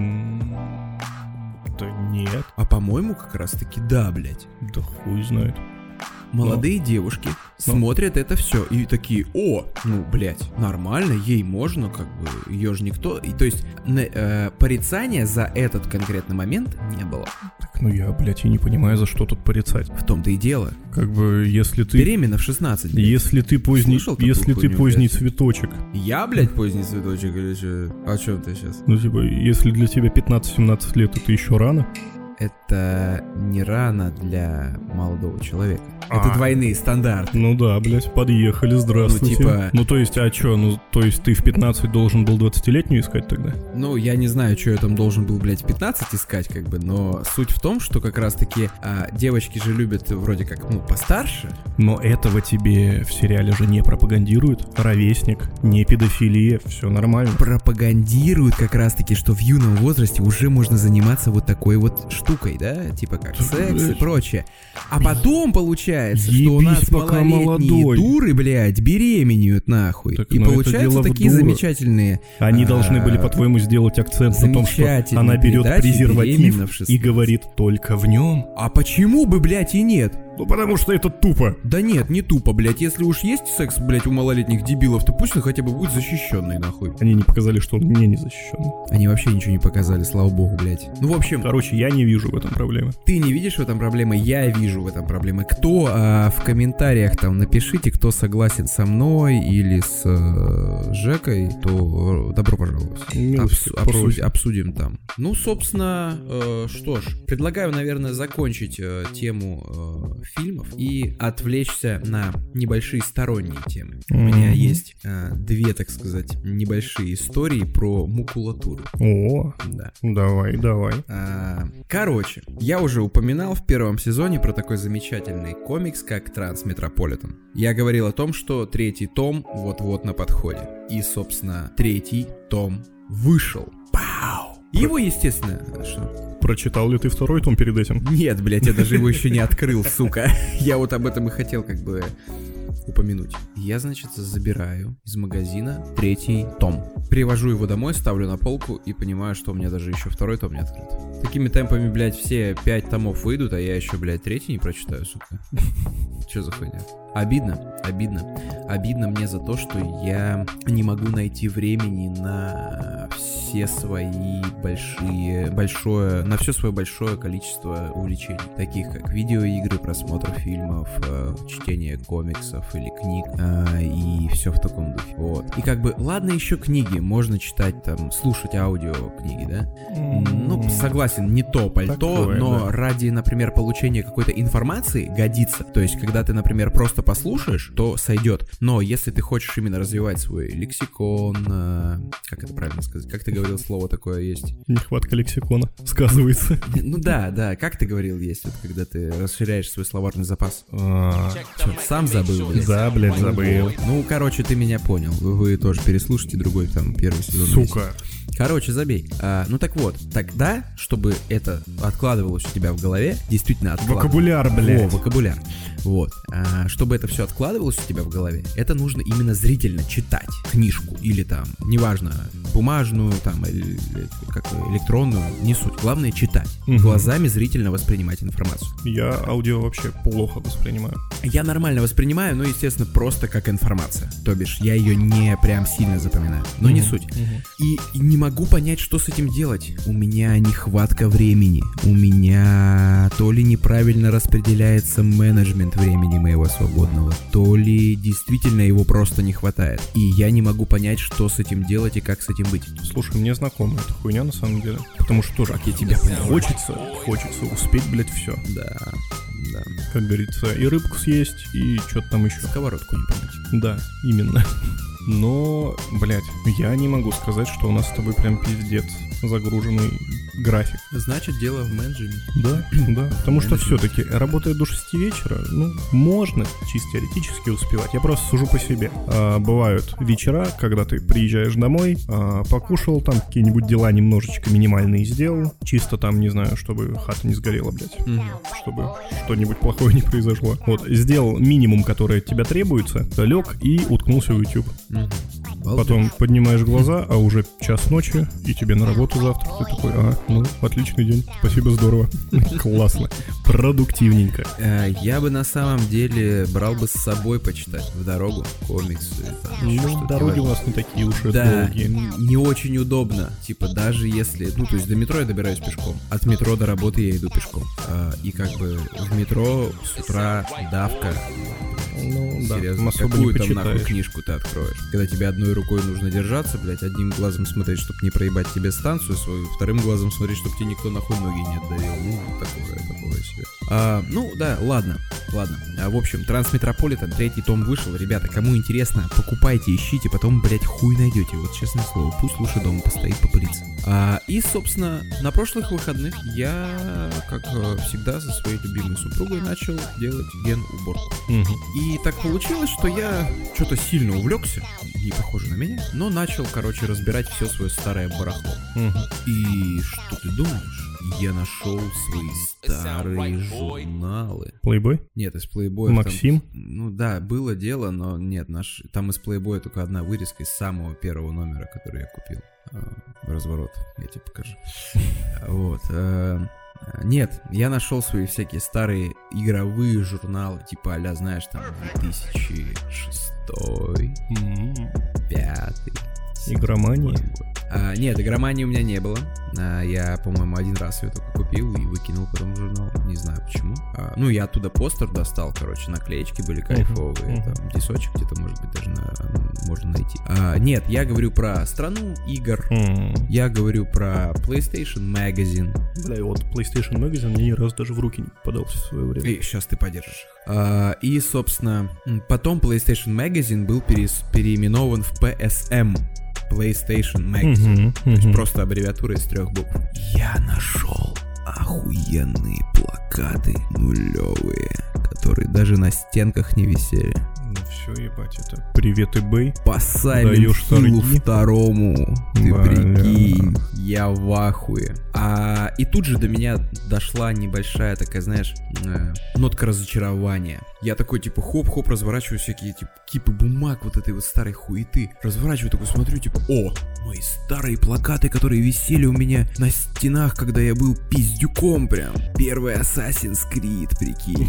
Да нет. А по-моему, как раз-таки да, блядь. Да хуй знает. Молодые Но... девушки Но... смотрят это все и такие, о, ну, блядь, нормально, ей можно, как бы, ее же никто. И то есть э, порицания за этот конкретный момент не было. Так, ну я, блядь, и не понимаю, за что тут порицать. В том-то и дело. Как бы, если ты... Беременна в шестнадцать, блядь. Если ты поздний, если ты поздний блядь? цветочек. Я, блядь, поздний цветочек или что? О чем ты сейчас? Ну, типа, если для тебя пятнадцать-семнадцать лет, это еще рано. Это не рано для молодого человека. А, это двойные стандарты. Ну да, блядь, подъехали, здравствуйте. Ну, типа... ну то есть, а чё, ну то есть ты в пятнадцать должен был двадцатилетнюю искать тогда? Ну, я не знаю, что я там должен был, блядь, в пятнадцать искать, как бы, но суть в том, что как раз-таки а, девочки же любят вроде как, ну, постарше. Но этого тебе в сериале же не пропагандируют. Ровесник, не педофилия, все нормально. Пропагандируют как раз-таки, что в юном возрасте уже можно заниматься вот такой вот штукой, да? Типа как секс и прочее. А потом получается, Ебись, что у нас пока малолетние молодой. дуры, блядь, беременеют нахуй. Так, и ну, получаются такие замечательные... Они а, должны были, по-твоему, сделать акцент на том, что она берет презерватив и говорит только в нем. А почему бы, блядь, и нет? Ну потому что это тупо. Да нет, не тупо, блядь. Если уж есть секс, блядь, у малолетних дебилов, то пусть он хотя бы будет защищенный, нахуй. Они не показали, что он не незащищенный. Они вообще ничего не показали, слава богу, блядь. Ну, в общем... Короче, я не вижу в этом проблемы. Ты не видишь в этом проблемы, я вижу в этом проблемы. Кто а, в комментариях там напишите, кто согласен со мной или с а, Жекой, то добро пожаловать. Обс- обсуд- обсудим там. Ну, собственно, э, что ж, предлагаю, наверное, закончить э, тему... Э, фильмов и отвлечься на небольшие сторонние темы. Mm-hmm. У меня есть а, две, так сказать, небольшие истории про макулатуру. О, да. Давай, давай. А, короче, я уже упоминал в первом сезоне про такой замечательный комикс, как Трансметрополитен. Я говорил о том, что третий том вот-вот на подходе. И, собственно, третий том вышел. Пау! Его, естественно, что... Прочитал ли ты второй том перед этим? Нет, блядь, я даже его еще не открыл, сука. Я вот об этом и хотел как бы упомянуть. Я, значит, забираю из магазина третий том. Привожу его домой, ставлю на полку и понимаю, что у меня даже еще второй том не открыт. Такими темпами, блядь, все пять томов выйдут, а я еще, блядь, третий не прочитаю, сука. Че за хуйня? Обидно, обидно. Обидно мне за то, что я не могу найти времени на все свои большие, большое, на все свое большое количество увлечений, таких как видеоигры, просмотр фильмов, чтение комиксов или книг и все в таком духе. Вот. И как бы, ладно, еще книги, можно читать там, слушать аудиокниги, да? Ну, согласен, не то пальто, такое, но да. Ради, например, получения какой-то информации годится. То есть, когда ты, например, просто послушаешь, то сойдет. Но если ты хочешь именно развивать свой лексикон, э, как это правильно сказать? Как ты говорил, слово такое есть? Нехватка лексикона сказывается. Ну да, да, как ты говорил, есть, вот, когда ты расширяешь свой словарный запас. Чё, сам забыл, блядь? Да, блядь, забыл. Ну, короче, ты меня понял. Вы тоже переслушайте другой там первый сезон. Сука. Короче, забей. А, ну так вот, тогда, чтобы это откладывалось у тебя в голове, действительно откладывалось. Вокабуляр, блядь. О, вокабуляр. Вот. А, чтобы это все откладывалось у тебя в голове, это нужно именно зрительно читать книжку или там, неважно, бумажную, там, или, как электронную, не суть. Главное читать. Угу. Глазами зрительно воспринимать информацию. Я аудио вообще плохо воспринимаю. Я нормально воспринимаю, но, естественно, просто как информация. То бишь, я ее не прям сильно запоминаю. Но угу. не суть. Угу. И, и не могу понять, что с этим делать. У меня нехватка времени. У меня то ли неправильно распределяется менеджмент времени моего свободного, то ли действительно его просто не хватает. И я не могу понять, что с этим делать и как с этим быть. Слушай, мне знакома эта хуйня на самом деле. Потому что тоже, как я тебя понял, хочется, хочется успеть, блядь, все. Да, да. Как говорится, и рыбку съесть, и что-то там еще. Сковородку не помыть. Да, именно. Но, блядь, я не могу сказать, что у нас с тобой прям пиздец загруженный график. Значит, дело в менеджменте. Да, да. Потому что все-таки, работая до шести вечера, ну, можно чисто теоретически успевать. Я просто сужу по себе. А, бывают вечера, когда ты приезжаешь домой, а, покушал, там какие-нибудь дела немножечко минимальные сделал. Чисто там, не знаю, чтобы хата не сгорела, блядь. Mm-hmm. Чтобы что-нибудь плохое не произошло. Вот, сделал минимум, который от тебя требуется, лег и уткнулся в YouTube. Mm-hmm. Потом поднимаешь глаза, а уже час ночи, и тебе на работу завтра. Ты такой, а, ну, отличный день, спасибо, здорово. Классно, продуктивненько. Я бы на самом деле брал бы с собой почитать в дорогу комиксы. Ну, дороги у нас не такие уж и долгие. Да, не очень удобно. Типа, даже если, ну, то есть до метро я добираюсь пешком. От метро до работы я иду пешком. И как бы в метро с утра давка. Ну, серьезно, да, какую там нахуй книжку ты откроешь? Когда тебе одной рукой нужно держаться, блядь, одним глазом смотреть, чтобы не проебать тебе станцию свою, вторым глазом смотреть, чтобы тебе никто нахуй ноги не отдавил. Ну, такое, такое себе. А, ну, да, ладно, ладно. А, в общем, Трансметрополитен, третий том вышел. Ребята, кому интересно, покупайте, ищите, потом, блядь, хуй найдете. Вот честное слово, пусть лучше дома постоит, попылится. А, и, собственно, на прошлых выходных я, как всегда, со своей любимой супругой начал делать ген-уборку. Угу. И так получилось, что я что-то сильно увлекся, не похоже на меня, но начал, короче, разбирать все свое старое барахло. Угу. И что ты думаешь? Я нашел свои старые журналы. Playboy? Нет, из Playboy. Максим? Там, ну да, было дело, но нет, наш, там из Playboy только одна вырезка из самого первого номера, который я купил. Разворот, я тебе покажу. Вот. Нет, я нашел свои всякие старые игровые журналы, типа а-ля, знаешь, там две тысячи шестой, пятый. Игромания? А, нет, игромании у меня не было. Я, по-моему, один раз ее только купил и выкинул потом в журнал. Не знаю почему. Ну, я оттуда постер достал, короче, наклеечки были кайфовые. Uh-huh. Там дисочек где-то, может быть, даже на, можно найти. А, нет, я говорю про страну игр. Uh-huh. Я говорю про PlayStation Magazine. Бля, вот PlayStation Magazine мне ни разу даже в руки не попадался в свое время. И сейчас ты подержишь их. А, и, собственно, потом PlayStation Magazine был перес, переименован в пи эс эм. PlayStation Magazine. Uh-huh, uh-huh. То есть просто аббревиатура из трех букв. Я нашел охуенные плакаты нулевые, которые даже на стенках не висели. Ну все, ебать, это привет, eBay. По Silent Hill второму. Ты Бля. Прикинь, я в ахуе. А, и тут же до меня дошла небольшая такая, знаешь, э, нотка разочарования. Я такой, типа, хоп-хоп, разворачиваю всякие, типа, кипы бумаг вот этой вот старой хуеты. Разворачиваю, такой смотрю, типа, о, мои старые плакаты, которые висели у меня на стенах, когда я был пиздюком прям. Первый Assassin's Creed, прикинь.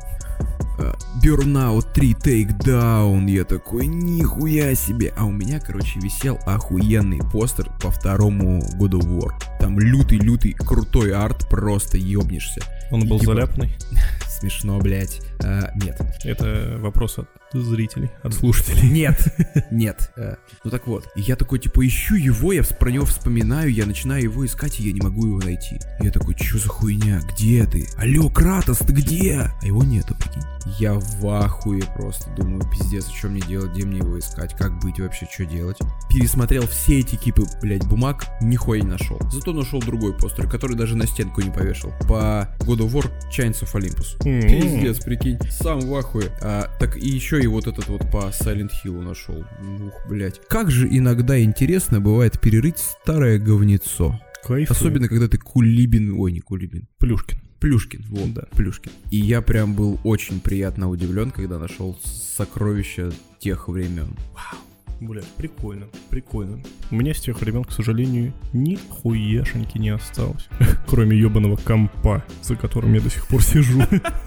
Burnout три Takedown. Я такой, нихуя себе. А у меня, короче, висел охуенный постер по второму God of War. Там лютый-лютый крутой арт, просто ёбнешься. Он был типа... заляпанный? Смешно, блядь. А, нет. Это вопрос от зрителей, от слушателей. Нет, нет. А, ну так вот. И я такой, типа, ищу его, я про него вспоминаю, я начинаю его искать, и я не могу его найти. Я такой, чё за хуйня? Где ты? Алло, Кратос, ты где? А его нету, прикинь. Я в ахуе просто. Думаю, пиздец, что мне делать, где мне его искать, как быть вообще, что делать. Пересмотрел все эти кипы, блядь, бумаг, нихуя не нашел. Зато нашел другой постер, который даже на стенку не повешал. По God of War Chains of Olympus. Mm-hmm. Пиздец, прикинь. Сам в ахуе. А, так и еще и вот этот вот по Silent Hill нашел. Ух, блядь. Как же иногда интересно бывает перерыть старое говнецо. Кайфую. Особенно, когда ты Кулибин... Ой, не Кулибин. Плюшкин. Плюшкин, вот, да, Плюшкин. И я прям был очень приятно удивлен, когда нашел сокровища тех времен. Вау. Блядь, прикольно, прикольно. У меня с тех времен, к сожалению, ни хуешеньки не осталось. Кроме ебаного компа, за которым я до сих пор сижу.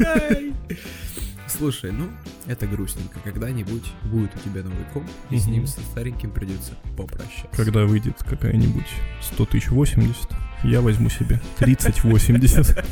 Слушай, ну, это грустненько. Когда-нибудь будет у тебя новый комп, и с ним, со стареньким, придется попрощаться. Когда выйдет какая-нибудь сто тысяч восемьдесят, я возьму себе тридцать восемьдесят.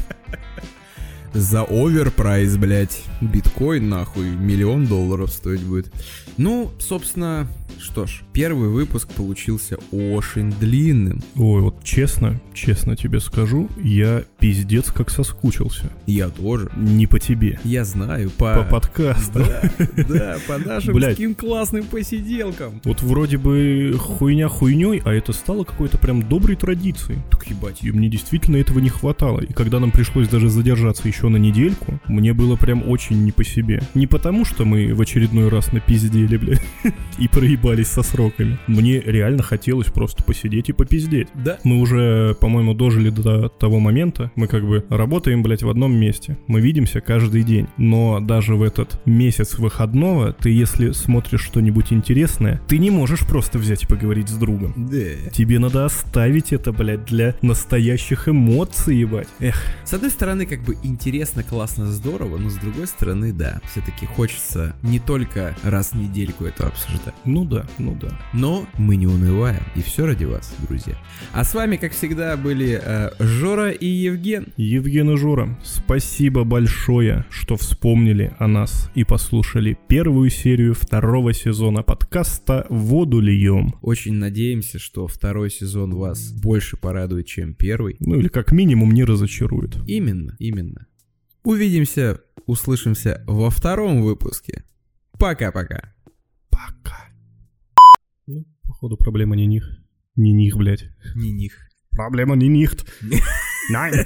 За оверпрайс, блять. Биткоин, нахуй, миллион долларов стоить будет. Ну, собственно, что ж, первый выпуск получился очень длинным. Ой, вот честно, честно тебе скажу, я пиздец как соскучился. Я тоже. Не по тебе. Я знаю, по... По подкасту. Да, да, по нашим таким классным посиделкам. Вот вроде бы хуйня хуйней, а это стало какой-то прям доброй традицией. Так ебать. И мне действительно этого не хватало. И когда нам пришлось даже задержаться еще на недельку, мне было прям очень не по себе. Не потому, что мы в очередной раз напиздели, бля, и проебались со сроками. Мне реально хотелось просто посидеть и попиздеть. Да. Мы уже, по-моему, дожили до того момента, мы как бы работаем, блядь, в одном месте. Мы видимся каждый день. Но даже в этот месяц выходного, ты если смотришь что-нибудь интересное, ты не можешь просто взять и поговорить с другом. Да. Тебе надо оставить это, блядь, для настоящих эмоций, ебать. Эх. С одной стороны, как бы интересно, классно, здорово, но с другой стороны, да, все-таки хочется не только раз в недельку это обсуждать. Ну да, ну да. Но мы не унываем, и все ради вас, друзья. А с вами, как всегда, были э, Жора и Евген. Евген и Жора, спасибо большое, что вспомнили о нас и послушали первую серию второго сезона подкаста «Воду льем». Очень надеемся, что второй сезон вас больше порадует, чем первый. Ну или как минимум не разочарует. Именно, именно. Увидимся, услышимся во втором выпуске. Пока-пока. Пока. Ну, походу, проблема не них. Не них, блядь. Не них. Проблема не нихт. Nein.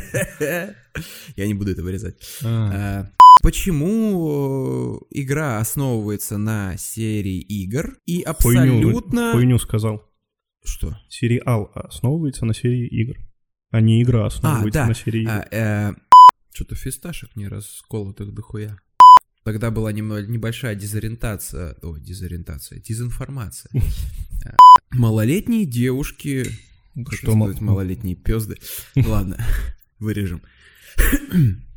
Я не буду это вырезать. А. Почему игра основывается на серии игр и абсолютно... Хуйню, хуйню сказал. Что? Сериал основывается на серии игр, а не игра основывается а, да. на серии игр. А, э... Что-то фисташек не расколотых дохуя. Тогда была немного небольшая дезориентация, ой, дезориентация, дезинформация. Малолетние девушки, что сказать, малолетние пёзды. Ладно, вырежем.